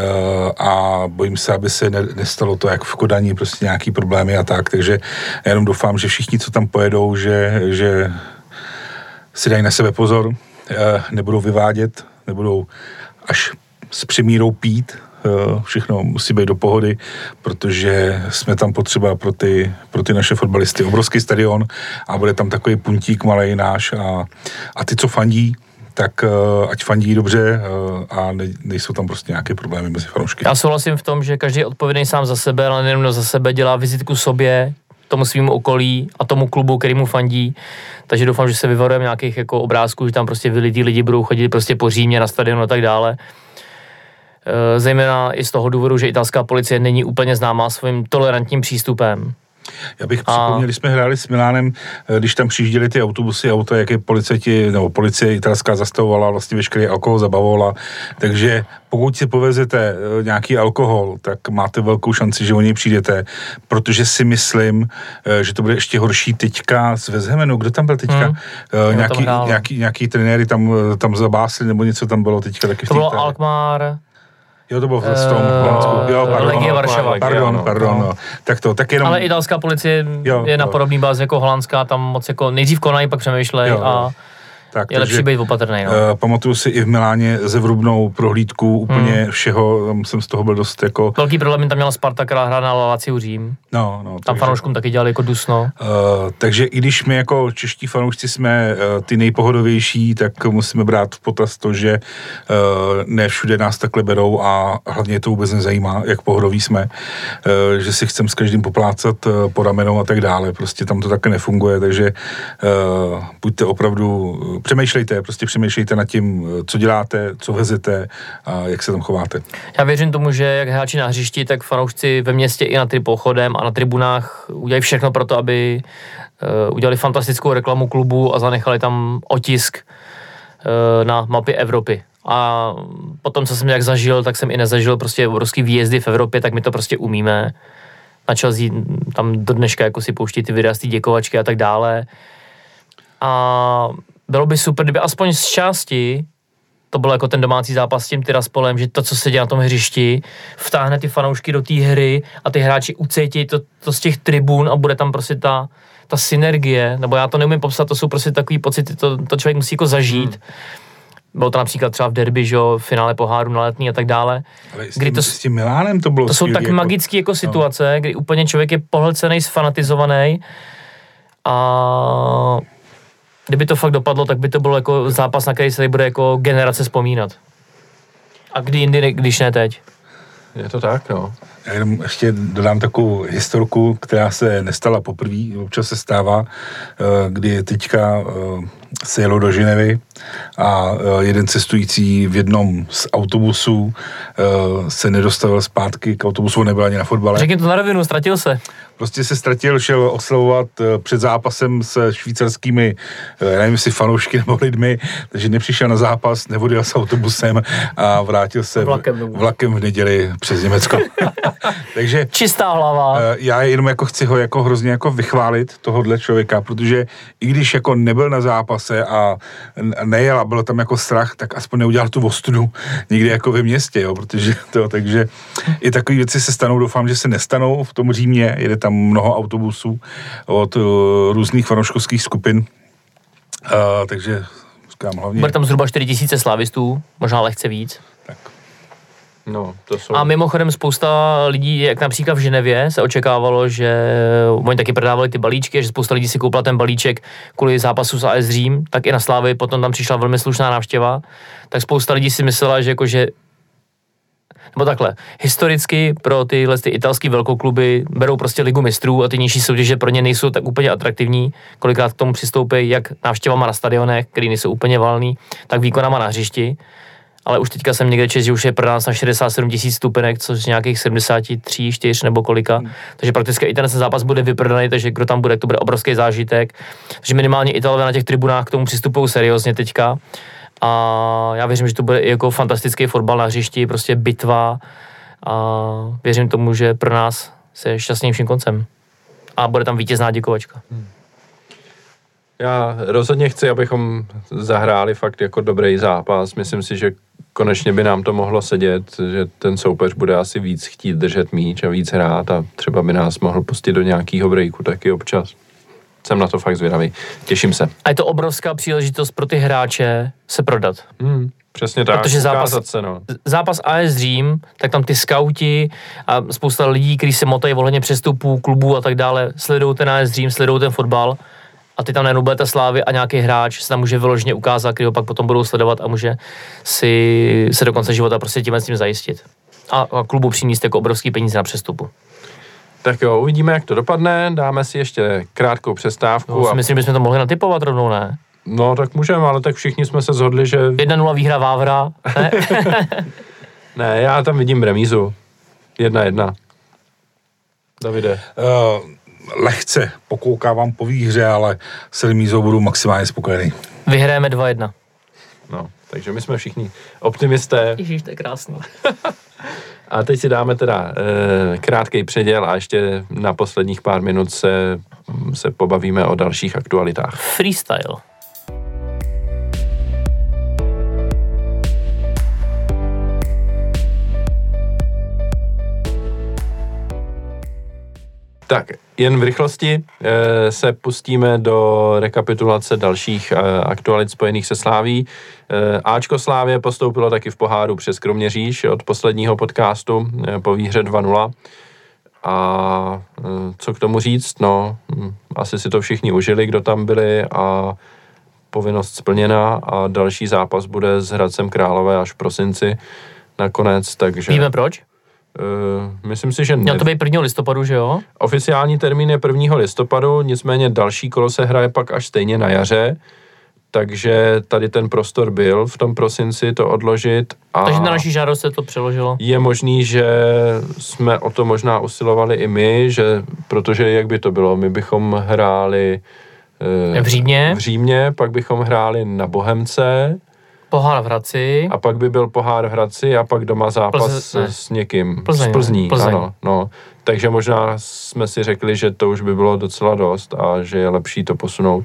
a bojím se, aby se nestalo to jak v Kodani, prostě nějaký problémy a tak, takže já jenom doufám, že všichni, co tam pojedou, že si dají na sebe pozor, nebudou vyvádět, nebudou až s přemírou pít, všechno musí být do pohody, protože jsme tam potřeba pro ty naše fotbalisty. Obrovský stadion a bude tam takový puntík malej náš a ty, co fandí, tak ať fandí dobře a nejsou tam prostě nějaké problémy mezi fanoušky. Já souhlasím v tom, že každý je odpovědný sám za sebe, ale nejenom za sebe, dělá vizitku sobě, tomu svýmu okolí a tomu klubu, který mu fandí. Takže doufám, že se vyvarujeme nějakých jako obrázků, že tam prostě vylití lidi budou chodit prostě po Římě na stadionu a tak dále. Zejména i z toho důvodu, že italská policie není úplně známá svým tolerantním přístupem. Já bych připomněl, když jsme hráli s Milánem, když tam přijížděli ty autobusy, auta, jaké policie italská zastavovala, vlastně veškerý alkohol zabavovala, takže pokud si povezete nějaký alkohol, tak máte velkou šanci, že o něj přijdete, protože si myslím, že to bude ještě horší teďka s Vezhemenu. Kdo tam byl teďka? Nějaký trenéry tam zabásli, nebo něco tam bylo teďka taky. To bylo Alkmaar. Jo, to bylo v tom Holandsku. Legie Varšava. Pardon. Tak jenom... Ale italská policie je na podobný bázi jako holandská, tam moc jako nejdřív konají, pak přemýšlej a je lepší být opatrný. No. Pamatuju si i v Miláně zevrubnou prohlídku úplně všeho, tam jsem z toho byl dost jako... Velký problém tam měla Sparta, která hrála na Lazio Řím. Tam fanouškům taky dělali jako dusno. Takže i když my jako čeští fanoušci jsme ty nejpohodovější, tak musíme brát v potaz to, že ne všude nás takhle berou a hlavně to vůbec nezajímá, jak pohodoví jsme, že si chcem s každým poplácat po ramenou a tak dále. Prostě tam to také nefunguje, takže buďte opravdu přemýšlejte nad tím, co děláte, co vezete a jak se tam chováte. Já věřím tomu, že jak hráči na hřišti, tak fanoušci ve městě i na pochodem a na tribunách udělají všechno pro to, aby udělali fantastickou reklamu klubu a zanechali tam otisk na mapě Evropy. A potom, co jsem jak zažil, tak jsem i nezažil prostě obrovský výjezdy v Evropě, tak my to prostě umíme. Na Chelsea tam do dneška jako si pouští ty videa z té děkovačky a tak dále. A bylo by super, kdyby aspoň z části to bylo jako ten domácí zápas s tím Tiraspolem, že to, co se děje na tom hřišti, vtáhne ty fanoušky do té hry a ty hráči ucítí to z těch tribun a bude tam prostě ta synergie, nebo já to neumím popsat, to jsou prostě takový pocity, to člověk musí jako zažít. Bylo to například třeba v derby, že v finále poháru na Letný a tak dále. Ale s tím Milánem to bylo to jsou tak jako magické jako situace, kdy úplně člověk je pohlcený, sfanatizovaný a kdyby to fakt dopadlo, tak by to bylo jako zápas, na který se bude jako generace vzpomínat. A kdy jindy, když ne teď. Je to tak, no. Já jenom ještě dodám takovou historku, která se nestala poprvé, občas se stává, kdy teďka se jelo do Ženevy a jeden cestující v jednom z autobusů se nedostavil zpátky k autobusu, nebyl ani na fotbale. Řekni to na rovinu, ztratil se. Prostě se ztratil, šel oslavovat před zápasem s švýcarskými, nevím jestli fanoušky nebo lidmi, takže nepřišel na zápas, nevodil s autobusem a vrátil se vlakem v neděli přes Německo. Takže čistá hlava. Já jenom jako chci ho jako hrozně jako vychválit tohohle člověka, protože i když jako nebyl na zápase a nejel a byl tam jako strach, tak aspoň neudělal tu ostudu nikdy jako ve městě, jo, protože to, takže i takové věci se stanou, doufám, že se nestanou v tom Římě, jede tam mnoho autobusů od různých fanouškovských skupin, takže říkám hlavně... Bude tam zhruba 4 000 slávistů, možná lehce víc. Tak. No, to jsou... A mimochodem spousta lidí, jak například v Ženevě, se očekávalo, že oni taky prodávali ty balíčky, že spousta lidí si koupila ten balíček kvůli zápasu s AS Řím, tak i na Slávy potom tam přišla velmi slušná návštěva, tak spousta lidí si myslela, že jakože nebo takhle, historicky pro tyhle ty italský velkokluby berou prostě ligu mistrů a ty nižší soutěže pro ně nejsou tak úplně atraktivní, kolikrát k tomu přistoupí jak návštěvama na stadionech, který nejsou úplně valný, tak výkonama na hřišti. Ale už teďka jsem někde čest, že už je pro nás na 67 000 stupenek, což nějakých 73, 4 nebo kolika. Takže prakticky i ten zápas bude vyprodaný, takže kdo tam bude, to bude obrovský zážitek. Takže minimálně Italové na těch tribunách k tomu přistupují seriózně teďka. A já věřím, že to bude i jako fantastický fotbal na hřišti, prostě bitva. A věřím tomu, že pro nás se šťastnějším koncem. A bude tam vítězná děkovačka. Já rozhodně chci, abychom zahráli fakt jako dobrý zápas. Myslím si, že konečně by nám to mohlo sedět, že ten soupeř bude asi víc chtít držet míč a víc hrát a třeba by nás mohl pustit do nějakého breaku taky občas. Jsem na to fakt zvědavý. Těším se. A je to obrovská příležitost pro ty hráče se prodat. Přesně tak. Protože zápas AS Řím, tak tam ty skauti a spousta lidí, kteří se motají ohledně přestupů, klubů a tak dále, sledují ten AS Řím, sledují ten fotbal a ty tam najednou bude ta Slávy a nějaký hráč se tam může vyloženě ukázat, který ho pak potom budou sledovat a může si se do konce života prostě tím zajistit. A klubu přinést jako obrovský peníze na přestupu. Tak jo, uvidíme, jak to dopadne, dáme si ještě krátkou přestávku. Myslím, že bychom to mohli natipovat rovnou, ne? No, tak můžeme, ale tak všichni jsme se shodli, že... 1-0 výhra Vávra, ne? Ne, já tam vidím remízu. 1-1. Davide. Lehce pokoukávám po výhře, ale s remízou budu maximálně spokojený. Vyhrajeme 2-1. No, takže my jsme všichni optimisté. Ježíš, to je krásný. A teď si dáme teda krátkej předěl a ještě na posledních pár minut se pobavíme o dalších aktualitách. Freestyle. Tak, jen v rychlosti se pustíme do rekapitulace dalších aktualit spojených se Sláví. Ačko Slávě postoupilo taky v poháru přes Kroměříž od posledního podcastu po výhře 2-0. A co k tomu říct? No, asi si to všichni užili, kdo tam byli a povinnost splněna a další zápas bude s Hradcem Králové až v prosinci nakonec, takže... Víme proč? Myslím si, že ne. Měl to být 1. listopadu, že jo? Oficiální termín je 1. listopadu, nicméně další kolo se hraje pak až stejně na jaře, takže tady ten prostor byl v tom prosinci to odložit. A takže na naší žádost se to přeložilo? Je možný, že jsme o to možná usilovali i my, že, protože jak by to bylo, my bychom hráli v Římě, pak bychom hráli na Bohemce, pohár v Hradci. A pak by byl pohár v Hradci a pak doma zápas s někým. Plzeň, s Plzní. Plzeň. Ano, no. Takže možná jsme si řekli, že to už by bylo docela dost a že je lepší to posunout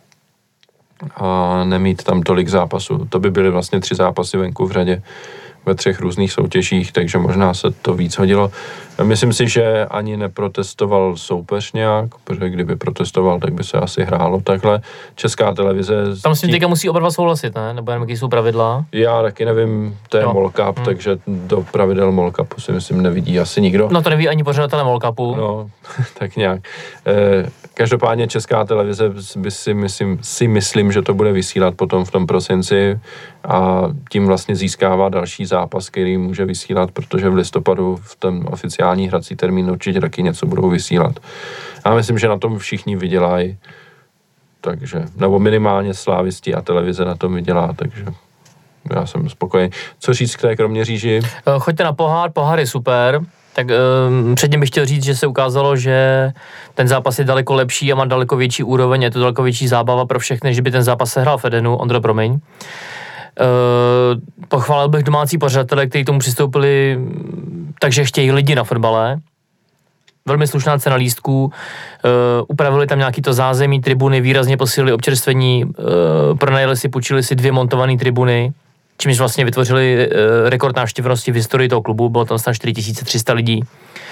a nemít tam tolik zápasů. To by byly vlastně 3 zápasy venku v řadě ve 3 různých soutěžích, takže možná se to víc hodilo. Myslím si, že ani neprotestoval soupeř nějak, protože kdyby protestoval, tak by se asi hrálo takhle. Česká televize... Tam s tím teďka musí oba dva souhlasit, ne? Nebo jenom jaký jsou pravidla? Já taky nevím, to je Mall Cup, takže do pravidel Mall Cupu si myslím nevidí asi nikdo. No to neví ani pořadatelé Mall Cupu. No, tak nějak. Každopádně Česká televize by si myslím, že to bude vysílat potom v tom prosinci a tím vlastně získává další zápas, který může vysílat, protože v listopadu v ten oficiální hrací termín určitě taky něco budou vysílat. A myslím, že na tom všichni vydělají, takže, nebo minimálně slávisti a televize na tom vydělá, takže já jsem spokojený. Co říct k té Kroměříži? Choďte na pohár je super. Tak předtím bych chtěl říct, že se ukázalo, že ten zápas je daleko lepší a má daleko větší úroveň, je to daleko větší zábava pro všechny, že by ten zápas se hrál v Edenu. Ondro, promiň. Pochválil bych domácí pořadatele, kteří k tomu přistoupili takže chtějí lidi na fotbale. Velmi slušná cena lístků, upravili tam nějaký to zázemí, tribuny, výrazně posílili občerstvení, pronajeli si, půjčili si 2 montované tribuny, čímž vlastně vytvořili rekord návštěvnosti v historii toho klubu, bylo tam snad 4300 lidí.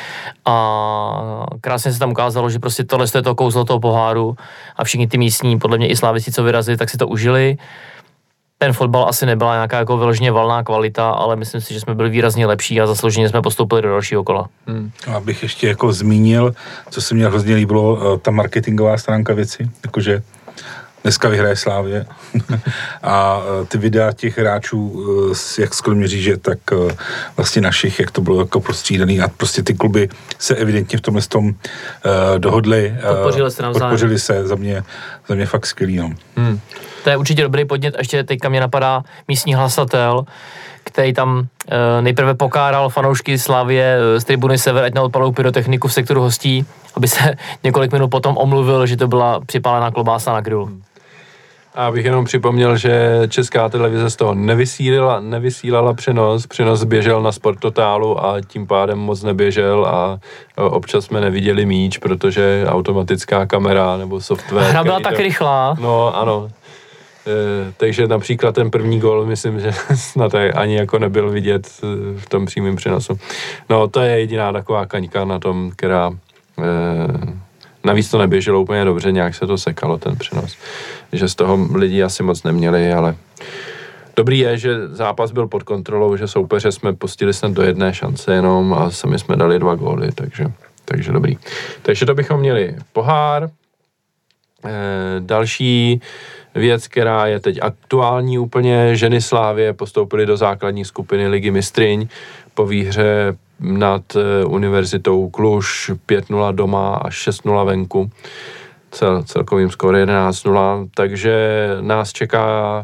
A krásně se tam ukázalo, že prostě tohle je to kouzlo toho poháru a všichni ty místní, podle mě i slávisti, co vyrazili, tak si to užili. Ten fotbal asi nebyla nějaká jako vyloženě valná kvalita, ale myslím si, že jsme byli výrazně lepší a zaslouženě jsme postoupili do dalšího kola. Abych ještě jako zmínil, co se mně hrozně líbilo, ta marketingová stránka věci, jakože dneska vyhraje Slávě a ty videa těch hráčů, jak skoro měří, tak vlastně našich, jak to bylo jako prostřídaný a prostě ty kluby se evidentně v tomhle tom dohodli. Podpořili se, za mě fakt skvělý. No. To je určitě dobrý podnět, ještě teďka mě napadá místní hlasatel, který tam nejprve pokáral fanoušky Slavie z tribuny Sever, ať neodpalou pyrotechniku v sektoru hostí, aby se několik minut potom omluvil, že to byla připálená klobása na grilu. A abych jenom připomněl, že Česká televize z toho nevysílala přenos běžel na Sport Totálu a tím pádem moc neběžel a občas jsme neviděli míč, protože automatická kamera nebo software... Hra byla tak rychlá. No, ano. Takže například ten první gól, myslím, že snad ani jako nebyl vidět v tom přímém přenosu. No, to je jediná taková kaňka na tom, která... Navíc to neběželo úplně dobře, nějak se to sekalo, ten přenos. Že z toho lidi asi moc neměli, ale dobrý je, že zápas byl pod kontrolou, že soupeře jsme pustili snad do 1 šance jenom a sami jsme dali 2 góly, takže dobrý. Takže to bychom měli pohár. Další věc, která je teď aktuální úplně, ženy Slávie postoupily do základní skupiny Ligy mistryň po výhře nad Univerzitou Kluž 5-0 doma a 6-0 venku. Celkovým skóre 11-0, takže nás čeká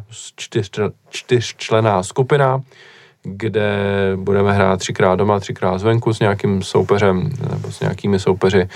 4členná skupina, kde budeme hrát 3x doma, 3x zvenku s nějakým soupeřem nebo s nějakými soupeři.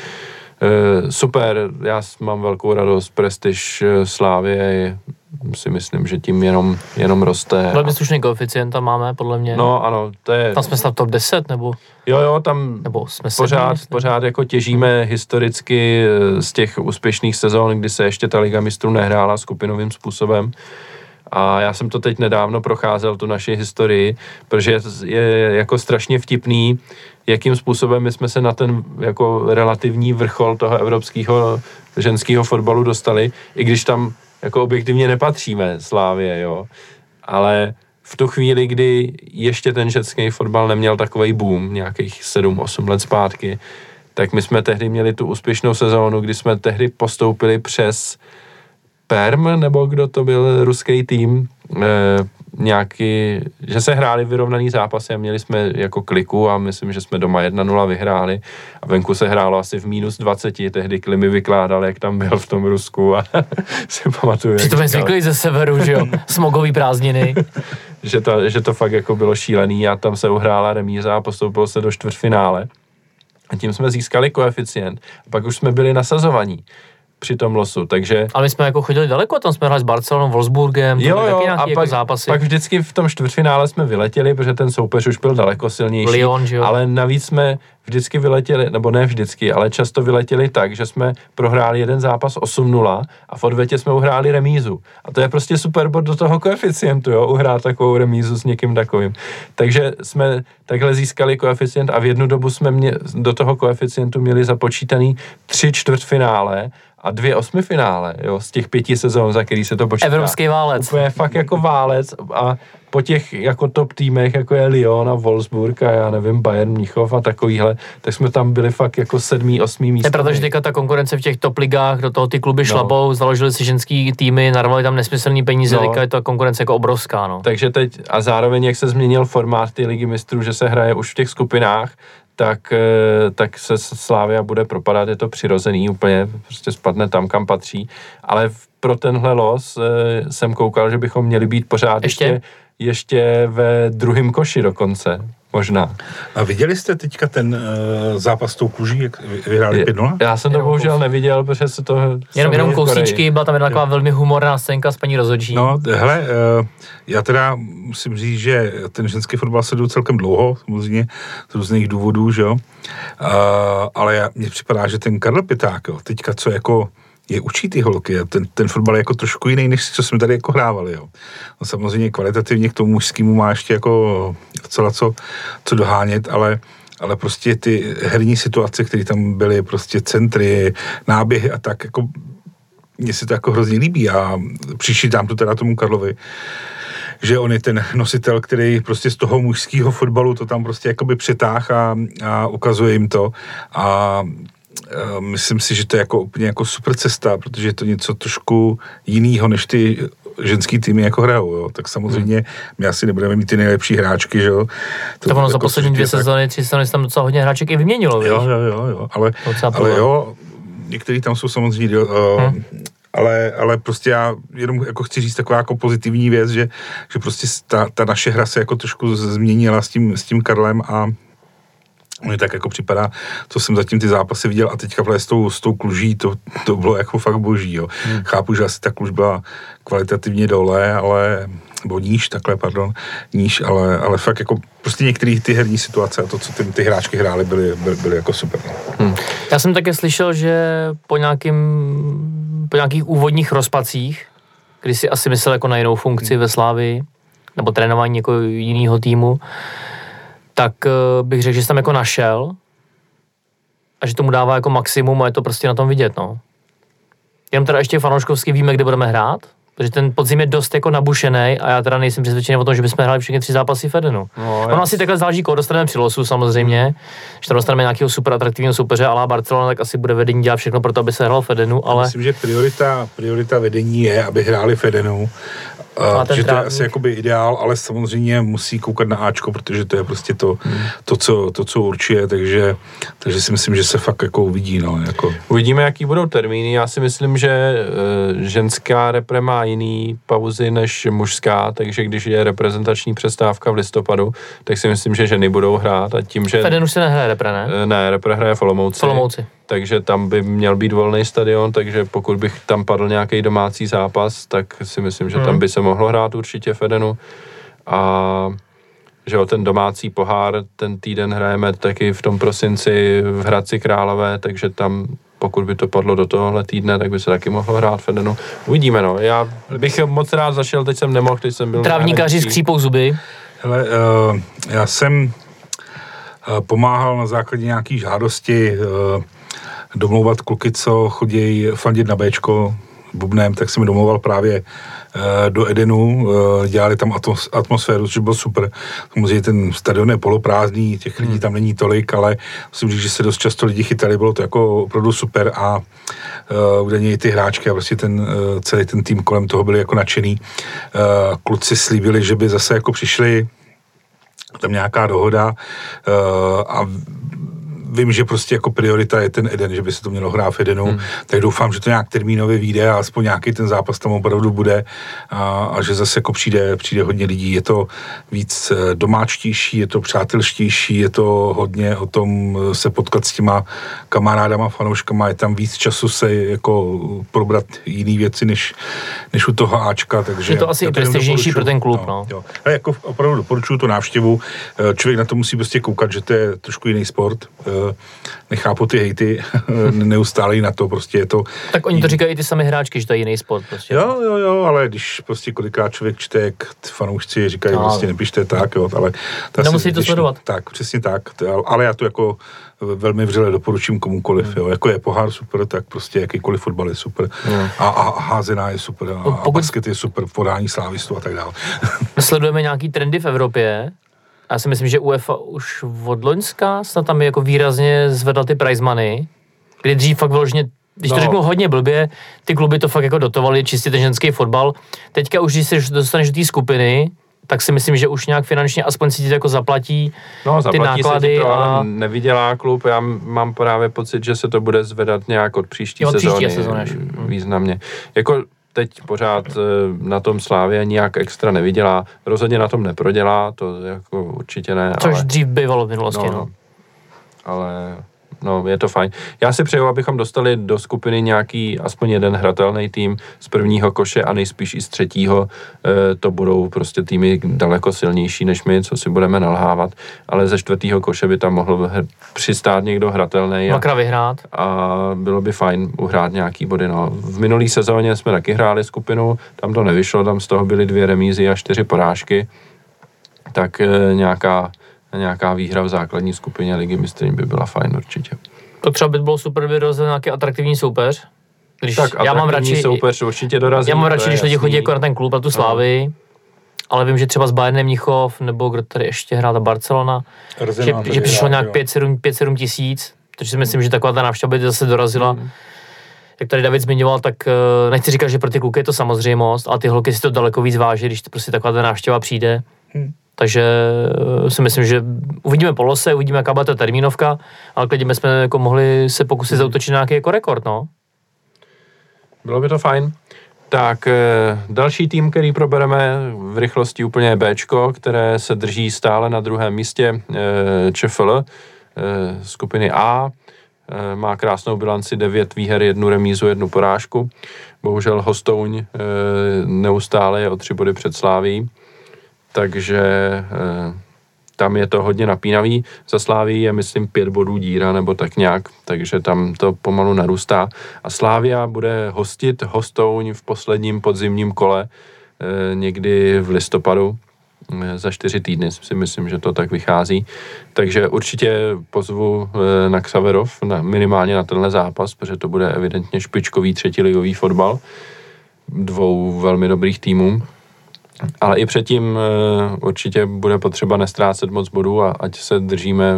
Super, já mám velkou radost, prestiž Slávie si myslím, že tím jenom roste. Velmi slušný koeficient tam máme, podle mě. No ano, to je... Tam jsme snad top 10, nebo? Jo, tam nebo jsme pořád jako těžíme historicky z těch úspěšných sezón, kdy se ještě ta Liga mistrů nehrála skupinovým způsobem. A já jsem to teď nedávno procházel, tu naši historii, protože je jako strašně vtipný, jakým způsobem my jsme se na ten jako relativní vrchol toho evropského ženského fotbalu dostali, i když tam jako objektivně nepatříme Slávie, jo. Ale v tu chvíli, kdy ještě ten ženský fotbal neměl takovej boom, nějakých 7-8 let zpátky, tak my jsme tehdy měli tu úspěšnou sezónu, kdy jsme tehdy postoupili přes Perm, nebo kdo to byl, ruský tým, nějaký, že se hráli vyrovnaný zápasy a měli jsme jako kliku a myslím, že jsme doma 1-0 vyhráli a venku se hrálo asi v -20, tehdy Klimy vykládal, jak tam byl v tom Rusku a si pamatuju. Přitom je zvyklý ze severu, že jo, smogový prázdniny. že to fakt jako bylo šílený a tam se uhrála remíza a postoupilo se do čtvrtfinále a tím jsme získali koeficient a pak už jsme byli nasazovaní při tom losu, takže... Ale my jsme jako chodili daleko, tam jsme hráli s Barcelonou, Wolfsburgem, jo, taky nějaký a jako zápasy. Pak vždycky v tom čtvrtfinále jsme vyletěli, protože ten soupeř už byl daleko silnější. Lyon, že jo? Ale navíc jsme vždycky vyletěli, nebo ne vždycky, ale často vyletěli tak, že jsme prohráli jeden zápas 8-0 a v odvetě jsme uhráli remízu. A to je prostě super bod do toho koeficientu, jo, uhrát takovou remízu s někým takovým. Takže jsme takhle získali koeficient a v jednu dobu jsme do toho koeficientu měli započítaný 3 čtvrtfinále a 2 osmifinále, jo, z těch 5 sezón, za který se to počítá. Evropský válec. Úplně fakt jako válec a po těch jako top týmech, jako je Lyon a Wolfsburg a já nevím, Bayern Mnichov a takovýhle, tak jsme tam byli fakt jako 7., 8. místo. Je pravda, že teďka ta konkurence v těch top ligách, do toho ty kluby šlapou, založili si ženský týmy, narvali tam nesmyslný peníze, teďka je ta konkurence jako obrovská, no. Takže teď a zároveň, jak se změnil formát té Ligy mistrů, že se hraje už v těch skupinách, tak se Slavia bude propadat, je to přirozený úplně, prostě spadne tam, kam patří, ale pro tenhle los jsem koukal, že bychom měli být pořád ještě ve druhém koši dokonce, Možná. A viděli jste teďka ten zápas s tou Kluží, jak vyhráli 5-0? Já jsem to bohužel neviděl, protože se to... Jenom kousíčky, byla tam jedna taková velmi humorná scénka s paní rozhodčí. No, hele, já teda musím říct, že ten ženský fotbal sleduju celkem dlouho, samozřejmě z různých důvodů, že jo. Ale mně připadá, že ten Karel Piták, jo, teďka co jako je učí ty holky, ten fotbal je jako trošku jiný, než co jsme tady jako hrávali, jo. No, samozřejmě kvalitativně k tomu mužskému má ještě jako docela co dohánět, ale prostě ty herní situace, které tam byly, prostě centry, náběhy a tak, jako mně se to jako hrozně líbí a přičítám to teda tomu Karlovi, že on je ten nositel, který prostě z toho mužského fotbalu to tam prostě jakoby přitáh a ukazuje jim to a myslím si, že to je jako úplně jako super cesta, protože je to něco trošku jinýho, než ty ženský týmy jako hrajou, jo. Tak samozřejmě my asi nebudeme mít ty nejlepší hráčky, že jo. To ono jako za poslední 2 sezóny, 3 sezóny tam docela hodně hráček i vyměnilo, víš? Jo, ale jo, některý tam jsou samozřejmě, ale prostě já jenom jako chci říct taková jako pozitivní věc, že prostě ta naše hra se jako trošku změnila s tím Karlem a mně tak jako připadá, co jsem zatím ty zápasy viděl a teďka vlastně s tou Kluží, to bylo jako fakt boží, jo. Chápu, že asi ta Kluž byla kvalitativně dole, nebo níž, ale fakt jako prostě některé ty herní situace a to, co ty hráčky hrály, byly jako super. Já jsem také slyšel, že po nějakých úvodních rozpacích, kdy si asi myslel jako na jinou funkci ve Slávii, nebo trénování jako jinýho týmu, tak bych řekl, že jsem tam jako našel a že tomu dává jako maximum a je to prostě na tom vidět, no. Jenom teda ještě fanouškovsky víme, kde budeme hrát, protože ten podzim je dost jako nabušený a já teda nejsem přesvědčený o tom, že bychom hráli všechny 3 zápasy v Edenu. Ono asi takhle záleží, koho dostaneme při losu samozřejmě, že tam dostaneme nějakého super atraktivního soupeře a la Barcelona, tak asi bude vedení dělat všechno pro to, aby se hrál v Edenu, ale... Myslím, že priorita vedení je, aby hráli v Edenu. Že to je asi jakoby ideál, ale samozřejmě musí koukat na Ačko, protože to je prostě to, co určuje, takže si myslím, že se fakt jako uvidí, no, jako. Uvidíme, jaký budou termíny. Já si myslím, že ženská repre má jiný pauzy než mužská, takže když je reprezentační přestávka v listopadu, tak si myslím, že ženy budou hrát a tím, že... Feden už se nehraje repre, ne? Ne, repre hraje v Olomouci. Takže tam by měl být volný stadion, takže pokud bych tam padl nějaký domácí zápas, tak si myslím, že tam by se mohlo hrát určitě v Edenu. A že jo, ten domácí pohár, ten týden hrajeme taky v tom prosinci v Hradci Králové, takže tam, pokud by to padlo do tohohle týdne, tak by se taky mohlo hrát v Edenu. Uvidíme, no. Já bych moc rád zašel, teď jsem nemohl, teď jsem byl... Trávníkaři skřípou zuby. Hele, já jsem pomáhal na základě nějaký žádosti domlouvat kluky, co chodí fandit na Bčko bubnem, tak jsem mi domlouval právě do Edenu, dělali tam atmosféru, což bylo super. Samozřejmě ten stadion je poloprázdný, těch lidí tam není tolik, ale musím říct, že se dost často lidi chytali, bylo to jako opravdu super a údajně i ty hráčky a prostě celý ten tým kolem toho byli jako nadšený. Kluci slíbili, že by zase jako přišli, tam nějaká dohoda a vím, že prostě jako priorita je ten Eden, že by se to mělo hrát v Edenu, tak doufám, že to nějak termínově vyjde a aspoň nějaký ten zápas tam opravdu bude a že zase jako přijde hodně lidí. Je to víc domáčtější, je to přátelštější, je to hodně o tom se potkat s těma kamarádama, fanouškama, je tam víc času se jako probrat jiný věci, než u toho Ačka, takže... Je to asi prestižnější pro ten klub, no. Jo. Ale jako opravdu doporučuju tu návštěvu. Člověk na to musí prostě koukat, že to je trošku jiný sport. Nechápu ty hejty, neustálej na to, prostě je to... Tak oni to říkají i ty sami hráčky, že to je jiný sport prostě. Jo, ale když prostě kolikrát člověk čte, jak fanoušci říkají, prostě nepište tak, jo, ale... Nemusí to sledovat. Tak, přesně tak, ale já to jako velmi vřele doporučím komukoliv, jo, jako je pohár super, tak prostě jakýkoliv fotbal je super a házená je super a basket je super, podání slávistu a tak dále. Sledujeme nějaký trendy v Evropě. Já si myslím, že UEFA už od loňska snad tam jako výrazně zvedla ty prize money, kdy dřív fakt vyloženě, když to řeknu hodně blbě, ty kluby to fakt jako dotovaly, čistě ten ženský fotbal. Teďka už, když se dostaneš do té skupiny, tak si myslím, že už nějak finančně aspoň si ti to jako zaplatí ty náklady. Se to, ale nevydělá klub. Já mám právě pocit, že se to bude zvedat nějak od příští sezóny významně. Jako teď pořád na tom Slávě nijak extra nevydělá, rozhodně na tom neprodělá, to jako určitě ne. Což ale, dřív bývalo v minulosti, no. Ale je to fajn. Já si přeju, abychom dostali do skupiny nějaký aspoň jeden hratelný tým z prvního koše a nejspíš i z třetího. To budou prostě týmy daleko silnější než my, co si budeme nalhávat, ale ze čtvrtého koše by tam mohl přistát někdo hratelný. Makra vyhrát. A bylo by fajn uhrát nějaký body. No. V minulý sezóně jsme taky hráli skupinu, tam to nevyšlo, tam z toho byly 2 remízy a 4 porážky. Tak nějaká výhra v základní skupině Ligy mistrů by byla fajn určitě. To třeba by bylo super, by dorazil nějaký atraktivní soupeř. Když tak já mám radši soupeř určitě dorazí. Já mám radši, když lidi chodí jako na ten klub, na tu Slávy, ale vím, že třeba s Bayernem Mnichov, nebo kdo tady ještě hrál, ta Barcelona, že přišlo nějak 5-7 tisíc, takže si myslím, že taková ta návštěva by zase dorazila. Jak tady David zmiňoval, tak nechci říkat, že pro ty kluky je to samozřejmost, ale ty holky si to daleko víc váží, když to prostě taková ta návštěva přijde. Takže si myslím, že uvidíme po lose, uvidíme, jaká bude ta termínovka, ale klidně jsme jako mohli se pokusit zautočit nějaký jako rekord, no. Bylo by to fajn. Tak další tým, který probereme v rychlosti úplně je Bčko, které se drží stále na druhém místě ČFL skupiny A. Má krásnou bilanci 9 výher, 1 remízu, 1 porážku. Bohužel Hostouň neustále je o 3 body před Sláví. Takže tam je to hodně napínavý. Za Sláví je, myslím, 5 bodů díra, nebo tak nějak, takže tam to pomalu narůstá. A Slávia bude hostit Hostouň v posledním podzimním kole někdy v listopadu. Za 4 týdny si myslím, že to tak vychází. Takže určitě pozvu na Xaverov, minimálně na tenhle zápas, protože to bude evidentně špičkový 3. ligový fotbal 2 velmi dobrých týmů. Ale i předtím určitě bude potřeba nestrácet moc bodů a ať se držíme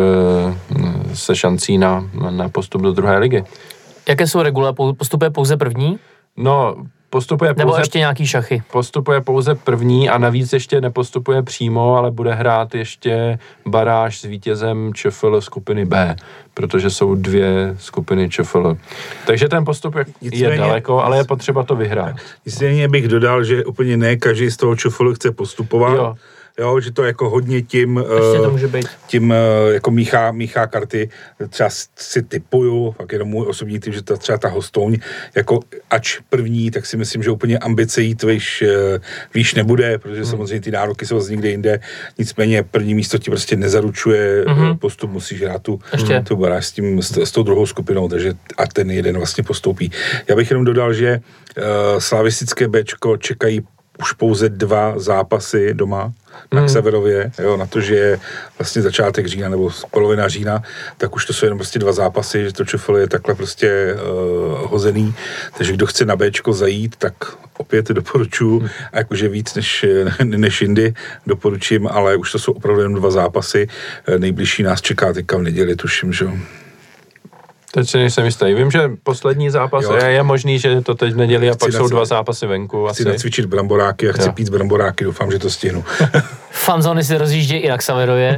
se šancí na postup do 2. ligy. Jaké jsou regule? Postupuje pouze první? No, nebo ještě nějaký šachy? Postupuje pouze první a navíc ještě nepostupuje přímo, ale bude hrát ještě baráž s vítězem ČFL skupiny B, protože jsou 2 skupiny ČFL. Takže ten postup je daleko, ale je potřeba to vyhrát. Nicméně bych dodal, že úplně ne každý z toho ČFL chce postupovat. Jo, že to jako hodně tím jako míchá karty, třeba si typuju, fakt jenom můj osobní typ, že třeba ta Hostouň, jako ač první, tak si myslím, že úplně ambice jít výš nebude, protože samozřejmě ty nároky jsou z někde jinde, nicméně první místo ti prostě nezaručuje postup, musíš hrát tu baráž s tou druhou skupinou, takže a ten jeden vlastně postoupí. Já bych jenom dodal, že slavistické Bčko čekají už pouze 2 zápasy doma na Xaverově, jo, na to, že je vlastně začátek října nebo polovina října, tak už to jsou jenom prostě 2 zápasy, že to ČFL je takhle prostě hozený, takže kdo chce na Bčko zajít, tak opět doporučuji, a jakože víc než jindy doporučím, ale už to jsou opravdu jenom 2 zápasy, nejbližší nás čeká teďka v neděli, tuším, že jo. Teď si nejsem jistý. Vím, že poslední zápas je možný, že to teď v neděli a pak jsou 2 zápasy venku. Chci nacvičit bramboráky a chci pít bramboráky, doufám, že to stihnu. Fanzony si rozjíždějí i na Xaverově.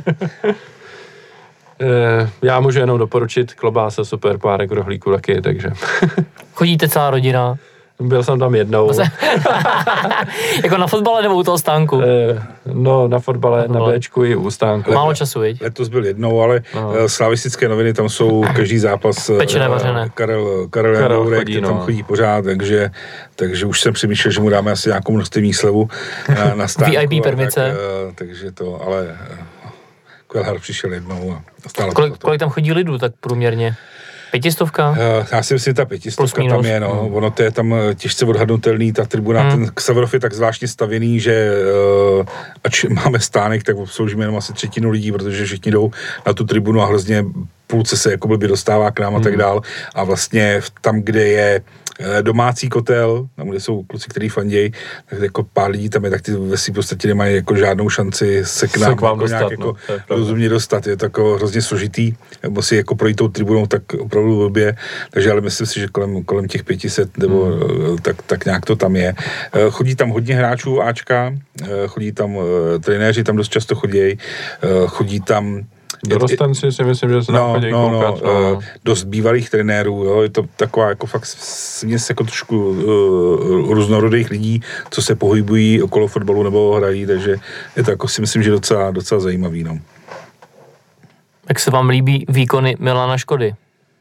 Já můžu jenom doporučit, klobása, super, párek rohlíku taky, takže. Chodíte celá rodina? Byl jsem tam jednou. Jako na fotbale nebo u toho stánku? No, na fotbale, na Bčku i u stánku. Málo času, viď? Letos byl jednou, ale slavistické noviny, tam jsou každý zápas. Pečené vařené. Karel Jandourek, tam chodí pořád, takže už jsem přemýšlel, že mu dáme asi nějakou množstevní slevu na stánku. VIP permice. Takže to, ale Kvelhar přišel jednou a stále. Kolik tam chodí lidů tak průměrně? 500? Já si myslím, ta 500 tam je, no. Ono to je tam těžce odhadnutelný, ta tribuna, ten Xaverov je tak zvláštně stavěný, že ač máme stánek, tak obsloužíme jenom asi 1/3 lidí, protože všichni jdou na tu tribunu a hrozně půlce se jako blbě dostává k nám a tak dál. A vlastně tam, kde je domácí kotel, tam, kde jsou kluci, kteří fandějí, tak jako pár lidí tam je, tak ty ve svým podstatě nemají jako žádnou šanci se k nám jako dostat, nějak jako rozumně dostat. Je to jako hrozně složitý, nebo si jako projít tou tribunou tak opravdu blbě, takže ale myslím si, že kolem těch 500 nebo tak nějak to tam je. Chodí tam hodně hráčů Ačka, chodí tam trenéři, tam dost často chodí tam Dorostanci si myslím, že se tam chodí koukat. Dost bývalých trenérů, jo, je to taková jako fakt směs jako trošku různorodých lidí, co se pohybují okolo fotbalu nebo hrají, takže je to jako si myslím, že docela zajímavý, no. Jak se vám líbí výkony Milana Škody?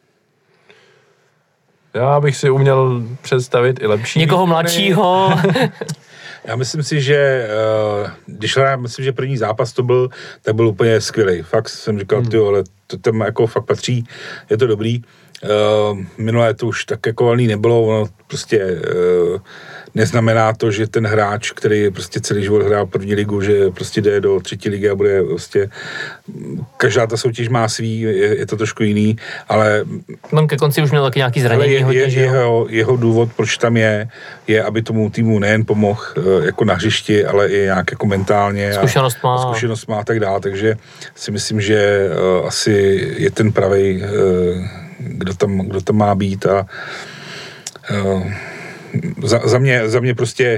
Já bych si uměl představit i lepší někoho výkony. Mladšího. Já myslím si, že když myslím, že první zápas to byl, tak byl úplně skvělý. Fakt jsem říkal, tyjo, ale to tam jako fakt patří, je to dobrý. Minulé to už tak jako valný nebylo, ono prostě neznamená to, že ten hráč, který prostě celý život hrál první ligu, že prostě jde do třetí ligy a bude prostě, každá ta soutěž má svý, je to trošku jiný, ale On ke konci už měl taky nějaký zranění hodně, že jeho důvod, proč tam je, aby tomu týmu nejen pomohl jako na hřišti, ale i nějak jako mentálně zkušenost má a tak dále, takže si myslím, že asi je ten pravej, kdo tam má být a za mě prostě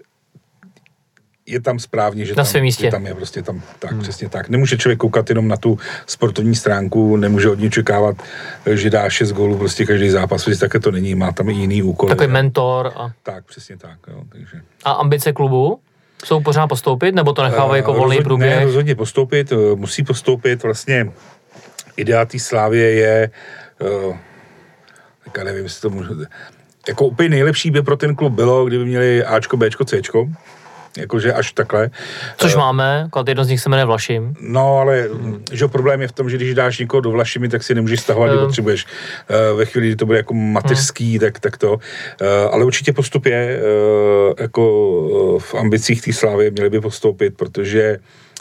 je tam správně, že tam je prostě tam tak, přesně tak. Nemůže člověk koukat jenom na tu sportovní stránku, nemůže od něj čekávat, že dá 6 gólů prostě každý zápas, protože také to není, má tam i jiný úkol. Takový mentor. Tak, přesně tak. Jo, takže. A ambice klubu? Jsou pořád postoupit, nebo to nechávají jako volný průběh? Ne, rozhodně postoupit, musí postoupit, vlastně ideál té Slávie je, tak já nevím, jestli to můžu, jako úplně nejlepší by pro ten klub bylo, kdyby měli Ačko, Bčko, Cčko, jakože až takhle. Což máme, jedno z nich se jmenuje Vlašim. No, ale že problém je v tom, že když dáš někoho do Vlašimi, tak si nemůžeš stahovat, kdy potřebuješ. Ve chvíli, kdy to bude jako mateřský, tak to. Ale určitě postup je, jako v ambicích té Slávy měli by postoupit, protože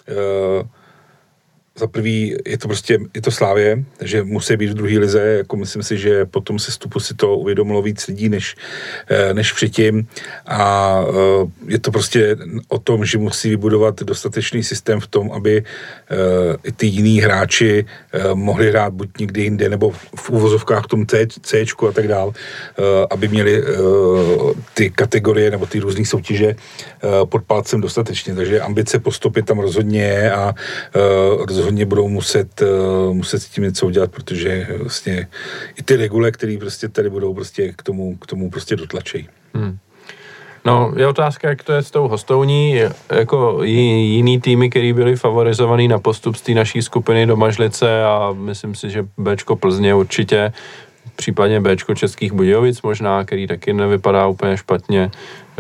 za prvý je to Slávie, takže musí být v druhé lize, jako myslím si, že po tom sestupu si to uvědomilo víc lidí než předtím a je to prostě o tom, že musí vybudovat dostatečný systém v tom, aby i ty jiní hráči mohli hrát buď někdy jinde, nebo v uvozovkách v tom Cčku a tak dál, aby měli ty kategorie nebo ty různý soutěže pod palcem dostatečně, takže ambice postupy tam rozhodně je a rozhodně budou muset s tím něco udělat, protože vlastně i ty regule, které prostě tady budou prostě k tomu prostě dotlačejí. No, je otázka, jak to je s tou hostouní, jako jiný týmy, který byli favorizovaný na postup z té naší skupiny do Mažlice a myslím si, že Bčko Plzně určitě, případně Bčko Českých Budějovic možná, který taky nevypadá úplně špatně,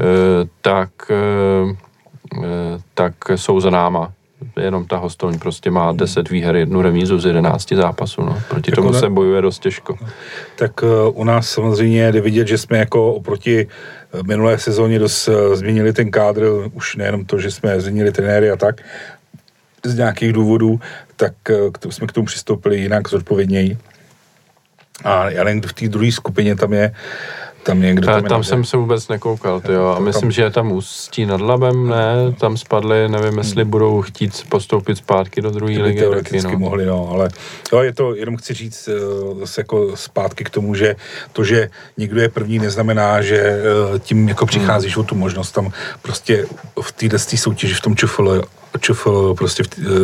tak jsou za náma. Jenom ta Hostouň prostě má 10 výher, 1 remízu z 11 zápasů, no. Proti tomu se bojuje dost těžko. Tak u nás samozřejmě jde vidět, že jsme jako oproti minulé sezóně dost změnili ten kádr, už nejenom to, že jsme změnili trenéry a tak, z nějakých důvodů, tak jsme k tomu přistoupili jinak zodpovědněji. A já nevím, v té druhé skupině tam je někdo tam jsem se vůbec nekoukal, tyjo. A myslím, že je tam Ústí nad Labem, ne? Tam spadli, nevím, jestli budou chtít postoupit zpátky do druhé ligy. Teoreticky mohli, no, ale jo, je to, jenom chci říct zase jako zpátky k tomu, že to, že někdo je první, neznamená, že tím jako přicházíš o tu možnost. Tam prostě v této soutěži, v tom ČFL prostě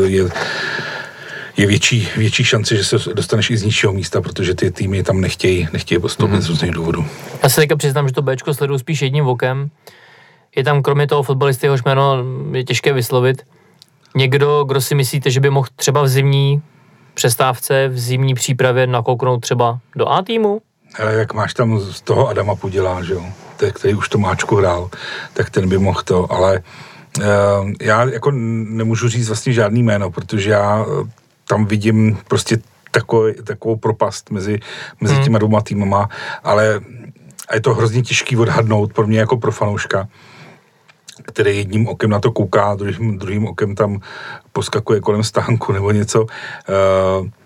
je větší šance, že se dostaneš i z nižšího místa, protože ty týmy tam nechtějí postoupit z různých důvodů. Já se teďka přiznám, že to Bčko sleduju spíš jedním okem. Je tam kromě toho fotbalisty, jehož jméno je těžké vyslovit, někdo, kdo si myslíte, že by mohl třeba v zimní přestávce, v zimní přípravě nakouknout třeba do A týmu? Ale jak máš tam z toho Adama Puděla, že jo, který už Tomáčku hrál, tak ten by mohl to, ale já jako nemůžu říct vlastně žádný jméno, protože já tam vidím prostě takovou propast mezi těma dvěma týmama, ale je to hrozně těžký odhadnout pro mě jako pro fanouška, který jedním okem na to kouká, druhým okem tam poskakuje kolem stánku nebo něco.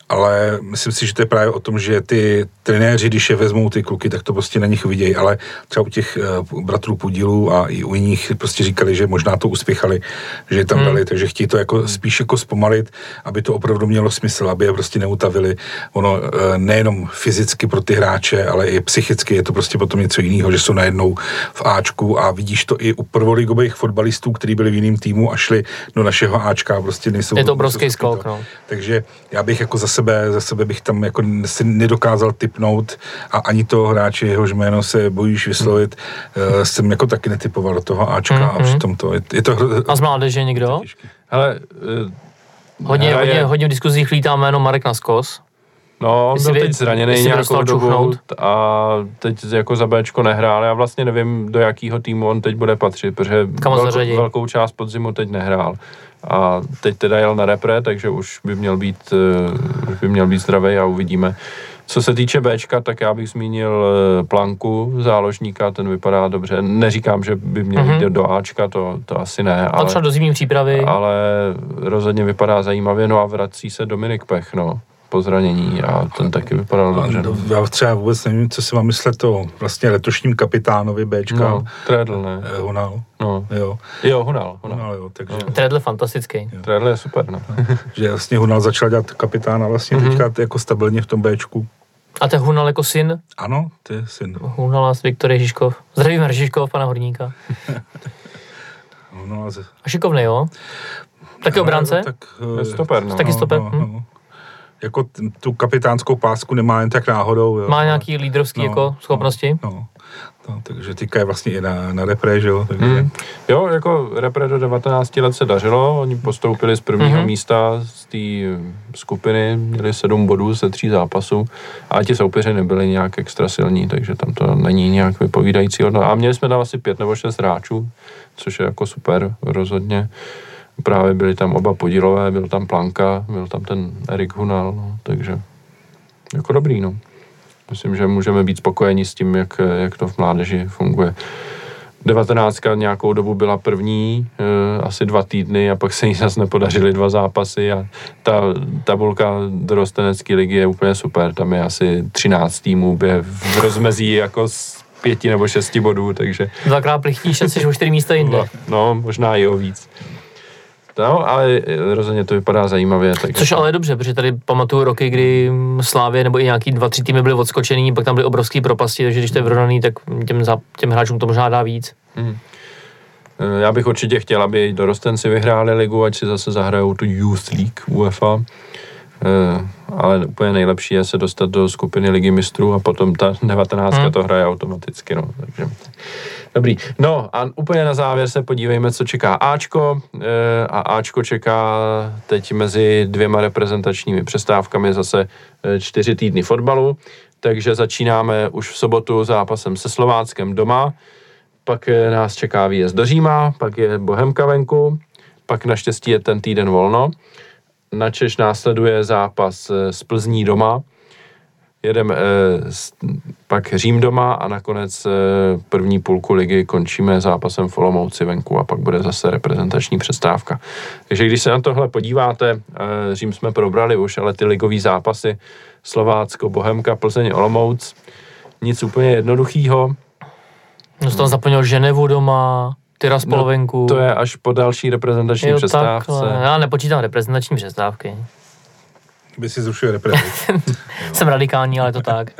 ale myslím si, že to je právě o tom, že ty trenéři, když je vezmou ty kluky, tak to prostě na nich vidějí, ale třeba u těch bratrů Podílů a i u jiných prostě říkali, že možná to uspěchali, že je tam dali, takže chtějí to jako spíš jako zpomalit, aby to opravdu mělo smysl, aby je prostě neutavili. Ono nejenom fyzicky pro ty hráče, ale i psychicky je to prostě potom něco jiného, že jsou najednou v Ačku a vidíš to i u prvoligových fotbalistů, kteří byli v jiném týmu a šli do našeho Ačka, prostě nejsou. Je to obrovský skok, no. Takže já bych jako za sebe bych tam jako si nedokázal tipnout a ani toho hráče, jehož jméno se bojíš vyslovit, jsem jako taky netypoval do toho Ačka a přitom to je to... A z mládeže někdo? Hele, hodně v diskuzích lítá jméno Marek Naskos. No, on byl teď zraněný nějakou dobu a teď jako za Bčko nehrál. Já vlastně nevím, do jakého týmu on teď bude patřit, protože velkou část podzimu teď nehrál. A teď teda jel na repre, takže už by měl být zdravý a uvidíme. Co se týče Bčka, tak já bych zmínil Planku, záložníka, ten vypadá dobře. Neříkám, že by měl jít do Ačka, to asi ne. Ale třeba do zimní přípravy. Ale rozhodně vypadá zajímavě, no a vrací se Dominik Pech, no, po zranění a ten taky vypadal dobře. Já třeba vůbec nevím, co si mám myslet o vlastně letošním kapitánovi Bčka. No, Trédl, ne? Hunal. No. Jo, Hunal, jo, takže... No. Trédl fantastický. Trédl je super, no. Že vlastně Hunal začal dělat kapitána vlastně teďka jako stabilně v tom Bčku. A to je Hunal jako syn? Ano, to je syn. Hunala z Viktorie Žižkov. Zdravím Žižkov, pana Horníka. A šikovnej, jo? Taky obránce? Tak, je stoper, no. Taky stoper? No. Jako tu kapitánskou pásku nemá jen tak náhodou. Jo. Má nějaký lídrovský jako schopnosti? No, takže teďka je vlastně i na repre, že jo? Takže... Jo, jako repre do 19 let se dařilo, oni postoupili z prvního místa z té skupiny, měli 7 bodů ze 3 zápasů a ti soupeři nebyli nějak extra silní, takže tam to není nějak vypovídající. A měli jsme tam asi 5 nebo 6 hráčů, což je jako super rozhodně. Právě byli tam oba Podílové, byl tam Planka, byl tam ten Erik Hunal, no, takže jako dobrý, no. Myslím, že můžeme být spokojeni s tím, jak to v mládeži funguje. 19 nějakou dobu byla první, asi 2 týdny a pak se jí zase nepodařily 2 zápasy a ta tabulka dorostenecké ligy je úplně super, tam je asi 13 týmů v rozmezí jako z 5 nebo 6 bodů, takže... 2krát plichtíš a jsi o 4 místa jinde. No, možná i o víc. No, ale rozhodně to vypadá zajímavě. Což ale je dobře, protože tady pamatuju roky, kdy Slávě nebo i nějaký 2-3 týmy byly odskočený, pak tam byly obrovský propasti, takže když to je vyrovnaný, tak těm hráčům to možná dá víc. Já bych určitě chtěl, aby dorostenci vyhráli ligu, ať si zase zahrajou tu Youth League UEFA. Ale úplně nejlepší je se dostat do skupiny ligy mistrů a potom ta 19 to hraje automaticky, no, takže... Dobrý. No a úplně na závěr se podívejme, co čeká Ačko. A Ačko čeká teď mezi 2 reprezentačními přestávkami zase 4 týdny fotbalu. Takže začínáme už v sobotu zápasem se Slováckem doma. Pak nás čeká výjezd do Říma, pak je Bohemka venku, pak naštěstí je ten týden volno. Načež následuje zápas s Plzní doma. Jedeme pak Řím doma a nakonec první půlku ligy končíme zápasem v Olomouci venku a pak bude zase reprezentační přestávka. Takže když se na tohle podíváte, Řím jsme probrali už, ale ty ligový zápasy Slovácko, Bohemka, Plzeň, Olomouc, nic úplně jednoduchýho. No jsi tam zaplnil Ženevu doma, Tiraspol venku. To je až po další reprezentační přestávce. Takhle. Já nepočítám reprezentační přestávky. By si zrušil reprezentaci. Jsem radikální, ale to tak.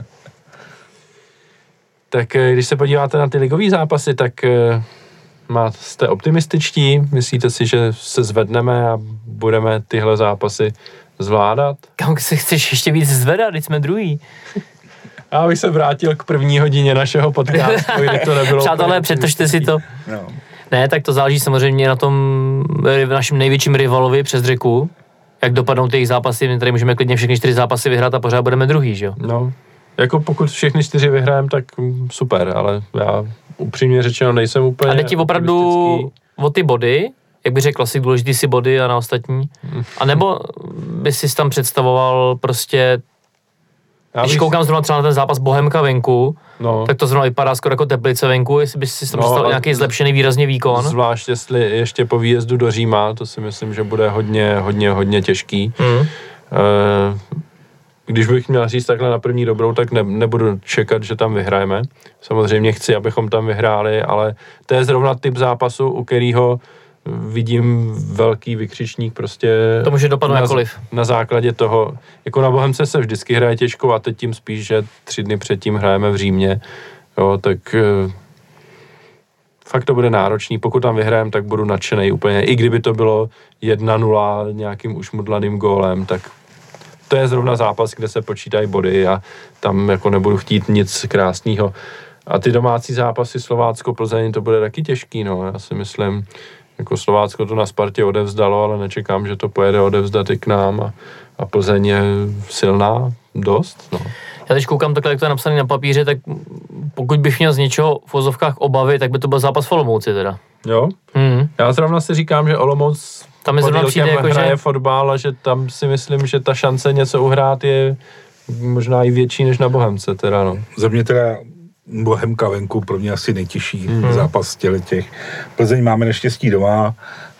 Tak když se podíváte na ty ligový zápasy, tak jste optimističtí? Myslíte si, že se zvedneme a budeme tyhle zápasy zvládat? Kam se chceš ještě víc zvedat, když jsme druhý? Já bych se vrátil k první hodině našeho podcastu, kdy to nebylo... Přátelé, přetržte si to. No. Ne, tak to záleží samozřejmě na tom našem největším rivalovi přes řeku. Jak dopadnou ty zápasy, my tady můžeme klidně všechny 4 zápasy vyhrát a pořád budeme druhý, že jo? No, jako pokud všechny 4 vyhrajeme, tak super, ale já upřímně řečeno nejsem úplně... A jde ti opravdu o ty body, jak by řekl klasik, důležitý si body a na ostatní? A nebo by si tam představoval prostě... Když koukám zrovna třeba na ten zápas Bohemka venku, tak to zrovna vypadá skoro jako Teplice venku, jestli bys si tam představil nějaký zlepšený výrazně výkon. Zvlášť jestli ještě po výjezdu do Říma, to si myslím, že bude hodně těžký. když bych měl říct takhle na první dobrou, tak nebudu čekat, že tam vyhrajeme. Samozřejmě chci, abychom tam vyhráli, ale to je zrovna typ zápasu, u kterého vidím velký vykřičník prostě. To může dopadnout jakoliv. Na základě toho, jako na Bohemce se vždycky hraje těžko a teď tím spíš, že 3 dny předtím hrajeme v Římě, jo, tak fakt to bude náročný. Pokud tam vyhrajeme, tak budu nadšenej úplně. I kdyby to bylo 1-0 nějakým ušmudlaným gólem, tak to je zrovna zápas, kde se počítají body a tam jako nebudu chtít nic krásného. A ty domácí zápasy Slovácko-Plzeň, to bude taky těžký, no. Já si myslím, jako Slovácko to na Spartě odevzdalo, ale nečekám, že to pojede odevzdat i k nám a Plzeň je silná dost, no. Já teď koukám takhle, jak to je napsané na papíře, tak pokud bych měl z něčeho v vozovkách obavy, tak by to byl zápas v Olomouci teda. Jo? Já zrovna si říkám, že Olomouc tam mi zrovna přijde jako, hraje že fotbal a že tam si myslím, že ta šance něco uhrát je možná i větší než na Bohemce teda, no. Za mě teda Bohemka venku pro mě asi nejtěžší zápas těch. Plzeň máme neštěstí doma,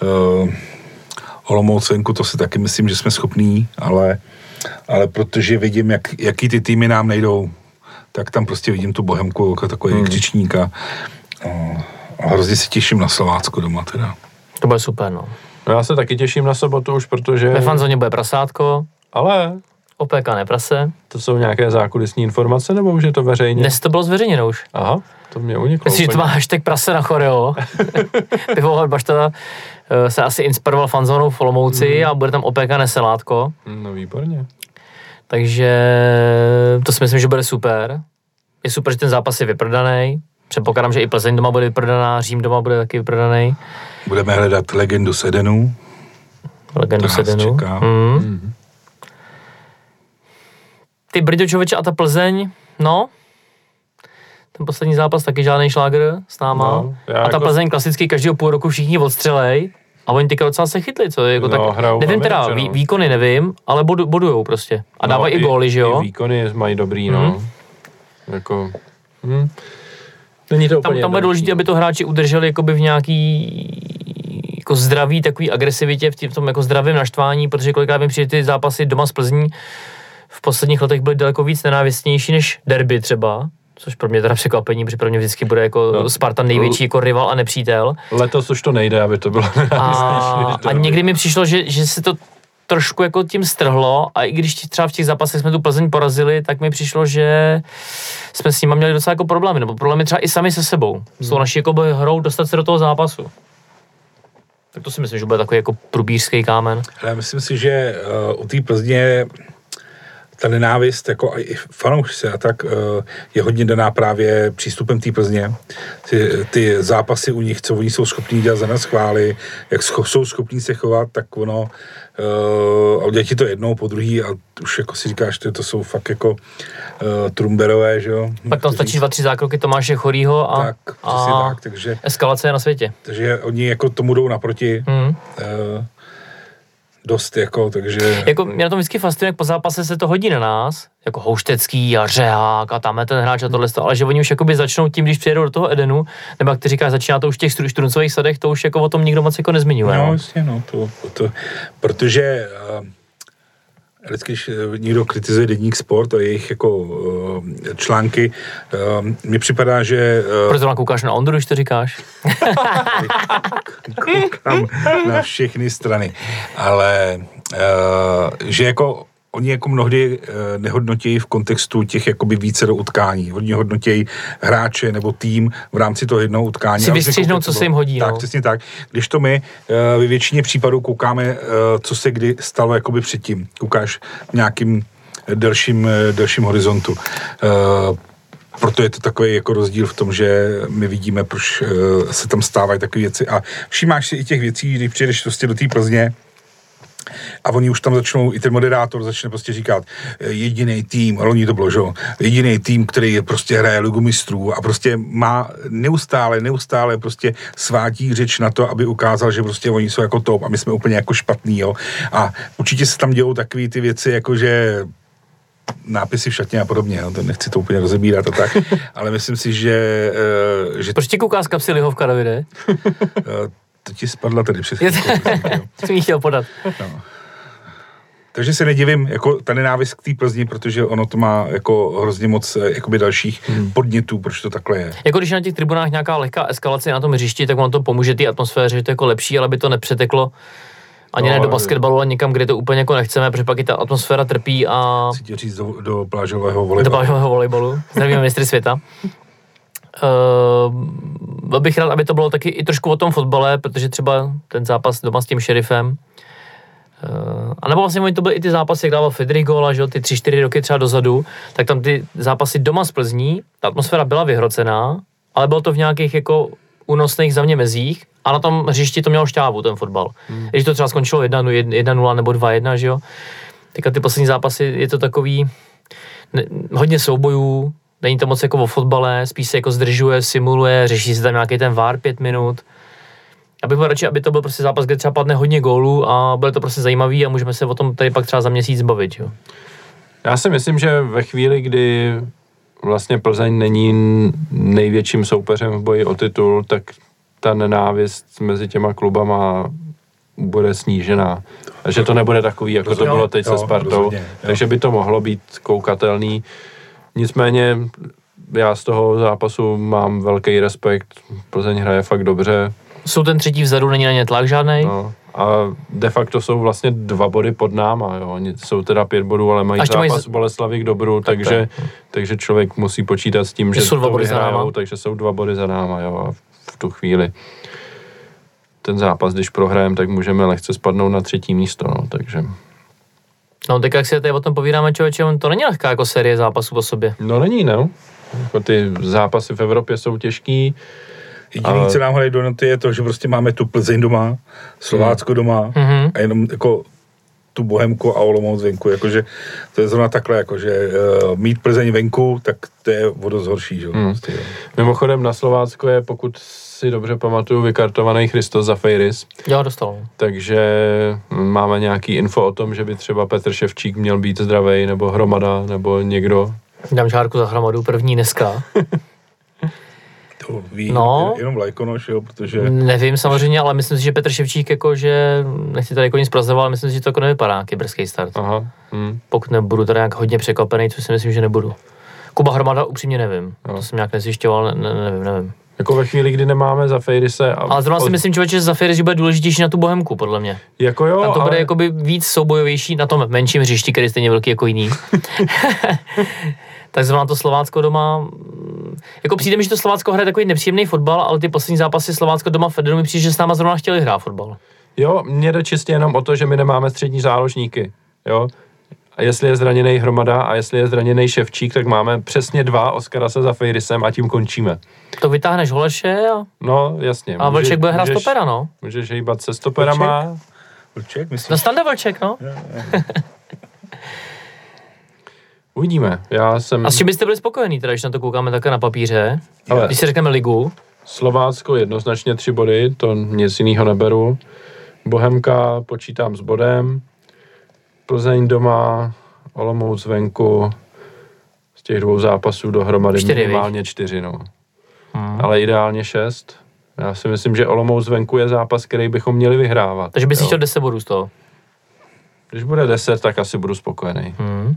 Olomouc venku to si taky myslím, že jsme schopní, ale protože vidím, jaký ty týmy nám nejdou, tak tam prostě vidím tu Bohemku jako takový křičník a hrozně se těším na Slovácko doma teda. To bude super, no. No já se taky těším na sobotu už, protože... Ve fanzóně bude prasátko. Ale... Opékané prase. To jsou nějaké zákulisní informace, nebo už je to veřejně? Dnes to bylo zveřejněno už. Aha, to mě uniklo. Myslím, že to má hashtag prase na choreo. Pivovar Bašta se asi inspiroval fanzónou v Olomouci a bude tam opékané selátko. No výborně. Takže to si myslím, že bude super. Je super, že ten zápas je vyprodaný. Předpokládám, že i Plzeň doma bude vyprodaná, Řím doma bude taky vyprodaný. Budeme hledat legendu Sedenu. Legendu Sedenu. Ty Brďočoviče a ta Plzeň, no, ten poslední zápas taky žádný šlágr s náma. No, a ta Plzeň klasicky každého půl roku všichni odstřelej a oni teďka docela se chytli, co je jako tak, nevím teda, výkony nevím, ale bodujou prostě. A dávají i góly, že jo? I výkony mají dobrý, no. Jako, není to úplně tam bude důležité, aby to hráči udrželi jakoby v nějaký jako zdraví, takový agresivitě, v tom jako zdravém naštvání, protože kolikrát mi přijde ty zápasy doma z Plzní v posledních letech byly daleko víc nenávistnější než derby třeba, což pro mě teda překvapení, protože pro mě vždycky bude jako Sparta největší jako rival a nepřítel. Letos už to nejde, aby to bylo nenávistnější než derby. A někdy mi přišlo, že se to trošku jako tím strhlo a i když třeba v těch zápasech jsme tu Plzeň porazili, tak mi přišlo, že jsme s nimi měli docela jako problémy, nebo problémy třeba i sami se sebou. S tou naší jako hrou dostat se do toho zápasu. Tak to si myslím, že bude takový jako průbířský kámen. Já myslím si, že u té Plzně ta nenávist, jako i fanoušci a tak, je hodně daná právě přístupem té Plzně. Ty zápasy u nich, co oni jsou schopní dělat za nás chvály, jak jsou schopní se chovat, tak ono, a udělat ti to jednou, po druhý a už jako si říkáš, to jsou fakt jako Trumberové, že jo. Pak tam stačí 2-3 zákroky Tomáše Chorýho a tak, takže eskalace je na světě. Takže oni jako tomu jdou naproti. Dost jako, takže... Jako mě na tom vždycky fascinuje, jak po zápase se to hodí na nás, jako Houštecký a Řehák a tam je ten hráč a tohle, ale že oni už jakoby začnou tím, když přijedou do toho Edenu, nebo jak ty říkáš, začíná to už v těch Štruncových sadech, to už jako o tom nikdo moc jako nezmiňuje. No, jasně, no, to protože vždycky, když někdo kritizuje Deník Sport a jejich jako články, mně připadá, že... Proto koukáš na Ondru, když to říkáš? Koukám na všechny strany, ale že jako oni jako mnohdy nehodnotějí v kontextu těch jakoby vícero utkání. Hodně hodnotějí hráče nebo tým v rámci toho jednoho utkání. Si vystřihnou, co se jim hodí. Tak, přesně tak. Když to my ve většině případů koukáme, co se kdy stalo jakoby předtím. Koukáš v nějakým delším horizontu. Proto je to takový jako rozdíl v tom, že my vidíme, proč se tam stávají takové věci a všímáš si i těch věcí, když přijedeš prostě do té Plzně a oni už tam začnou, i ten moderátor začne prostě říkat jediný tým, ale oni to bylo, že jo, jediný tým, který prostě hraje Ligu mistrů a prostě má neustále prostě svátí řeč na to, aby ukázal, že prostě oni jsou jako top a my jsme úplně jako špatný, jo. A určitě se tam dějou takové ty věci, jako že nápisy v šatně a podobně, no, to nechci to úplně rozebírat a tak, ale myslím si, že Proč ti kouká z kapsy lihovka, Davide? To ti spadla tady přes Jsem jí chtěl podat. No. Takže se nedivím, jako ta nenávist k té Plzni, protože ono to má jako hrozně moc jakoby dalších podnětů, proč to takhle je. Jako když je na těch tribunách nějaká lehká eskalace na tom hřišti, tak ono to pomůže té atmosféře, že to je jako lepší, ale aby to nepřeteklo ani ne do basketbalu, ale někam, kde to úplně jako nechceme, protože pak i ta atmosféra trpí a... Chci tě říct do plážového volejbalu. Do plážového volejbalu. Zdravíme mistry světa. Byl bych rád, aby to bylo taky i trošku o tom fotbale, protože třeba ten zápas doma s tím Šerifem, a nebo vlastně to byly i ty zápasy, jak dával Fedrigola, že jo, ty 3-4 roky třeba dozadu, tak tam ty zápasy doma z Plzní, ta atmosféra byla vyhrocená, ale bylo to v nějakých jako únosných za mě mezích a na tom hřišti to mělo šťávu, ten fotbal. Když to třeba skončilo 1-0 nebo 2-1, že jo. Teďka ty poslední zápasy je to takový hodně soubojů, není to moc jako o fotbale, spíš se jako zdržuje, simuluje, řeší se tam nějaký ten VAR 5 minut. Já bych byl radši, aby to byl prostě zápas, kde třeba padne hodně gólů a bude to prostě zajímavý a můžeme se o tom tady pak třeba za měsíc bavit, jo. Já si myslím, že ve chvíli, kdy vlastně Plzeň není největším soupeřem v boji o titul, tak ta nenávist mezi těma klubama bude snížená. A že to nebude takový, jako to bylo teď se Spartou. Rozhodně, takže by to mohlo být koukatelný. Nicméně já z toho zápasu mám velký respekt. Plzeň hraje fakt dobře. Jsou ten třetí vzadu, není na ně tlak žádnej? No, a de facto jsou vlastně 2 body pod náma, jo. Oni jsou teda 5 bodů, ale mají zápas Boleslavy k dobru, takže člověk musí počítat s tím, že jsou 2 to body vyhrajou, takže jsou 2 body za náma, jo. A v tu chvíli ten zápas, když prohrajeme, tak můžeme lehce spadnout na 3. místo, no, takže... No, tak jak si tady o tom povídáme, člověče, to není lehká jako série zápasů po sobě. No není, no. Jako ty zápasy v Evropě jsou těžký. Jediný, co nám hraje do noty, je to, že prostě máme tu Plzeň doma, Slovácko doma a jenom jako tu Bohemku a Olomouc venku, jakože to je zrovna takhle, jakože mít Plzeň venku, tak to je o dost horší, že? Mimochodem na Slovácko je, pokud si dobře pamatuju, vykartovaný Christos Zafeiris. Já dostal. Takže máme nějaký info o tom, že by třeba Petr Ševčík měl být zdravej, nebo Hromada, nebo někdo. Dám žárku za Hromadu, první dneska. To ví jenom Lajkonoš, jo, protože... Nevím samozřejmě, ale myslím si, že Petr Ševčík jako, že nechci tady jako nic prozrazovat, ale myslím si, že to jako nevypadá nějaký brzký start. Aha. Pokud nebudu tady nějak hodně překvapený, což si myslím, že nebudu. Kuba Hromada upřímně nevím. To jsem nějak nezjišťoval, nevím. Jako ve chvíli, kdy nemáme Zafeirise... Ale zrovna si myslím, člověče, že Zafeiris bude důležitější na tu Bohemku, podle mě. Jako jo, tam to bude jakoby víc soubojovější na tom menším hřišti, který je stejně velký jako jiný. Tak zrovna to Slovácko doma... Jako přijde mi, že to Slovácko hraje takový nepříjemný fotbal, ale ty poslední zápasy Slovácko doma Federu mi přijde, že s náma zrovna chtěli hrát fotbal. Jo, mně jde čistě jenom o to, že my nemáme střední záložníky, jo. A jestli je zraněný Hromada a jestli je zraněný Ševčík, tak máme přesně 2 Oskara se Zafeirisem a tím končíme. To vytáhneš Holeše a... No, jasně. A Vlček bude hrát stopera, no. Můžeš hýbat se stoperama. Vlček, myslíš? No Standa Vlček, no. Uvidíme. A s čím byste byli spokojení, teda, když na to koukáme takhle na papíře? Ale když si řekneme ligu. Slovácko jednoznačně 3 body, to nic jiného neberu. Bohemka počítám s bodem. Plzeň doma, Olomouc venku. Z těch 2 zápasů dohromady 4, minimálně 4, no. Ale ideálně 6. Já si myslím, že Olomouc venku je zápas, který bychom měli vyhrávat. Takže bys si chtěl 10 bodů z toho? Když bude 10, tak asi budu spokojený.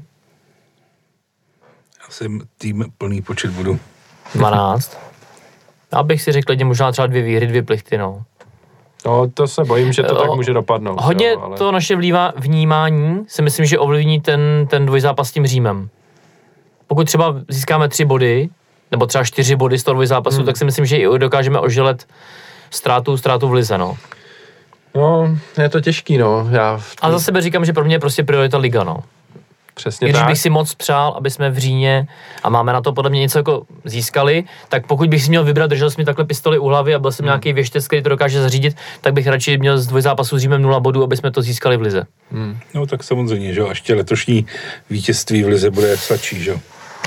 Já jsem tým plný počet bodů. 12. Já bych si řekl, že možná třeba 2 výhry, 2 plichty, no. No, to se bojím, že to tak může dopadnout. Hodně jo, ale... to naše vnímání si myslím, že ovlivní ten dvojzápas s tím Římem. Pokud třeba získáme 3 body, nebo třeba 4 body z toho dvojzápasu, tak si myslím, že i dokážeme oželet ztrátu v lize, no. No, je to těžký, no. A za sebe říkám, že pro mě je prostě priorita liga, no. Přesně když tak. bych si moc přál, aby jsme v říjně a máme na to podle mě něco jako získali, tak pokud bych si měl vybrat, držel jsem mi takhle pistoli u hlavy a byl jsem nějaký věštec, který to dokáže zařídit, tak bych radši měl z 2 zápasů s Římem 0 bodů, aby jsme to získali v lize. No tak samozřejmě, že jo, a ještě letošní vítězství v lize bude sladší, že jo.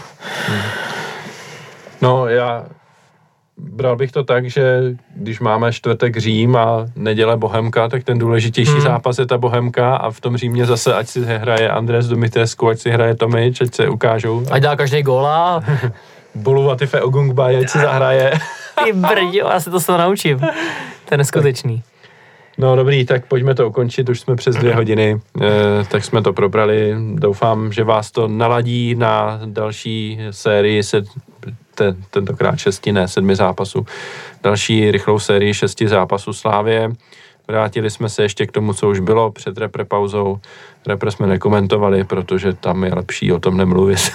No, bral bych to tak, že když máme čtvrtek Řím a neděle Bohemka, tak ten důležitější zápas je ta Bohemka a v tom Římě zase, ať si hraje Andres Dumitrescu, ať si hraje Tomič, ať se ukážou. Ať dá každý góla. Bolu Latife Ogungbaj, ať si zahraje. Ty brďo, já se to naučím. To je neskutečný. No dobrý, tak pojďme to ukončit, už jsme přes 2 hodiny, tak jsme to probrali. Doufám, že vás to naladí na další sérii, tentokrát 7 zápasů. Další rychlou sérii 6 zápasů Slávie. Vrátili jsme se ještě k tomu, co už bylo před reprepauzou. Repre jsme nekomentovali, protože tam je lepší o tom nemluvit.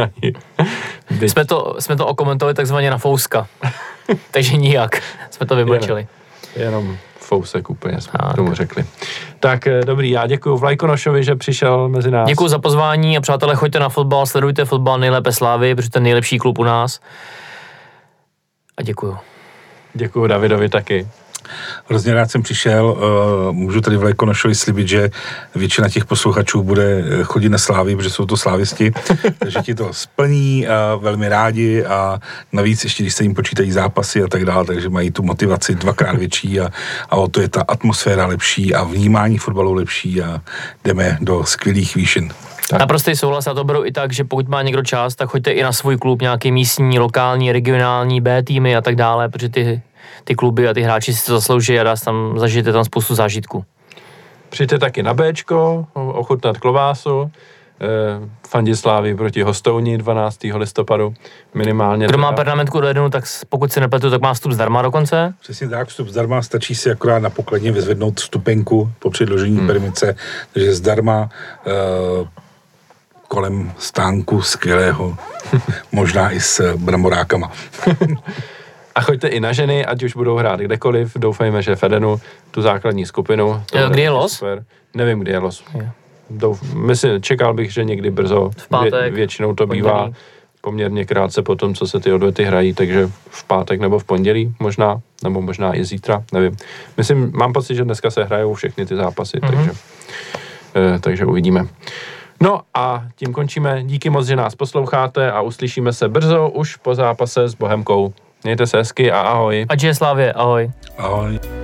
Jsme to okomentovali takzvaně na fouska. Takže nijak. Jsme to vymlčeli. Jenom fousek úplně jsme tomu řekli. Tak dobrý, já děkuju Vlajkonošovi, že přišel mezi nás. Děkuju za pozvání a přátelé, choďte na fotbal, sledujte fotbal, nejlépe Slávy, protože to je nejlepší klub u nás. A děkuju. Děkuju Davidovi taky. Hrozně rád jsem přišel, můžu tady Vlajkonošovi slibit, že většina těch posluchačů bude chodit na Slávy, protože jsou to slávisti, takže ti to splní a velmi rádi a navíc ještě, když se jim počítají zápasy a tak dále, takže mají tu motivaci 2x větší a o to je ta atmosféra lepší a vnímání fotbalu lepší a jdeme do skvělých výšin. Naprostý souhlas, já to beru i tak, že pokud má někdo čas, tak choďte i na svůj klub, nějaký místní, lokální, regionální B týmy a tak dále, protože ty kluby a ty hráči si to zaslouží a zažijete tam spoustu zážitků. Přijďte taky na Bčko, ochutnat klobásu, fandit Slávy proti Hostouni 12. listopadu, minimálně. Kdo má pernamentku do jednu, tak pokud si nepletu, tak má vstup zdarma dokonce? Přesně tak, vstup zdarma, stačí si akorát na pokladně vyzvednout vstupenku po předložení permice, takže zdarma kolem stánku skvělého, možná i s bramborákama. A choďte i na ženy, ať už budou hrát kdekoliv, doufejme, že Fedenu, tu základní skupinu. Kdy je los? Super. Nevím, kdy je los. Čekal bych, že někdy brzo, v pátek, většinou to bývá poměrně krátce po tom, co se ty odvety hrají, takže v pátek nebo v pondělí možná, nebo možná i zítra, nevím. Mám pocit, že dneska se hrajou všechny ty zápasy, takže uvidíme. No a tím končíme. Díky moc, že nás posloucháte a uslyšíme se brzo už po zápase s Bohemkou. Mějte se hezky a ahoj. Ať je Slávě, ahoj. Ahoj.